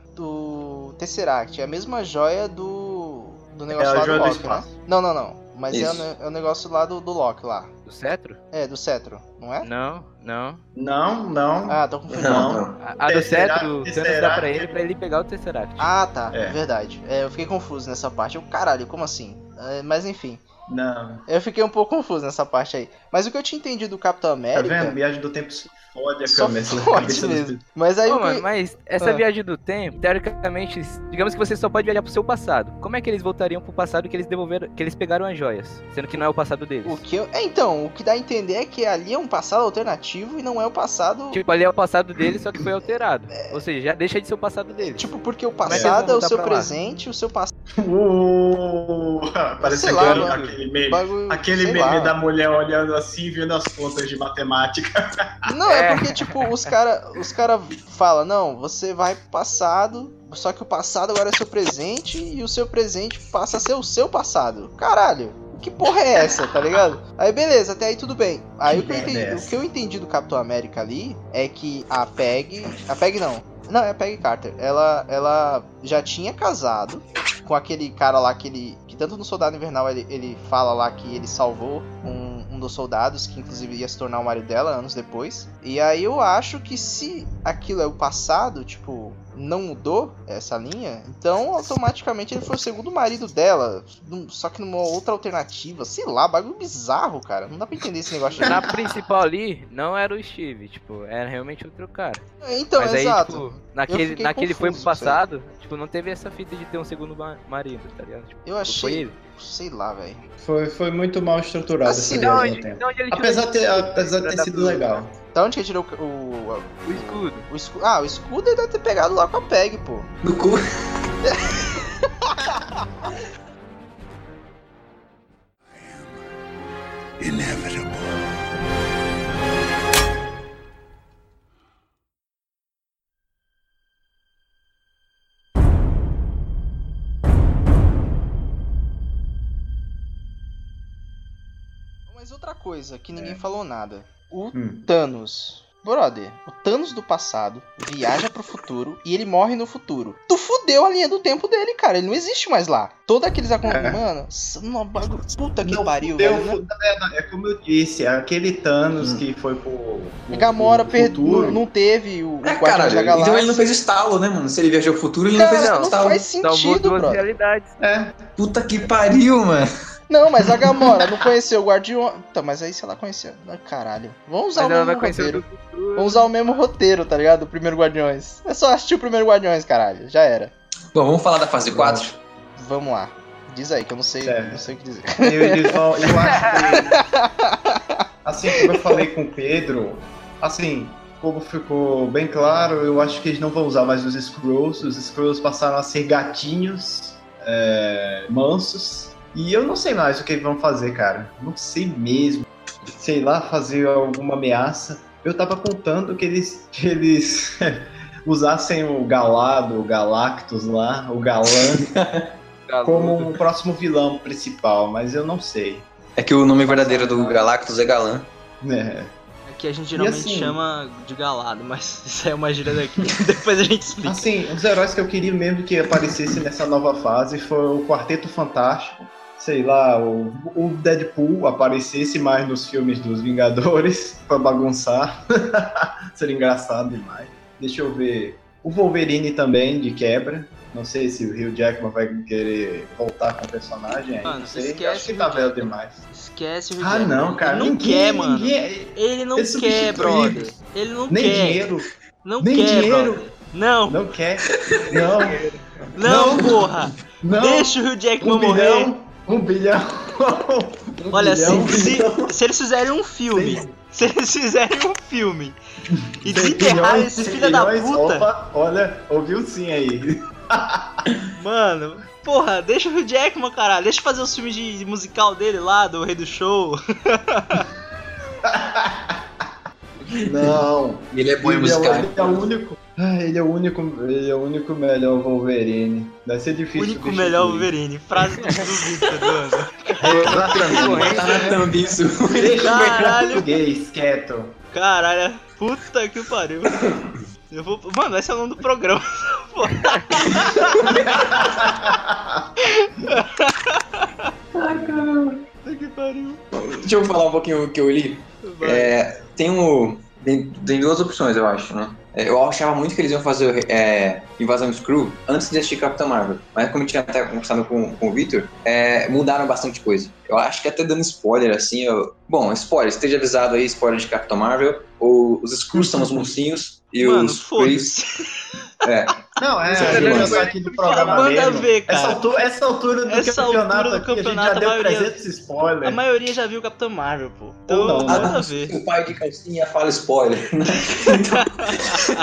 do Tesseract, é a mesma joia do, do negócio É a lá do joia do Loki, né? espaço. Não, não, não. Mas é o, Isso. ne- é o negócio lá do, do Loki lá. Do cetro? É, do cetro, não é? Não, não. Não, não. Ah, tô confundindo. Não, não. não. A, a do Tesseract- cetro, o Thanos dá Tesseract- pra ele pra ele pegar o Tesseract. Ah, tá, É. verdade. É, eu fiquei confuso nessa parte. Eu, caralho, como assim? É, mas enfim, Não. eu fiquei um pouco confuso nessa parte aí. Mas o que eu tinha entendido do Capitão Tá América... vendo? Viagem do tempo só fode a Só cabeça. fode a cabeça dos- mesmo. Mas aí Pô, o que... mano, mas essa Ah. viagem do tempo, teoricamente, digamos que você só pode viajar pro seu passado. Como é que eles voltariam pro passado que eles devolveram, que eles pegaram as joias? Sendo que não é o passado deles. O que eu... É, então, o que dá a entender é que ali é um passado alternativo e não é o passado... Tipo, ali é o passado deles, só que foi alterado. Ou seja, já deixa de ser o passado deles. Tipo, porque o é que eles passado é, vão o voltar seu pra lá? presente, o seu passado Uh, parece Sei lá, aquele, mano. aquele meme, Bagulho, aquele sei meme lá. da mulher olhando assim, vendo as contas de matemática. Não, é porque, tipo, os cara, os cara falam, não, você vai pro passado, só que o passado agora é seu presente e o seu presente passa a ser o seu passado. Caralho, que porra é essa, tá ligado? Aí beleza, até aí tudo bem. Aí o que, eu merda entendi, é o essa? que eu entendi do Capitão América ali é que a Peggy, a Peggy não, não, é a Peggy Carter, ela, ela já tinha casado com aquele cara lá que ele, que tanto no Soldado Invernal ele, ele fala lá que ele salvou um, um dos soldados, que inclusive ia se tornar o marido dela anos depois. E aí eu acho que se aquilo é o passado, tipo, não mudou essa linha, então automaticamente ele foi o segundo marido dela, num- só que numa outra alternativa, sei lá, bagulho bizarro, cara, não dá pra entender esse negócio. Na principal ali, não era o Steve, tipo, era realmente outro cara. Então, Mas aí, exato. tipo, Eu naquele, fiquei naquele foi pro confuso com isso aí. passado, tipo, não teve essa fita de ter um segundo ma- marido, tá ligado? Tipo, Eu foi achei, ele. sei lá, velho. Foi, foi muito mal estruturado Assim, essa Da viagem onde, no tempo. da onde ele tirou Apesar de esse ter, escudo apesar de pra ter dar sido pro- legal. Da onde que ele tirou o, o, O escudo. o escudo? Ah, o escudo ele deve ter pegado lá com a Peg, pô. No cu. Inevitable. Mas outra coisa que ninguém falou nada. O Hum. Thanos. Brother, o Thanos do passado viaja pro futuro e ele morre no futuro. Tu fudeu a linha do tempo dele, cara. Ele não existe mais lá. Todos aqueles acontecimentos. É. Mano, uma bagulho. Puta que Não, pariu, fudeu, velho. fu- é, é como eu disse, aquele Thanos Hum. que foi pro, pro, Gamora pro per... futuro. não, não teve o, o É, Guardiões caralho. da Galáxia. Então ele não fez o estalo, né, mano? Se ele viajou ao futuro, ele não fez Cara, o não estalo. faz Salvou sentido, duas brother. realidades. É, Puta que pariu, mano. Não, mas a Gamora não conheceu o Guardião. Tá, mas aí se ela conhecia. Ah, caralho. Vamos usar Mas o ela mesmo vai conhecer o roteiro. do futuro. Vamos usar o mesmo roteiro, tá ligado? Do primeiro Guardiões. É só assistir o primeiro Guardiões, caralho. Já era. Bom, vamos falar da fase quatro. Vamos lá. Diz aí, que eu não sei, Certo. não sei o que dizer. eu, eles vão, eu acho que, assim como eu falei com o Pedro, assim, como ficou bem claro, eu acho que eles não vão usar mais os Skrulls. Os Skrulls passaram a ser gatinhos é, mansos. E eu não sei mais o que eles vão fazer, cara. Não sei mesmo. Sei lá, fazer alguma ameaça. Eu tava contando que eles, que eles usassem o Galado, o Galactus lá, o Galã, como um próximo vilão principal, mas eu não sei. É que o nome verdadeiro do Galactus é Galã. É. Que a gente geralmente assim- chama de galado, mas isso aí é uma gíria daqui. Depois a gente explica. Assim, os heróis que eu queria mesmo que aparecesse nessa nova fase foi o Quarteto Fantástico. Sei lá, o, o Deadpool aparecesse mais nos filmes dos Vingadores pra bagunçar. Seria engraçado demais. Deixa eu ver. O Wolverine também, de quebra. Não sei se o Hugh Jackman vai querer voltar com o personagem aí. Mano, Não sei. esquece Acho que o tá Hugh velho Jackman. demais. Esquece o Hugh Ah, Jackman. não, cara. Ele não ninguém- quer, mano. ninguém- Ele não é quer, substituível. brother. Ele não Nem quer. dinheiro. Não nem quer, dinheiro. brother. Não, não, Não quer. Não. não, porra. Não. Deixa o Hugh Jackman um morrer. bilhão. Um bilhão. Um Olha, se, bilhão. se, se eles fizerem um filme, Cem- se eles fizerem um filme e cem desenterrarem bilhões, esse cem filho da bilhões. puta, Opa, olha, ouviu sim aí. mano, porra, deixa o Hugh Jackman, caralho. Deixa eu fazer os filmes de, de musical dele lá, do Rei do Show. Não. E ele é bom em Ele é, musical. ele é o único. Ah, ele é o único, ele é o único melhor Wolverine. Vai ser O difícil. único substituir. melhor Wolverine. Frase do Victor do ano. Exatamente. Tá na thumb isso. Deixa o melhor Caralho. português quieto. Caralho, puta que pariu. Eu vou... Mano, esse é o nome do programa. Puta que pariu. Deixa eu falar um pouquinho o que eu li. É, tem, um, tem, tem duas opções, eu acho, né? É, eu achava muito que eles iam fazer é, Invasão Skrull antes de assistir Capitão Marvel. Mas como eu tinha até conversado com, com o Victor, é, mudaram bastante coisa. Eu acho que até dando spoiler, assim... Eu... Bom, spoiler, esteja avisado aí, spoiler de Capitão Marvel. Ou os Skrulls são os mocinhos e Mano, os Freeze... foda-se. É, Não, é, Você a tá gente dando já essa- tá aqui do programa Manda mesmo. ver, cara. Essa altura, essa altura do Essa campeonato altura do aqui, a gente campeonato, já deu a maioria- trezentos spoilers. A maioria já viu o Capitão Marvel, pô. Então, Ou não, nada né? a ver. o pai de calcinha fala spoiler.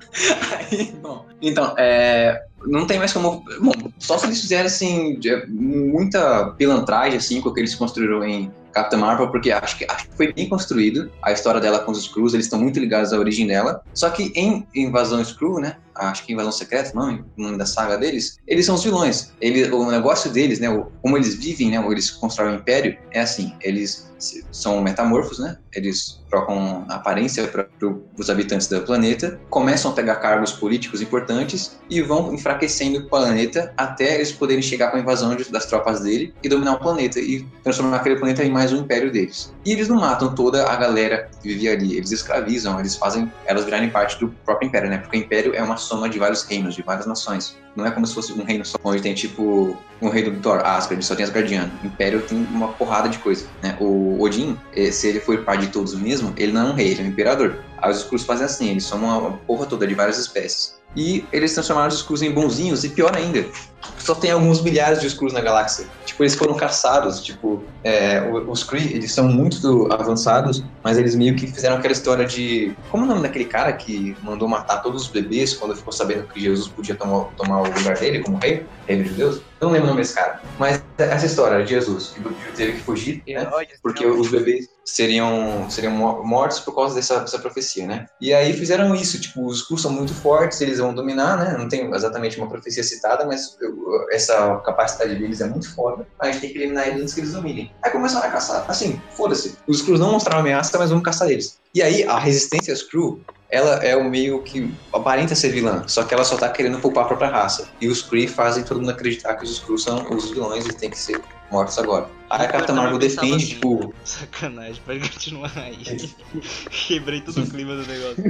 Aí, bom, então, é, não tem mais como... Bom, só se eles fizerem, assim, de- muita pilantragem, assim, com o que eles construíram em Capitã Marvel, porque acho que, acho que foi bem construído a história dela com os Skrulls, eles estão muito ligados à origem dela. Só que em Invasão Skrull, né, acho que Invasão Secreta, não, o nome da saga deles, eles são os vilões. Ele, o negócio deles, né, o, como eles vivem, né, ou eles constroem o Império, é assim, eles se- são metamorfos, né, eles trocam a aparência para os habitantes do planeta, começam a pegar cargos políticos importantes e vão enfraquecendo o planeta até eles poderem chegar com a invasão de- das tropas dele e dominar o planeta e transformar aquele planeta em mais um império deles. E eles não matam toda a galera que vivia ali, eles escravizam, eles fazem elas virarem parte do próprio império, né? Porque o império é uma soma de vários reinos, de várias nações. Não é como se fosse um reino só, onde tem tipo um rei do Thor, Asgard, só tem Asgardiano. O império tem uma porrada de coisa, né? O Odin, eh, se ele for pai de todos mesmo, ele não é um rei, ele é um imperador. Aí os Skrulls fazem assim, eles são uma porra toda de várias espécies. E eles transformaram os Skrulls em bonzinhos, e pior ainda, só tem alguns milhares de Skrulls na galáxia. Tipo, eles foram caçados, tipo, é, os Kree, eles são muito avançados, mas eles meio que fizeram aquela história de... Como é o nome daquele cara que mandou matar todos os bebês quando ficou sabendo que Jesus podia tomar, tomar o lugar dele como rei? Rei de Deus? Eu não lembro o nome desse cara. Mas essa história de Jesus, que teve que fugir, né? Porque os bebês seriam, seriam mortos por causa dessa, dessa profecia, né? E aí fizeram isso, tipo, os Skrulls são muito fortes, eles vão dominar, né? Não tem exatamente uma profecia citada, mas eu, essa capacidade deles é muito foda. A gente tem que eliminar eles antes que eles dominem. Aí começaram a caçar, assim, foda-se. Os Skrulls não mostraram ameaça, mas vamos caçar eles. E aí, a resistência Skrull, ela é o meio que aparenta ser vilã, só que ela só tá querendo poupar a própria raça. E os Kree fazem todo mundo acreditar que os Skrulls são os vilões e tem que ser mortos agora. Aí a Capitã Marvel defende, assim, tipo... Sacanagem, pode continuar aí. Quebrei todo o clima do negócio.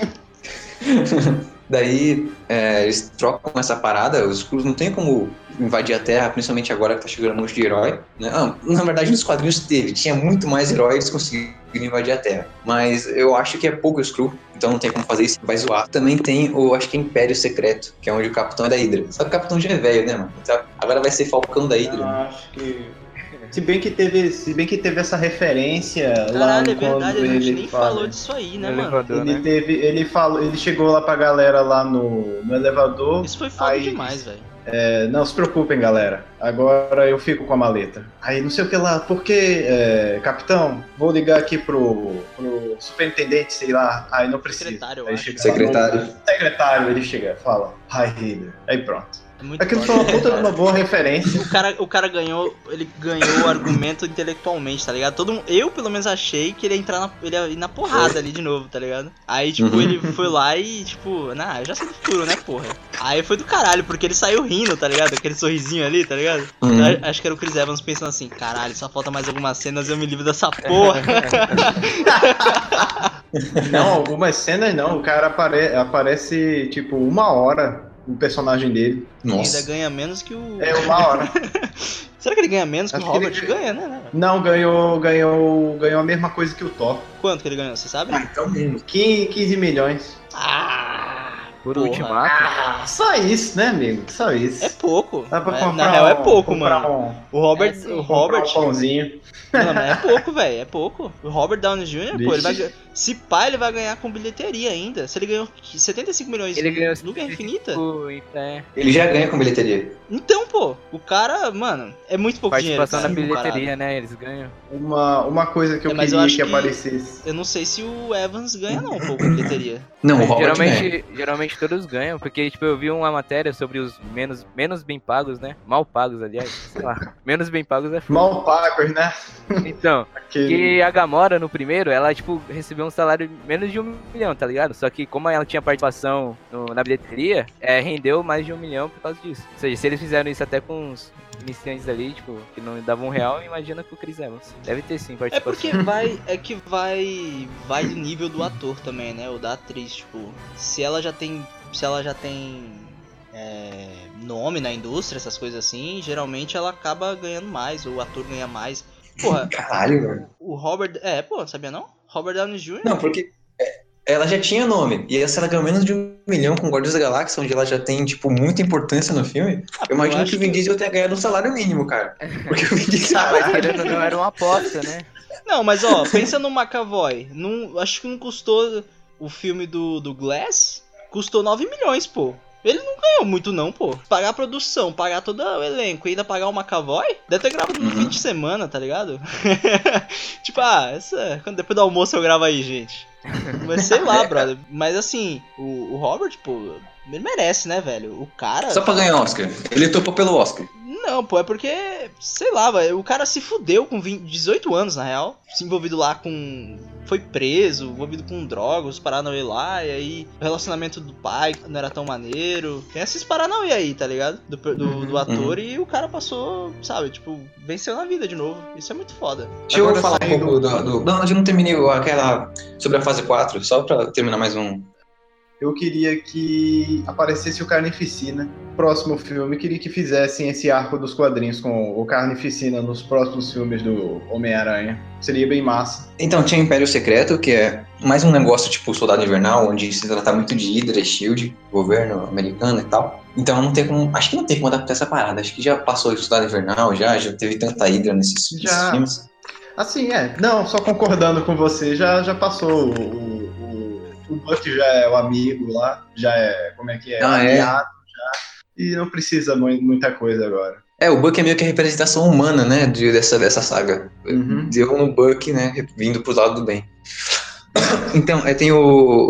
Daí, é, eles trocam essa parada, os Skrulls não tem como invadir a Terra, principalmente agora que tá chegando um monte de herói, né? Ah, na verdade, nos quadrinhos teve, tinha muito mais herói, eles conseguiram invadir a Terra. Mas eu acho que é pouco Skrull, então não tem como fazer isso, vai zoar. Também tem o, acho que é Império Secreto, que é onde o Capitão é da Hydra. Só que o Capitão já é velho, né, mano? Então, agora vai ser Falcão da Hydra. Eu acho que... Se bem que teve, se bem que teve essa referência lá Caralho, é quando verdade, a gente ele nem fala. falou disso aí, né, No mano? elevador, Ele né? teve, ele falou, ele chegou lá pra galera lá no, no elevador. Isso foi foda aí, demais, velho. É, não se preocupem, galera. Agora eu fico com a maleta. Aí não sei o que lá, porque, é, capitão, vou ligar aqui pro, pro superintendente, sei lá. Aí não precisa. Secretário, eu Aí acho. chega lá Secretário. no- secretário, ele chega, fala, hi Hydra. Aí pronto. É muito Aquilo foi foda. uma puta de uma boa referência. O cara, o cara ganhou, ele ganhou o argumento intelectualmente, tá ligado? Todo mundo, eu pelo menos achei que ele ia entrar na, ele ia ir na porrada ali de novo, tá ligado? Aí, tipo, Uhum. ele foi lá e, tipo, nah, eu já sei do futuro, né, porra? Aí foi do caralho, porque ele saiu rindo, tá ligado? Aquele sorrisinho ali, tá ligado? Uhum. A- Acho que era o Chris Evans pensando assim, caralho, só falta mais algumas cenas e eu me livro dessa porra. Não, algumas cenas não. O cara apare- aparece, tipo, uma hora o personagem dele. E ainda Nossa. ganha menos que o... É, uma hora. Será que ele ganha menos que Acho o que ele Robert? ganha- Ganha, né? né? Não, ganhou, ganhou, ganhou a mesma coisa que o Thor. Quanto que ele ganhou, você sabe? Ah, então menos. quinze milhões. Ah, Por porra. ultimato. Ah, só isso, né, amigo? Só isso. É pouco. Dá pra É, comprar na real é um- pouco, comprar mano. Um, O Robert, É, sim. o comprar Robert, um pãozinho. não, mas é pouco, velho, é pouco. O Robert Downey Júnior, pô, ele vai, Vixe. ga- se pá, ele vai ganhar com bilheteria ainda. Se ele ganhou setenta e cinco milhões Ele ganhou no Guerra Infinita, Tipo, é, Ele já ganha com bilheteria. então, pô, o cara, mano, é muito pouco dinheiro. participação na cara, bilheteria, comparado. né? Eles ganham. Uma, uma coisa que eu É, mas eu queria acho que, que- aparecesse. Eu não sei se o Evans ganha não, pô, com bilheteria. Não, o Robert ganha. geralmente, geralmente todos ganham, porque tipo, eu vi uma matéria sobre os menos, menos bem pagos, né? Mal pagos, aliás, sei lá. Menos bem pagos é foda. Mal pagos, né? Então, Aquele... que a Gamora no primeiro, ela tipo recebeu um salário de menos de um milhão, tá ligado? Só que como ela tinha participação no- na bilheteria, é, rendeu mais de um milhão por causa disso. Ou seja, se eles fizeram isso até com os iniciantes ali, tipo, que não davam um real, imagina com o Chris Evans. Deve ter sim É participação. porque vai, é que vai, vai do nível do ator também, né? Ou da atriz, tipo, se ela já tem, se ela já tem é, nome na indústria, essas coisas assim, geralmente ela acaba ganhando mais, ou o ator ganha mais. Porra, Caralho, mano. o Robert, é, pô, sabia não? Robert Downey Júnior Não, porque é, ela já tinha nome. E essa ela ganhou menos de um milhão com Guardiões da Galáxia, onde ela já tem, tipo, muita importância no filme. Eu imagino acho que o Vin que- Diesel tenha ganhado um salário mínimo, cara. Porque o Vin Diesel... Ah, mas querendo ou não, era uma aposta, né? Não, mas ó, pensa no McAvoy. Não, acho que não custou o filme do, do Glass. custou nove milhões, pô. Ele não ganhou muito não, pô. Pagar a produção, pagar todo o elenco e ainda pagar o McAvoy, deve ter gravado no fim de semana, tá ligado? Tipo, ah, essa, quando depois do almoço eu gravo aí, gente. Mas sei lá, brother. Mas assim, o, o Robert, pô, ele merece, né, velho? O cara... Só pra ganhar Oscar. Ele topou pelo Oscar. Não, pô, é porque, sei lá, velho, o cara se fudeu com vinte, dezoito anos, na real. Se envolvido lá com... Foi preso, envolvido com drogas, Paranauê lá, e aí o relacionamento do pai não era tão maneiro. Tem esses Paranauê aí, tá ligado? Do, do, uhum, do ator, uhum. E o cara passou, sabe, tipo, venceu na vida de novo. Isso é muito foda. Deixa Agora eu falar um pouco do... do... Não, eu não terminei aquela... sobre a fase quatro, só pra terminar mais um... Eu queria que aparecesse o Carnificina. Próximo filme, queria que fizessem esse arco dos quadrinhos com o Carnificina nos próximos filmes do Homem-Aranha. Seria bem massa. Então, tinha Império Secreto, que é mais um negócio tipo Soldado Invernal, onde se trata muito de Hydra, Shield, governo americano e tal. Então, não tem como, acho que não tem como adaptar essa parada. Acho que já passou o Soldado Invernal, já, já teve tanta Hydra nesses, nesses já. filmes. Assim, é. Não, só concordando com você, já, já passou o... O Buck já é o amigo lá, já é, como é que é, ah, aliado é? já, e não precisa muita coisa agora. É, o Buck é meio que a representação humana, né, de, dessa, dessa saga. Uhum. Deu no Buck, né, vindo pro lado do bem. Então, é, tem o,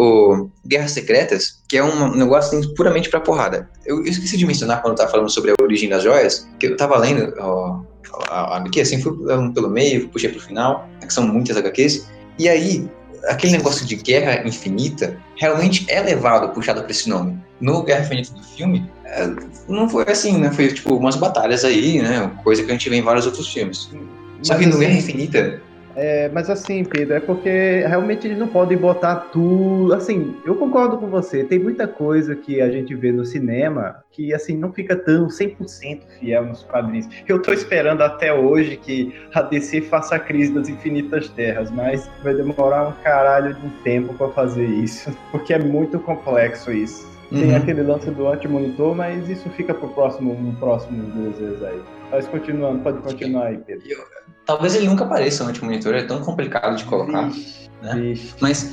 o Guerras Secretas, que é um negócio assim, puramente pra porrada. Eu, eu esqueci de mencionar quando eu tava falando sobre a origem das joias, que eu tava lendo ó, a H Q, assim, fui pelo meio, puxei pro final, que são muitas H Qs, e aí... aquele negócio de Guerra Infinita realmente é levado, puxado pra esse nome. No Guerra Infinita do filme, é, não foi assim, né? Foi tipo umas batalhas aí, né? Coisa que a gente vê em vários outros filmes. Só que no Guerra Infinita... É, mas assim, Pedro, é porque realmente eles não podem botar tudo... Assim, eu concordo com você. Tem muita coisa que a gente vê no cinema que, assim, não fica tão cem por cento fiel nos quadrinhos. Eu tô esperando até hoje que a D C faça a crise das infinitas terras, mas vai demorar um caralho de um tempo pra fazer isso, porque é muito complexo isso. Tem uhum. aquele lance do anti-monitor, mas isso fica pro próximo, no próximo duas vezes aí. Mas continuando, pode continuar aí, Pedro. Eu, talvez ele nunca apareça no anti-monitor, é tão complicado de colocar. Vixe, né? Vixe. Mas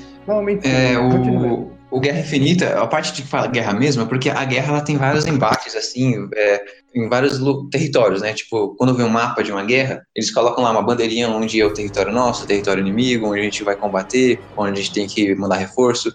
é, o, o Guerra Infinita, a parte de que fala guerra mesmo, é porque a guerra ela tem vários embates, assim, é, em vários territórios, né? Tipo, quando vê um mapa de uma guerra, eles colocam lá uma bandeirinha onde é o território nosso, o território inimigo, onde a gente vai combater, onde a gente tem que mandar reforço.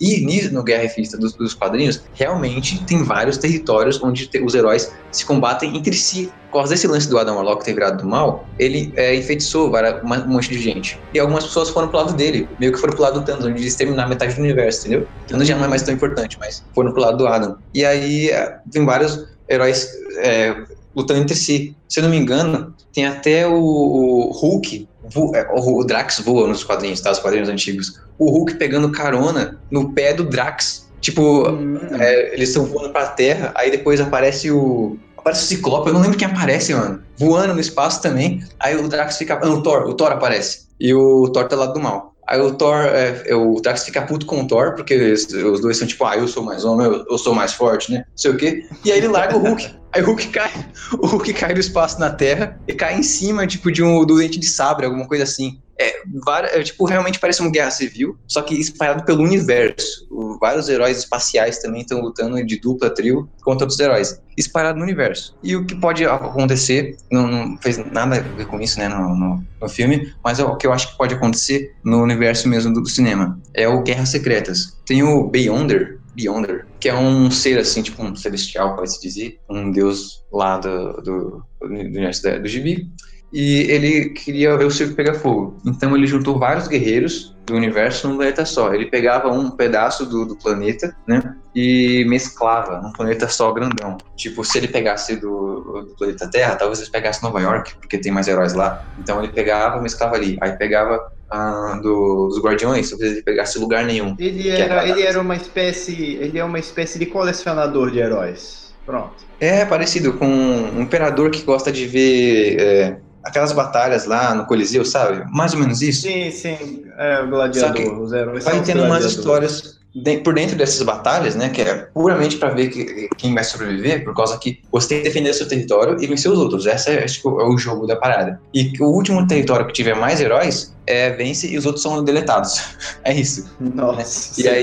E no Guerra Infinita dos, dos quadrinhos, realmente tem vários territórios onde os heróis se combatem entre si. Por causa desse lance do Adam Warlock ter virado do mal, ele é, enfeitiçou um monte de gente. E algumas pessoas foram pro lado dele, meio que foram pro lado do Thanos, onde eles terminaram metade do universo, entendeu? Thanos já não é mais tão importante, mas foram pro lado do Adam. E aí tem vários heróis é, lutando entre si. Se eu não me engano, tem até o, o Hulk, o, o Drax voa nos quadrinhos, tá? Os quadrinhos antigos. O Hulk pegando carona no pé do Drax. Tipo, hum. é, eles estão voando pra terra, aí depois aparece o... Aparece o Ciclope, eu não lembro quem aparece, mano. Voando no espaço também. Aí o Drax fica... Não, o Thor, o Thor aparece. E o Thor tá lá do mal. Aí o Thor, é, o Drax fica puto com o Thor, porque os, os dois são tipo, ah, eu sou mais homem, eu, eu sou mais forte, né? Não sei o quê. E aí ele larga o Hulk. Aí o Hulk cai, o Hulk cai do espaço na Terra e cai em cima, tipo, de um do dente de sabre, alguma coisa assim. É, é, tipo, realmente parece uma guerra civil, só que espalhado pelo universo. O, vários heróis espaciais também estão lutando de dupla, trio, contra outros heróis. Espalhado no universo. E o que pode acontecer, não, não fez nada a ver com isso, né, no, no, no filme, mas é o que eu acho que pode acontecer no universo mesmo do, do cinema. É o Guerras Secretas. Tem o Beyonder, Beyonder, que é um ser assim, tipo um celestial, pode-se dizer, um deus lá do, do, do universo do, do gibi, e ele queria ver o circo pegar fogo. Então ele juntou vários guerreiros do universo num planeta só. Ele pegava um pedaço do, do planeta, né, e mesclava num planeta só grandão. Tipo, se ele pegasse do, do planeta Terra, talvez ele pegasse Nova York, porque tem mais heróis lá. Então ele pegava e mesclava ali. Aí pegava ah, do, dos Guardiões, talvez ele pegasse lugar nenhum. Ele era, ele era uma espécie, ele é uma espécie de colecionador de heróis. Pronto. É parecido com um imperador que gosta de ver é, aquelas batalhas lá no Coliseu, sabe? Mais ou menos isso. Sim, sim. É o gladiador. Os heróis vai tendo umas histórias de, por dentro dessas batalhas, né? Que é puramente pra ver que, quem vai sobreviver, por causa que você tem que defender seu território e vencer os outros. Esse é, tipo, é o jogo da parada. E o último território que tiver mais heróis é, vence e os outros são deletados. É isso. Nossa. E aí,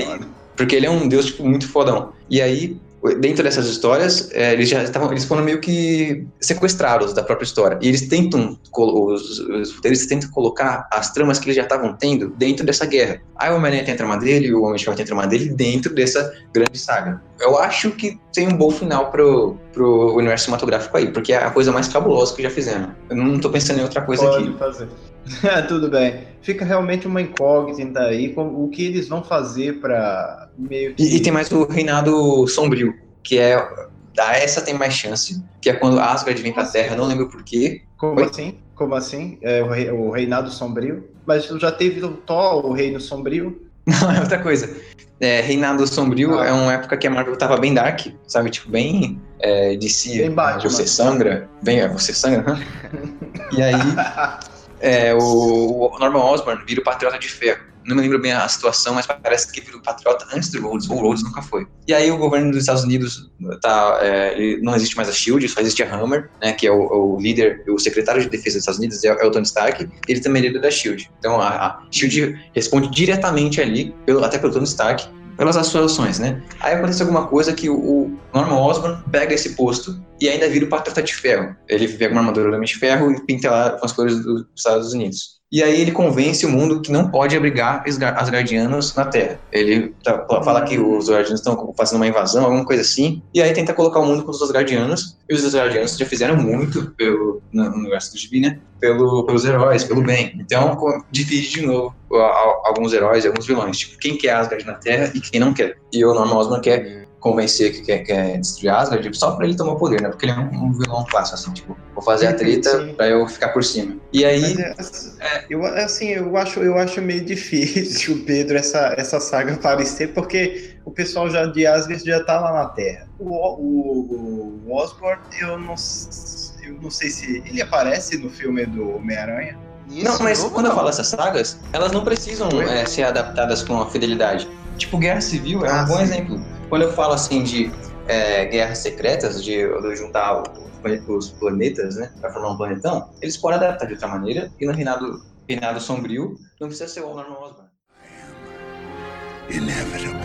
Porque ele é um deus, tipo, muito fodão. E aí, dentro dessas histórias, é, eles já estavam, eles foram meio que sequestrados da própria história. E eles tentam, os, os roteiristas tentam colocar as tramas que eles já estavam tendo dentro dessa guerra. Aí o Homem-Aranha tem a trama dele, e o Homem de Ferro tem a trama dele dentro dessa grande saga. Eu acho que tem um bom final pro, pro universo cinematográfico aí, porque é a coisa mais cabulosa que já fizeram. Eu não tô pensando em outra coisa Pode aqui. fazer. Tudo bem. Fica realmente uma incógnita aí com o que eles vão fazer pra meio que... E, e tem mais o Reinado Sombrio, que é... Da essa tem mais chance, que é quando Asgard vem pra Terra, não lembro porquê. Como Oi? assim? Como assim? É o, rei, o Reinado Sombrio? Mas já teve o Thor, o Reino Sombrio? Não, é outra coisa. É, Reinado Sombrio Ah. é uma época que a Marvel tava bem dark, sabe? Tipo, bem é, de si. Bem Batman. Você sangra. Bem, é, você sangra. E aí, é, o, o Norman Osborn vira o Patriota de Ferro. Não me lembro bem a situação, mas parece que virou Patriota antes do Rhodes, ou o Rhodes nunca foi. E aí o governo dos Estados Unidos, tá, é, ele, não existe mais a SHIELD, só existe a Hammer, né, que é o, o líder, o secretário de defesa dos Estados Unidos, é, é o Tony Stark, ele também é líder da SHIELD. Então a, a SHIELD responde diretamente ali, pelo, até pelo Tony Stark, pelas suas ações, né? Aí acontece alguma coisa que o, o Norman Osborn pega esse posto e ainda vira o Patriota de Ferro. Ele pega uma armadura do Homem de Ferro e pinta lá com as cores dos Estados Unidos. E aí ele convence o mundo que não pode abrigar os Asgardianos na Terra. Ele tá, fala que os Asgardianos estão fazendo uma invasão, alguma coisa assim, e aí tenta colocar o mundo com os Asgardianos, e os Asgardianos já fizeram muito pelo, no universo do Gibi, né? Pelo, pelos heróis, pelo bem. Então divide de novo a, a, alguns heróis e alguns vilões. Tipo, quem quer Asgard na Terra e quem não quer. E o Norman Osborn quer convencer que quer, quer destruir Asgard só pra ele tomar o poder, né? Porque ele é um, um vilão clássico, assim, tipo, vou fazer a treta Sim. pra eu ficar por cima. E aí... Mas é, eu, assim, eu acho, eu acho meio difícil, Pedro, essa, essa saga aparecer, porque o pessoal já de Asgard já tá lá na Terra. O, o, o Osborn, eu não, eu não sei se... Ele aparece no filme do Homem-Aranha? Isso, Não, mas novo, quando eu não. falo essas sagas, elas não precisam é, ser adaptadas com a fidelidade. Tipo, Guerra Civil é Ah, um bom sim. exemplo. Quando eu falo assim de é, guerras secretas, de, de juntar os planetas, né, pra formar um planetão, eles podem adaptar de outra maneira, e no Reinado, Reinado Sombrio não precisa ser o Norman Osborn. Inevitable.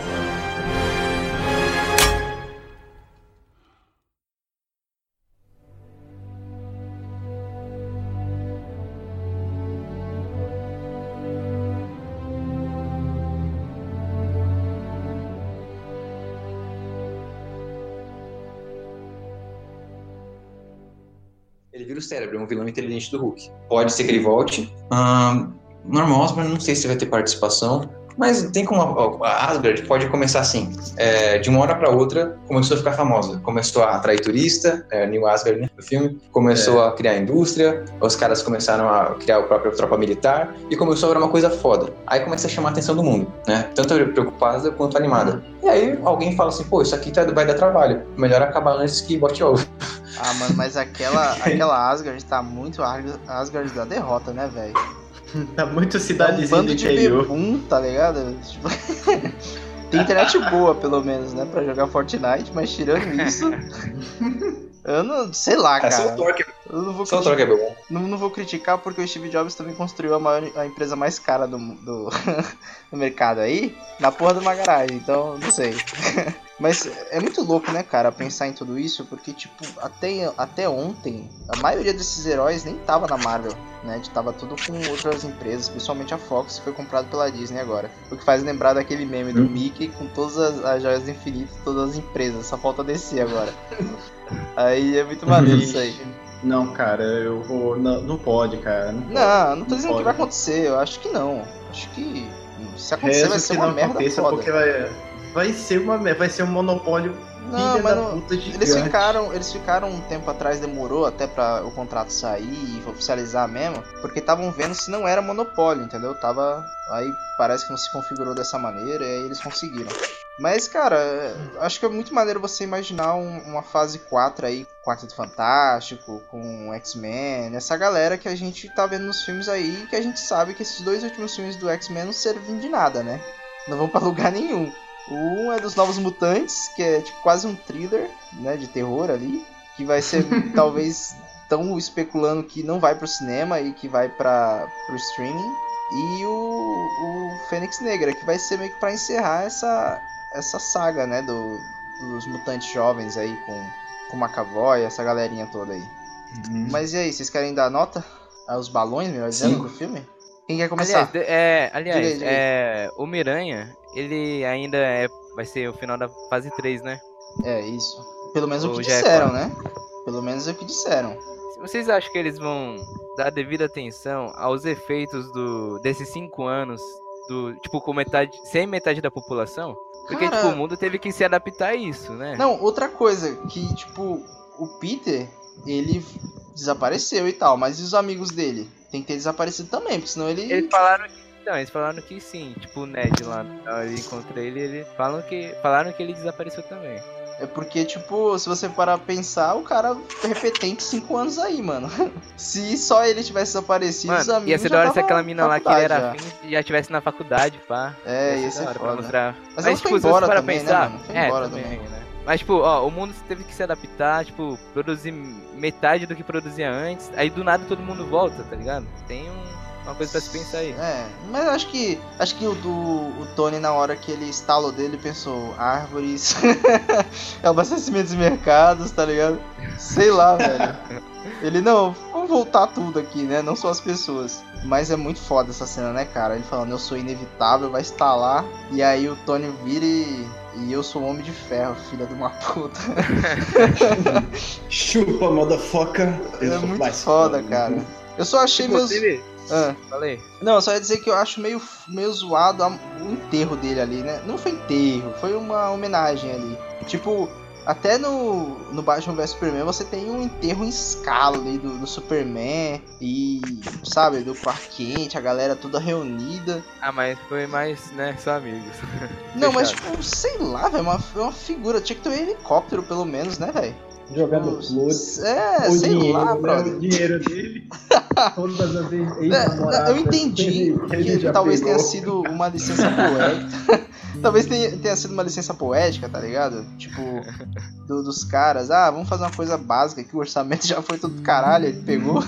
Ele vira o cérebro, é um vilão inteligente do Hulk. Pode ser que ele volte. Um, Norman Osborn, não sei se vai ter participação, mas tem como a, a Asgard pode começar assim, é, de uma hora para outra começou a ficar famosa, começou a atrair turista, é, New Asgard, né, no filme, começou é. a criar indústria, os caras começaram a criar a própria tropa militar e começou a virar uma coisa foda. Aí começa a chamar a atenção do mundo, né, tanto preocupada quanto animada. E aí alguém fala assim, pô, isso aqui tá, vai dar trabalho, melhor acabar antes que bote ovo. Ah, mano, mas aquela, aquela Asgard tá muito Asgard da derrota, né, velho? Tá muito É um cidadezinha bando do de interior. bebum, tá ligado? Tipo... Tem internet boa, pelo menos, né? Pra jogar Fortnite, mas tirando isso... Eu não... Sei lá, É, cara. só o Thor que, Eu não vou, só o criticar, Thor que é bom. não, não vou criticar porque o Steve Jobs também construiu a, maior, a empresa mais cara do, do, do mercado aí, na porra de uma garagem, então não sei. Mas é muito louco, né, cara, pensar em tudo isso, porque, tipo, até, até ontem, a maioria desses heróis nem tava na Marvel, né, tava tudo com outras empresas, principalmente a Fox, que foi comprado pela Disney agora. O que faz lembrar daquele meme do Hum. Mickey com todas as, as joias do infinito, todas as empresas, só falta descer agora. Aí é muito maneiro isso aí. Não, cara, eu vou... Não, não pode, cara. Não, Não, não tô dizendo pode. que vai acontecer, eu acho que não. Acho que se acontecer Rezo vai ser que uma não merda aconteça, foda. porque vai, vai ser uma mer- vai ser um monopólio Não, filha mas da não- puta gigante. Eles ficaram, eles ficaram um tempo atrás, demorou até pra o contrato sair e oficializar mesmo, porque estavam vendo se não era monopólio, entendeu? Tava, aí parece que não se configurou dessa maneira e aí eles conseguiram. Mas, cara, acho que é muito maneiro você imaginar um- uma fase quatro aí, Quarteto Fantástico, com X-Men, essa galera que a gente tá vendo nos filmes aí, que a gente sabe que esses dois últimos filmes do X-Men não servem de nada, né? Não vão pra lugar nenhum. O um é dos Novos Mutantes, que é tipo quase um thriller, né, de terror ali, que vai ser talvez tão especulando que não vai pro cinema e que vai para pro streaming. E o, o Fênix Negra, que vai ser meio que pra encerrar essa essa saga, né, do, dos mutantes jovens aí com, com o McAvoy, essa galerinha toda aí. Uhum. Mas e aí, vocês querem dar nota aos balões, melhor dizendo, Sim. do filme? Quem quer começar? Aliás, de- é, aliás Diga aí, diga aí. é, o Miranha, ele ainda é, vai ser o final da fase três, né? É, isso. Pelo menos o Ou que já é disseram, quatro? né? Pelo menos é o que disseram. Vocês acham que eles vão dar devida atenção aos efeitos do, desses cinco anos, do tipo, com metade, sem metade da população? Porque, Cara- tipo, o mundo teve que se adaptar a isso, né? Não, outra coisa, que, tipo, o Peter, ele desapareceu e tal, mas e os amigos dele? Tem que ter desaparecido também, porque senão ele... Eles falaram que, não, eles falaram que sim, tipo o Ned lá, eu encontrei ele, ele falam que, falaram que ele desapareceu também. É porque, tipo, se você parar pra pensar, o cara repetente cinco anos aí, mano. Se só ele tivesse desaparecido, os Mano, amigos ia ser já da hora se tava aquela na mina lá que ele faculdade era já. afim já tivesse na faculdade, pá. É, ia ser ser da hora pra foda. mostrar. Mas ela foi tipo, se você embora parar também, né, pensar, mano? Foi é, embora também, também. né? Mas, tipo, ó, o mundo teve que se adaptar, tipo, produzir metade do que produzia antes, aí do nada todo mundo volta, tá ligado? Tem um, uma coisa pra se pensar aí. É, mas eu acho que acho que o do o Tony, na hora que ele instalou dele, pensou, árvores, abastecimento de mercados, tá ligado? Sei lá, velho. Ele, não, vamos voltar tudo aqui, né? Não só as pessoas. Mas é muito foda essa cena, né, cara? Ele falando, eu sou inevitável, vai instalar. E aí o Tony vira e... E eu sou um homem de ferro, filha de uma puta. Chupa, motherfucker. Eu É sou muito mais foda, cara. Eu só achei meus... Inclusive, Ah. falei. Não, eu só ia dizer que eu acho meio, meio zoado a- o enterro dele ali, né? Não foi enterro, foi uma homenagem ali. Tipo, até no, no Batman versus Superman você tem um enterro em escala ali do, do Superman e, sabe, do Clark Kent, a galera toda reunida. Ah, mas foi mais, né, só amigos. Não, mas Fechado. tipo, sei lá, velho, uma, uma figura. Tinha que ter um helicóptero pelo menos, né, velho? Jogando Tipo, flores. É, O sei dinheiro, lá, né? brother. O dinheiro dele. Todas as vezes. É, eu entendi que talvez tenha sido uma licença poética. Talvez tenha, tenha sido uma licença poética, tá ligado? Tipo, do- dos caras, ah, vamos fazer uma coisa básica que o orçamento já foi todo do caralho, ele pegou.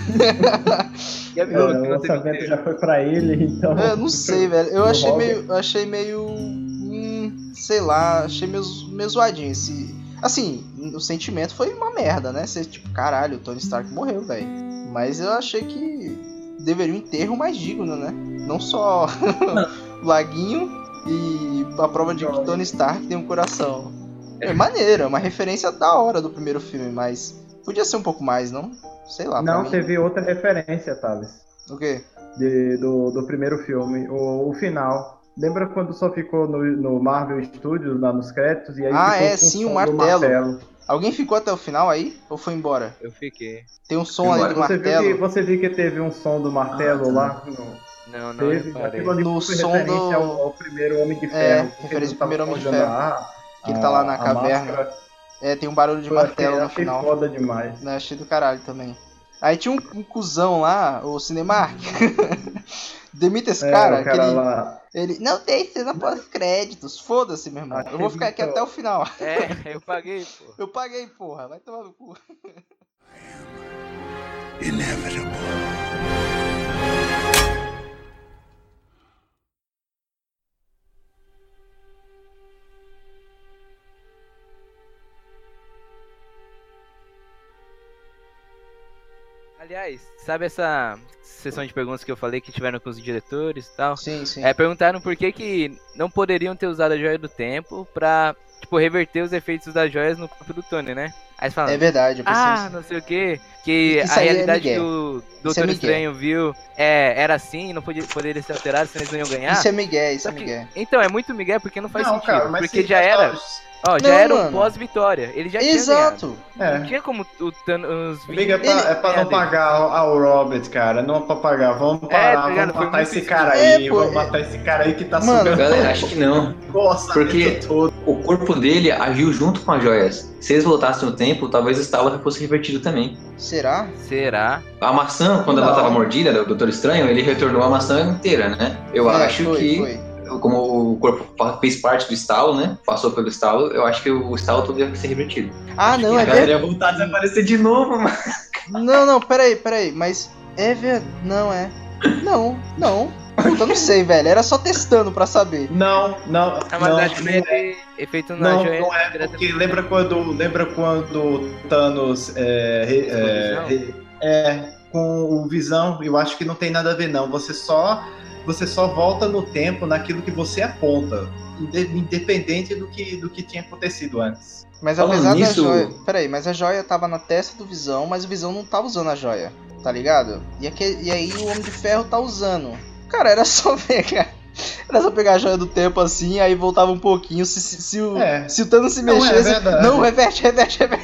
E É, amigo, que o não teve orçamento tempo. já foi pra ele, então. Eu não sei, velho. Eu Do achei Robert. meio. Eu achei meio. Hum, sei lá, achei meio, meio zoadinho esse. Assim, o sentimento foi uma merda, né? Você, tipo, caralho, o Tony Stark morreu, velho. Mas eu achei que deveria um enterro mais digno, né? Não só o laguinho e a prova de que Tony Stark tem um coração. É maneiro, é uma referência da hora do primeiro filme, mas podia ser um pouco mais, não? Sei lá, pra Não, mim. teve outra referência, Thales, O quê? de- do, do primeiro filme, o, o final. Lembra quando só ficou no, no Marvel Studios, lá nos créditos, e aí Ah, ficou é, com sim, som o do martelo. Alguém ficou até o final aí? Ou foi embora? Eu fiquei. Tem um som ali do Você viu, que, martelo. você viu que teve um som do martelo Ah, lá? No, Não, não teve, reparei. aquilo ali No foi som referência do- ao, ao primeiro Homem de É, Ferro. porque referência ele ao primeiro tava Homem de forjando Ferro. a- Que ele tá lá na a caverna. máscara. É, tem um barulho de Eu achei- martelo no achei final. foda demais. Né, achei do caralho também. Aí tinha um, um cuzão lá, o Cinemark. Demita esse É, cara, o cara que ele, lá. ele. Não tem cena pós-créditos. Foda-se, meu irmão. Achei Eu vou ficar aqui muito- até o final. É, eu paguei, pô. Eu paguei, porra. Vai tomar no cu. Inevitable. Aliás, sabe essa sessão de perguntas que eu falei que tiveram com os diretores e tal? Sim, sim. É, perguntaram por que que não poderiam ter usado a joia do tempo pra, tipo, reverter os efeitos das joias no corpo do Tony, né? Aí eles falam, É verdade, eu pensei ah, nisso. não sei o que, que Isso a aí é realidade migué. que o Isso é Doutor migué. Estranho viu é, era assim, não podia, poderia ser alterado, senão eles não iam ganhar. Isso é Miguel, isso Só é que- Miguel. Então, é muito migué porque não faz Não, sentido. cara, mas porque se- já era, ó, já Não, era um mano. pós-vitória. Ele já tinha Exato. ganhado. Não É. tinha como o Thanos... os Amiga, é vinte pra, é pra não ganhar dele. pagar ao Robert, cara. Não é pra pagar. Vamos parar, tá ligado? vamos Foi matar muito esse isso. cara É, aí. pô, vamos é- matar esse cara aí que tá Mano, sugando Galera, acho que não. o orçamento Porque- todo. O corpo dele agiu junto com as joias. Se eles voltassem no tempo, talvez o estalo fosse revertido também. Será? Será? A maçã, quando ela Não. estava mordida do Doutor Estranho, ele retornou a maçã inteira, né? Eu É, acho foi, que, foi. como o corpo fez parte do estalo, né? Passou pelo estalo, eu acho que o estalo todo ia ser revertido. Ah, não, a é galera verdade. ia voltar a desaparecer de novo, mano. Não, não, peraí, peraí. Mas é verdade. Não, é. Não, não. Puta, não sei, velho. Era só testando pra saber. Não, não, Ah, mas não. acho que não é. teve efeito na Não, joia. não é, porque lembra quando, lembra quando Thanos é, re- é, re- é, com o Visão, eu acho que não tem nada a ver, não. Você só, você só volta no tempo naquilo que você aponta, inde- independente do que, do que tinha acontecido antes. Mas Falando apesar nisso- da joia. Peraí, mas a joia tava na testa do Visão, mas o Visão não tava usando a joia, tá ligado? E, aqui, e aí o Homem de Ferro tá usando. Cara, era só pegar. Era só pegar a joia do tempo assim, aí voltava um pouquinho. Se, se, se o, É. se o Thanos se Não, é mexesse. verdade. Não, reverte, reverte, reverte.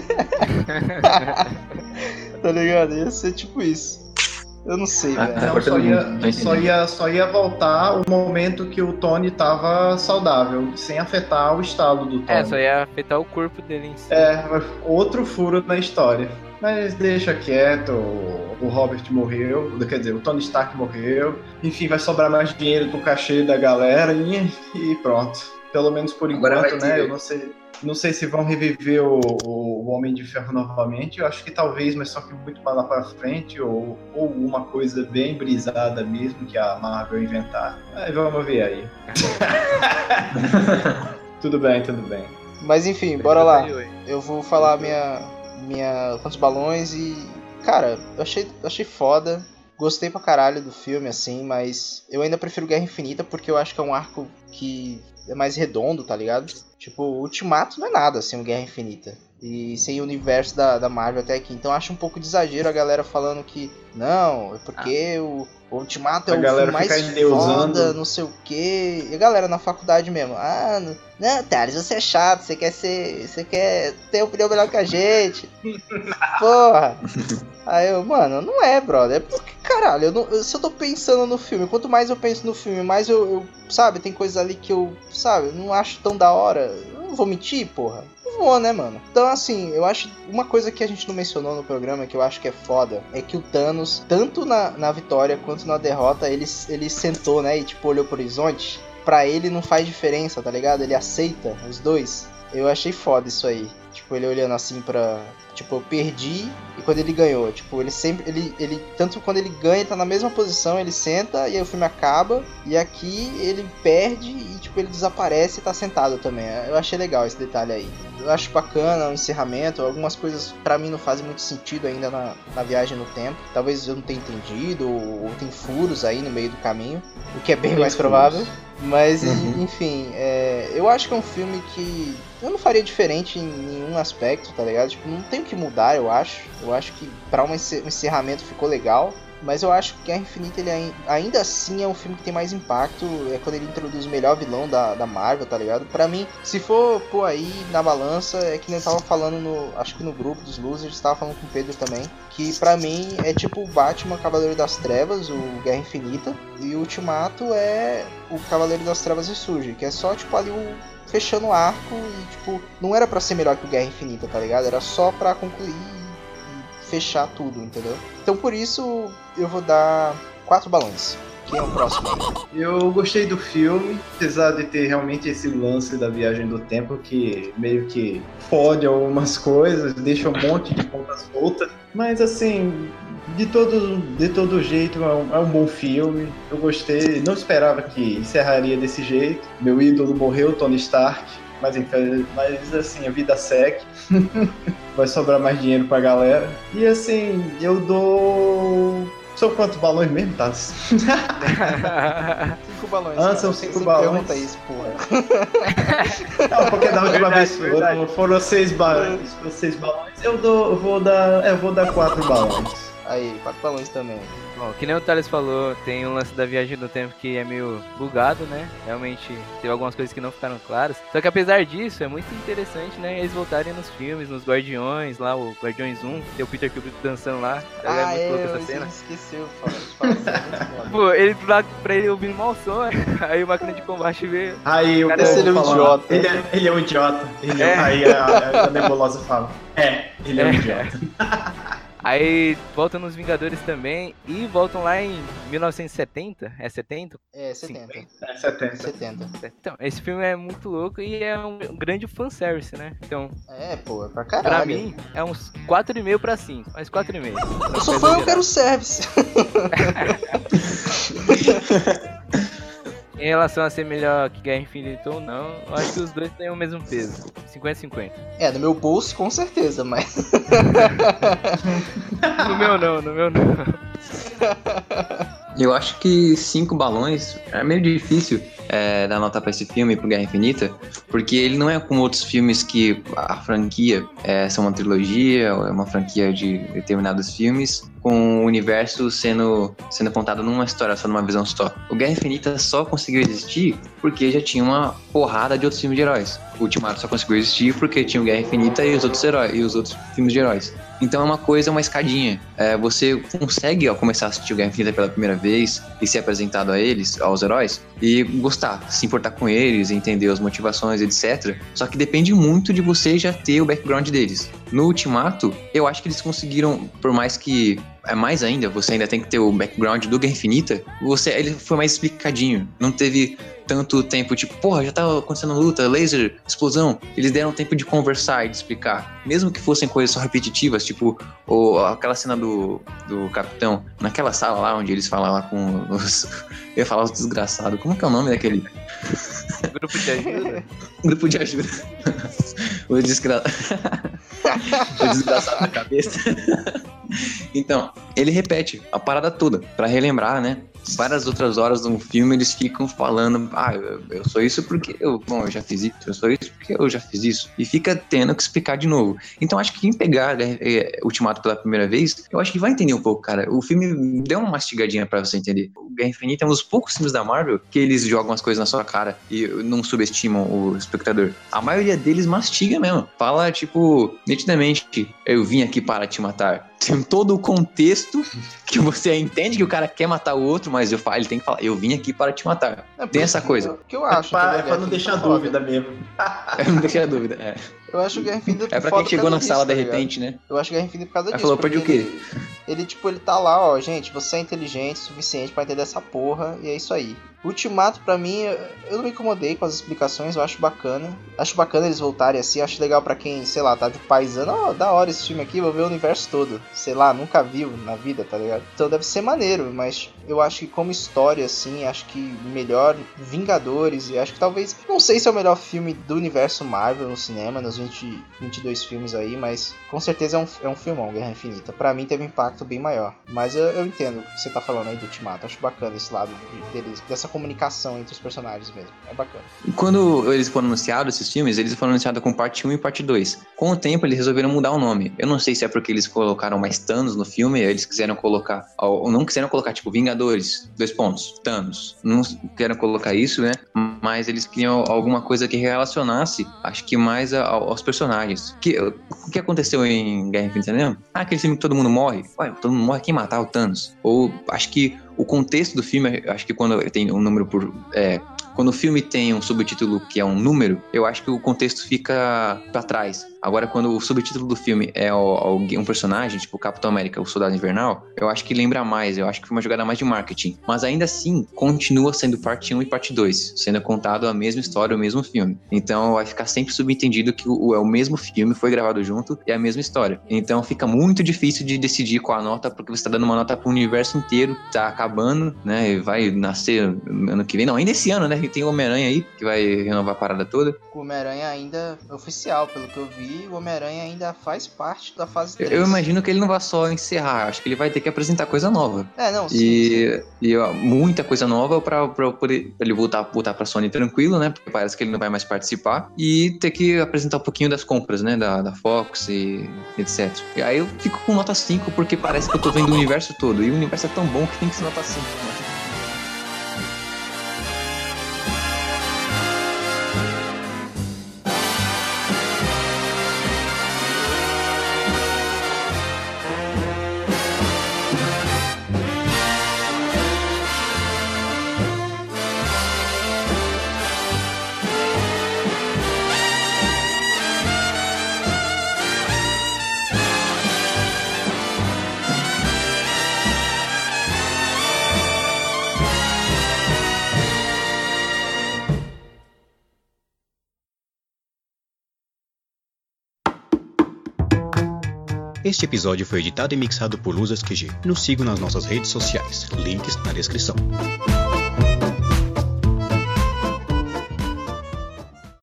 Tá ligado? Ia ser tipo isso. Eu não sei, Ah, velho. tá. Não, cortando só ia, muito, tô só, ia, só ia voltar o momento que o Tony tava saudável, sem afetar o estado do Tony. É, só ia afetar o corpo dele em si. É, outro furo na história. Mas deixa quieto, o Robert morreu, quer dizer, o Tony Stark morreu. Enfim, vai sobrar mais dinheiro pro cachê da galera e, e pronto. Pelo menos por Agora enquanto, vai né? ter. Eu não sei, não sei se vão reviver o, o, o Homem de Ferro novamente. Eu acho que talvez, mas só que muito mais lá pra frente, ou, ou uma coisa bem brisada mesmo que a Marvel inventar. Aí vamos ver aí. Tudo bem, tudo bem. Mas enfim, bora lá. Eu vou falar minha. minha quantos balões e. Cara, eu achei, achei foda. Gostei pra caralho do filme, assim, mas eu ainda prefiro Guerra Infinita porque eu acho que é um arco que é mais redondo, tá ligado? Tipo, o Ultimato não é nada sem o Guerra Infinita. E sem o universo da, da Marvel até aqui. Então eu acho um pouco de exagero a galera falando que não, é porque o, o Ultimato é A o galera filme mais fica endeusando. foda, não sei o quê. E a galera na faculdade mesmo, ah, não, não Thales, você é chato, você quer ser. Você quer ter opinião melhor que a gente. Porra. Aí eu, mano, não é, brother. É porque, caralho, eu não, eu, se eu tô pensando no filme, quanto mais eu penso no filme, mais eu, eu, sabe, tem coisas ali que eu, sabe, não acho tão da hora. Eu não vou mentir, porra. Não vou, né, mano? Então, assim, eu acho, uma coisa que a gente não mencionou no programa, que eu acho que é foda, é que o Thanos, tanto na, na vitória quanto na derrota, ele, ele sentou, né, e, tipo, olhou pro horizonte. Pra ele não faz diferença, tá ligado? Ele aceita os dois. Eu achei foda isso aí. Tipo, ele olhando assim pra... Tipo, eu perdi e quando ele ganhou. Tipo, ele sempre... Ele, ele, tanto quando ele ganha, ele tá na mesma posição, ele senta e aí o filme acaba. E aqui ele perde e, tipo, ele desaparece e tá sentado também. Eu achei legal esse detalhe aí. Eu acho bacana o encerramento. Algumas coisas pra mim não fazem muito sentido ainda na, na viagem no tempo. Talvez eu não tenha entendido ou, ou tem furos aí no meio do caminho. O que é bem Tem mais furos. provável. Mas, Uhum. enfim, é, eu acho que é um filme que eu não faria diferente em nenhum aspecto, tá ligado? Tipo, não tem o que mudar, eu acho. Eu acho que pra um ence- um encerramento ficou legal. Mas eu acho que Guerra Infinita, ele ai- ainda assim é um filme que tem mais impacto. É quando ele introduz o melhor vilão da, da Marvel, tá ligado? Pra mim, se for pôr aí na balança, é que nem eu tava falando no... Acho que no grupo dos Losers, tava falando com o Pedro também. Que pra mim é tipo o Batman Cavaleiro das Trevas, o Guerra Infinita. E o Ultimato é o Cavaleiro das Trevas Ressurge. Que é só tipo ali o... fechando o arco e tipo... Não era pra ser melhor que o Guerra Infinita, tá ligado? Era só pra concluir e fechar tudo, entendeu? Então por isso eu vou dar quatro balões. Quem é o próximo aí? Eu gostei do filme, apesar de ter realmente esse lance da viagem do tempo que meio que fode algumas coisas, deixa um monte de pontas soltas. Mas assim, de todo, de todo jeito é um, é um bom filme. Eu gostei, não esperava que encerraria desse jeito. Meu ídolo morreu, Tony Stark. Mas, enfim, mas assim, a vida segue. Vai sobrar mais dinheiro pra galera. E assim, eu dou... São quantos balões mesmo, tá? Cinco balões. Ah, cara. são Você cinco sempre balões. Pergunta isso, porra. Não, porque da última Verdade, vez verdade. foram, foram seis balões. Foram seis balões. Eu, dou, eu vou dar. Eu vou dar quatro balões. Aí, quatro balões também. Bom, que nem o Thales falou, tem um lance da viagem no tempo que é meio bugado, né? Realmente teve algumas coisas que não ficaram claras. Só que apesar disso, é muito interessante, né? Eles voltarem nos filmes, nos Guardiões, lá, o Guardiões um, tem o Peter Quill dançando lá. Tá ligado? Ah, muito louco é, essa eu cena. esqueci o falar de falar, é muito foda. Pô, ele lá pra ele ouvindo mal som, aí o máquina de combate vê. Aí o Cara, povo ele é um fala, idiota. Ele é, ele é um idiota. Ele é- É. Aí a, a, a Nebulosa fala: É, ele é um É. idiota. Aí voltam nos Vingadores também e voltam lá em mil novecentos e setenta, é setenta? É, setenta. É setenta. setenta. Então, esse filme é muito louco e é um grande fanservice, né? Então, É, pô, é pra pra caralho. mim, é uns quatro e meio pra cinco, mas quatro e meio. Eu sou fã, eu quero service. Em relação a ser melhor que Guerra Infinita ou não, eu acho que os dois têm o mesmo peso. cinquenta a cinquenta. É, no meu bolso com certeza, mas... No meu não, no meu não. Eu acho que cinco balões é meio difícil é, dar nota pra esse filme, pro Guerra Infinita, porque ele não é como outros filmes que a franquia é são uma trilogia, ou é uma franquia de determinados filmes, com o universo sendo, sendo contado numa história só, numa visão só. O Guerra Infinita só conseguiu existir porque já tinha uma porrada de outros filmes de heróis. O Ultimato só conseguiu existir porque tinha o Guerra Infinita e os outros heróis, e os outros filmes de heróis. Então é uma coisa, uma escadinha. É, você consegue, ao começar a assistir o Guerra Infinita pela primeira vez e ser apresentado a eles, aos heróis, e gostar, se importar com eles, entender as motivações, etcétera. Só que depende muito de você já ter o background deles. No Ultimato, eu acho que eles conseguiram, por mais que é mais ainda, você ainda tem que ter o background do Guerra Infinita, você, ele foi mais explicadinho. Não teve tanto tempo, tipo, porra, já tava acontecendo luta, laser, explosão. Eles deram tempo de conversar e de explicar. Mesmo que fossem coisas só repetitivas, tipo, ou aquela cena do, do Capitão, naquela sala lá onde eles falam lá com os... Eu ia falar os desgraçados. Como que é o nome daquele... Grupo de ajuda? Grupo de ajuda. O desgra... o desgraçado na cabeça. Então, ele repete a parada toda, pra relembrar, né? Várias outras horas do filme eles ficam falando, ah, eu, eu sou isso porque eu, bom, eu já fiz isso, eu sou isso porque eu já fiz isso. E fica tendo que explicar de novo. Então acho que quem pegar é, é, Ultimato pela primeira vez, eu acho que vai entender um pouco, cara. O filme deu uma mastigadinha pra você entender. O Guerra Infinita é um dos poucos filmes da Marvel que eles jogam as coisas na sua cara e não subestimam o espectador. A maioria deles mastiga mesmo. Fala, tipo, nitidamente, eu vim aqui para te matar. Tem todo o contexto que você entende que o cara quer matar o outro, mas eu falo, ele tem que falar, eu vim aqui para te matar. É, tem essa coisa. O que eu acho. É pra, que é pra não deixar foda. dúvida mesmo. Eu não deixei a dúvida, é. Eu acho o Guerra Infinita É pra foda quem chegou por na causa sala disso, de tá repente, ligado? né? Eu acho o Guerra Infinita por causa Aí disso. falou, pode o porque quê? Ele, ele, tipo, ele tá lá, ó, gente, você é inteligente o suficiente pra entender essa porra, e é isso aí. Ultimato, pra mim, eu não me incomodei com as explicações, eu acho bacana. Acho bacana eles voltarem assim, acho legal pra quem, sei lá, tá de paisano, ó, oh, da hora esse filme aqui, vou ver o universo todo. Sei lá, nunca viu na vida, tá ligado? Então deve ser maneiro, mas eu acho que como história, assim, acho que melhor Vingadores, e acho que talvez, não sei se é o melhor filme do universo Marvel no cinema, nos vinte, vinte e dois filmes aí, mas com certeza é um, é um filmão, Guerra Infinita. Pra mim teve um impacto bem maior, mas eu, eu entendo o que você tá falando aí do Ultimato, acho bacana esse lado de, deles, dessa comunicação entre os personagens mesmo, é bacana. Quando eles foram anunciados, esses filmes, eles foram anunciados com parte um e parte dois. Com o tempo, eles resolveram mudar o nome. Eu não sei se é porque eles colocaram mais Thanos no filme, eles quiseram colocar, ou não quiseram colocar, tipo, Vingadores, dois pontos, Thanos. Não quiseram colocar isso, né? Mas eles queriam alguma coisa que relacionasse, acho que mais a, aos personagens. Que, o que aconteceu em Guerra Infinita, né? Ah, aquele filme que todo mundo morre. Ué, todo mundo morre, quem matar? O Thanos. Ou, acho que o contexto do filme, acho que quando tem um número por... É, quando o filme tem um subtítulo que é um número, eu acho que o contexto fica pra trás. Agora, quando o subtítulo do filme é um personagem, tipo o Capitão América, o Soldado Invernal, eu acho que lembra mais, eu acho que foi uma jogada mais de marketing. Mas ainda assim, continua sendo parte um e parte dois, sendo contado a mesma história, o mesmo filme. Então, vai ficar sempre subentendido que o, é o mesmo filme, foi gravado junto, e é a mesma história. Então, fica muito difícil de decidir qual a nota, porque você tá dando uma nota pro universo inteiro, tá acabando, né, e vai nascer ano que vem. Não, ainda esse ano, né, tem o Homem-Aranha aí, que vai renovar a parada toda. O Homem-Aranha ainda é oficial, pelo que eu vi, o Homem-Aranha ainda faz parte da fase três. Eu imagino que ele não vai só encerrar, acho que ele vai ter que apresentar coisa nova. É, não, sim. E, sim. e ó, muita coisa nova pra, pra, pra ele voltar, voltar pra Sony tranquilo, né? Porque parece que ele não vai mais participar. E ter que apresentar um pouquinho das compras, né? Da, da Fox e etcétera. E aí eu fico com nota cinco, porque parece que eu tô vendo o universo todo. E o universo é tão bom que tem que ser nota cinco, né? Este episódio foi editado e mixado por Luzas Q G. Nos sigam nas nossas redes sociais, links na descrição.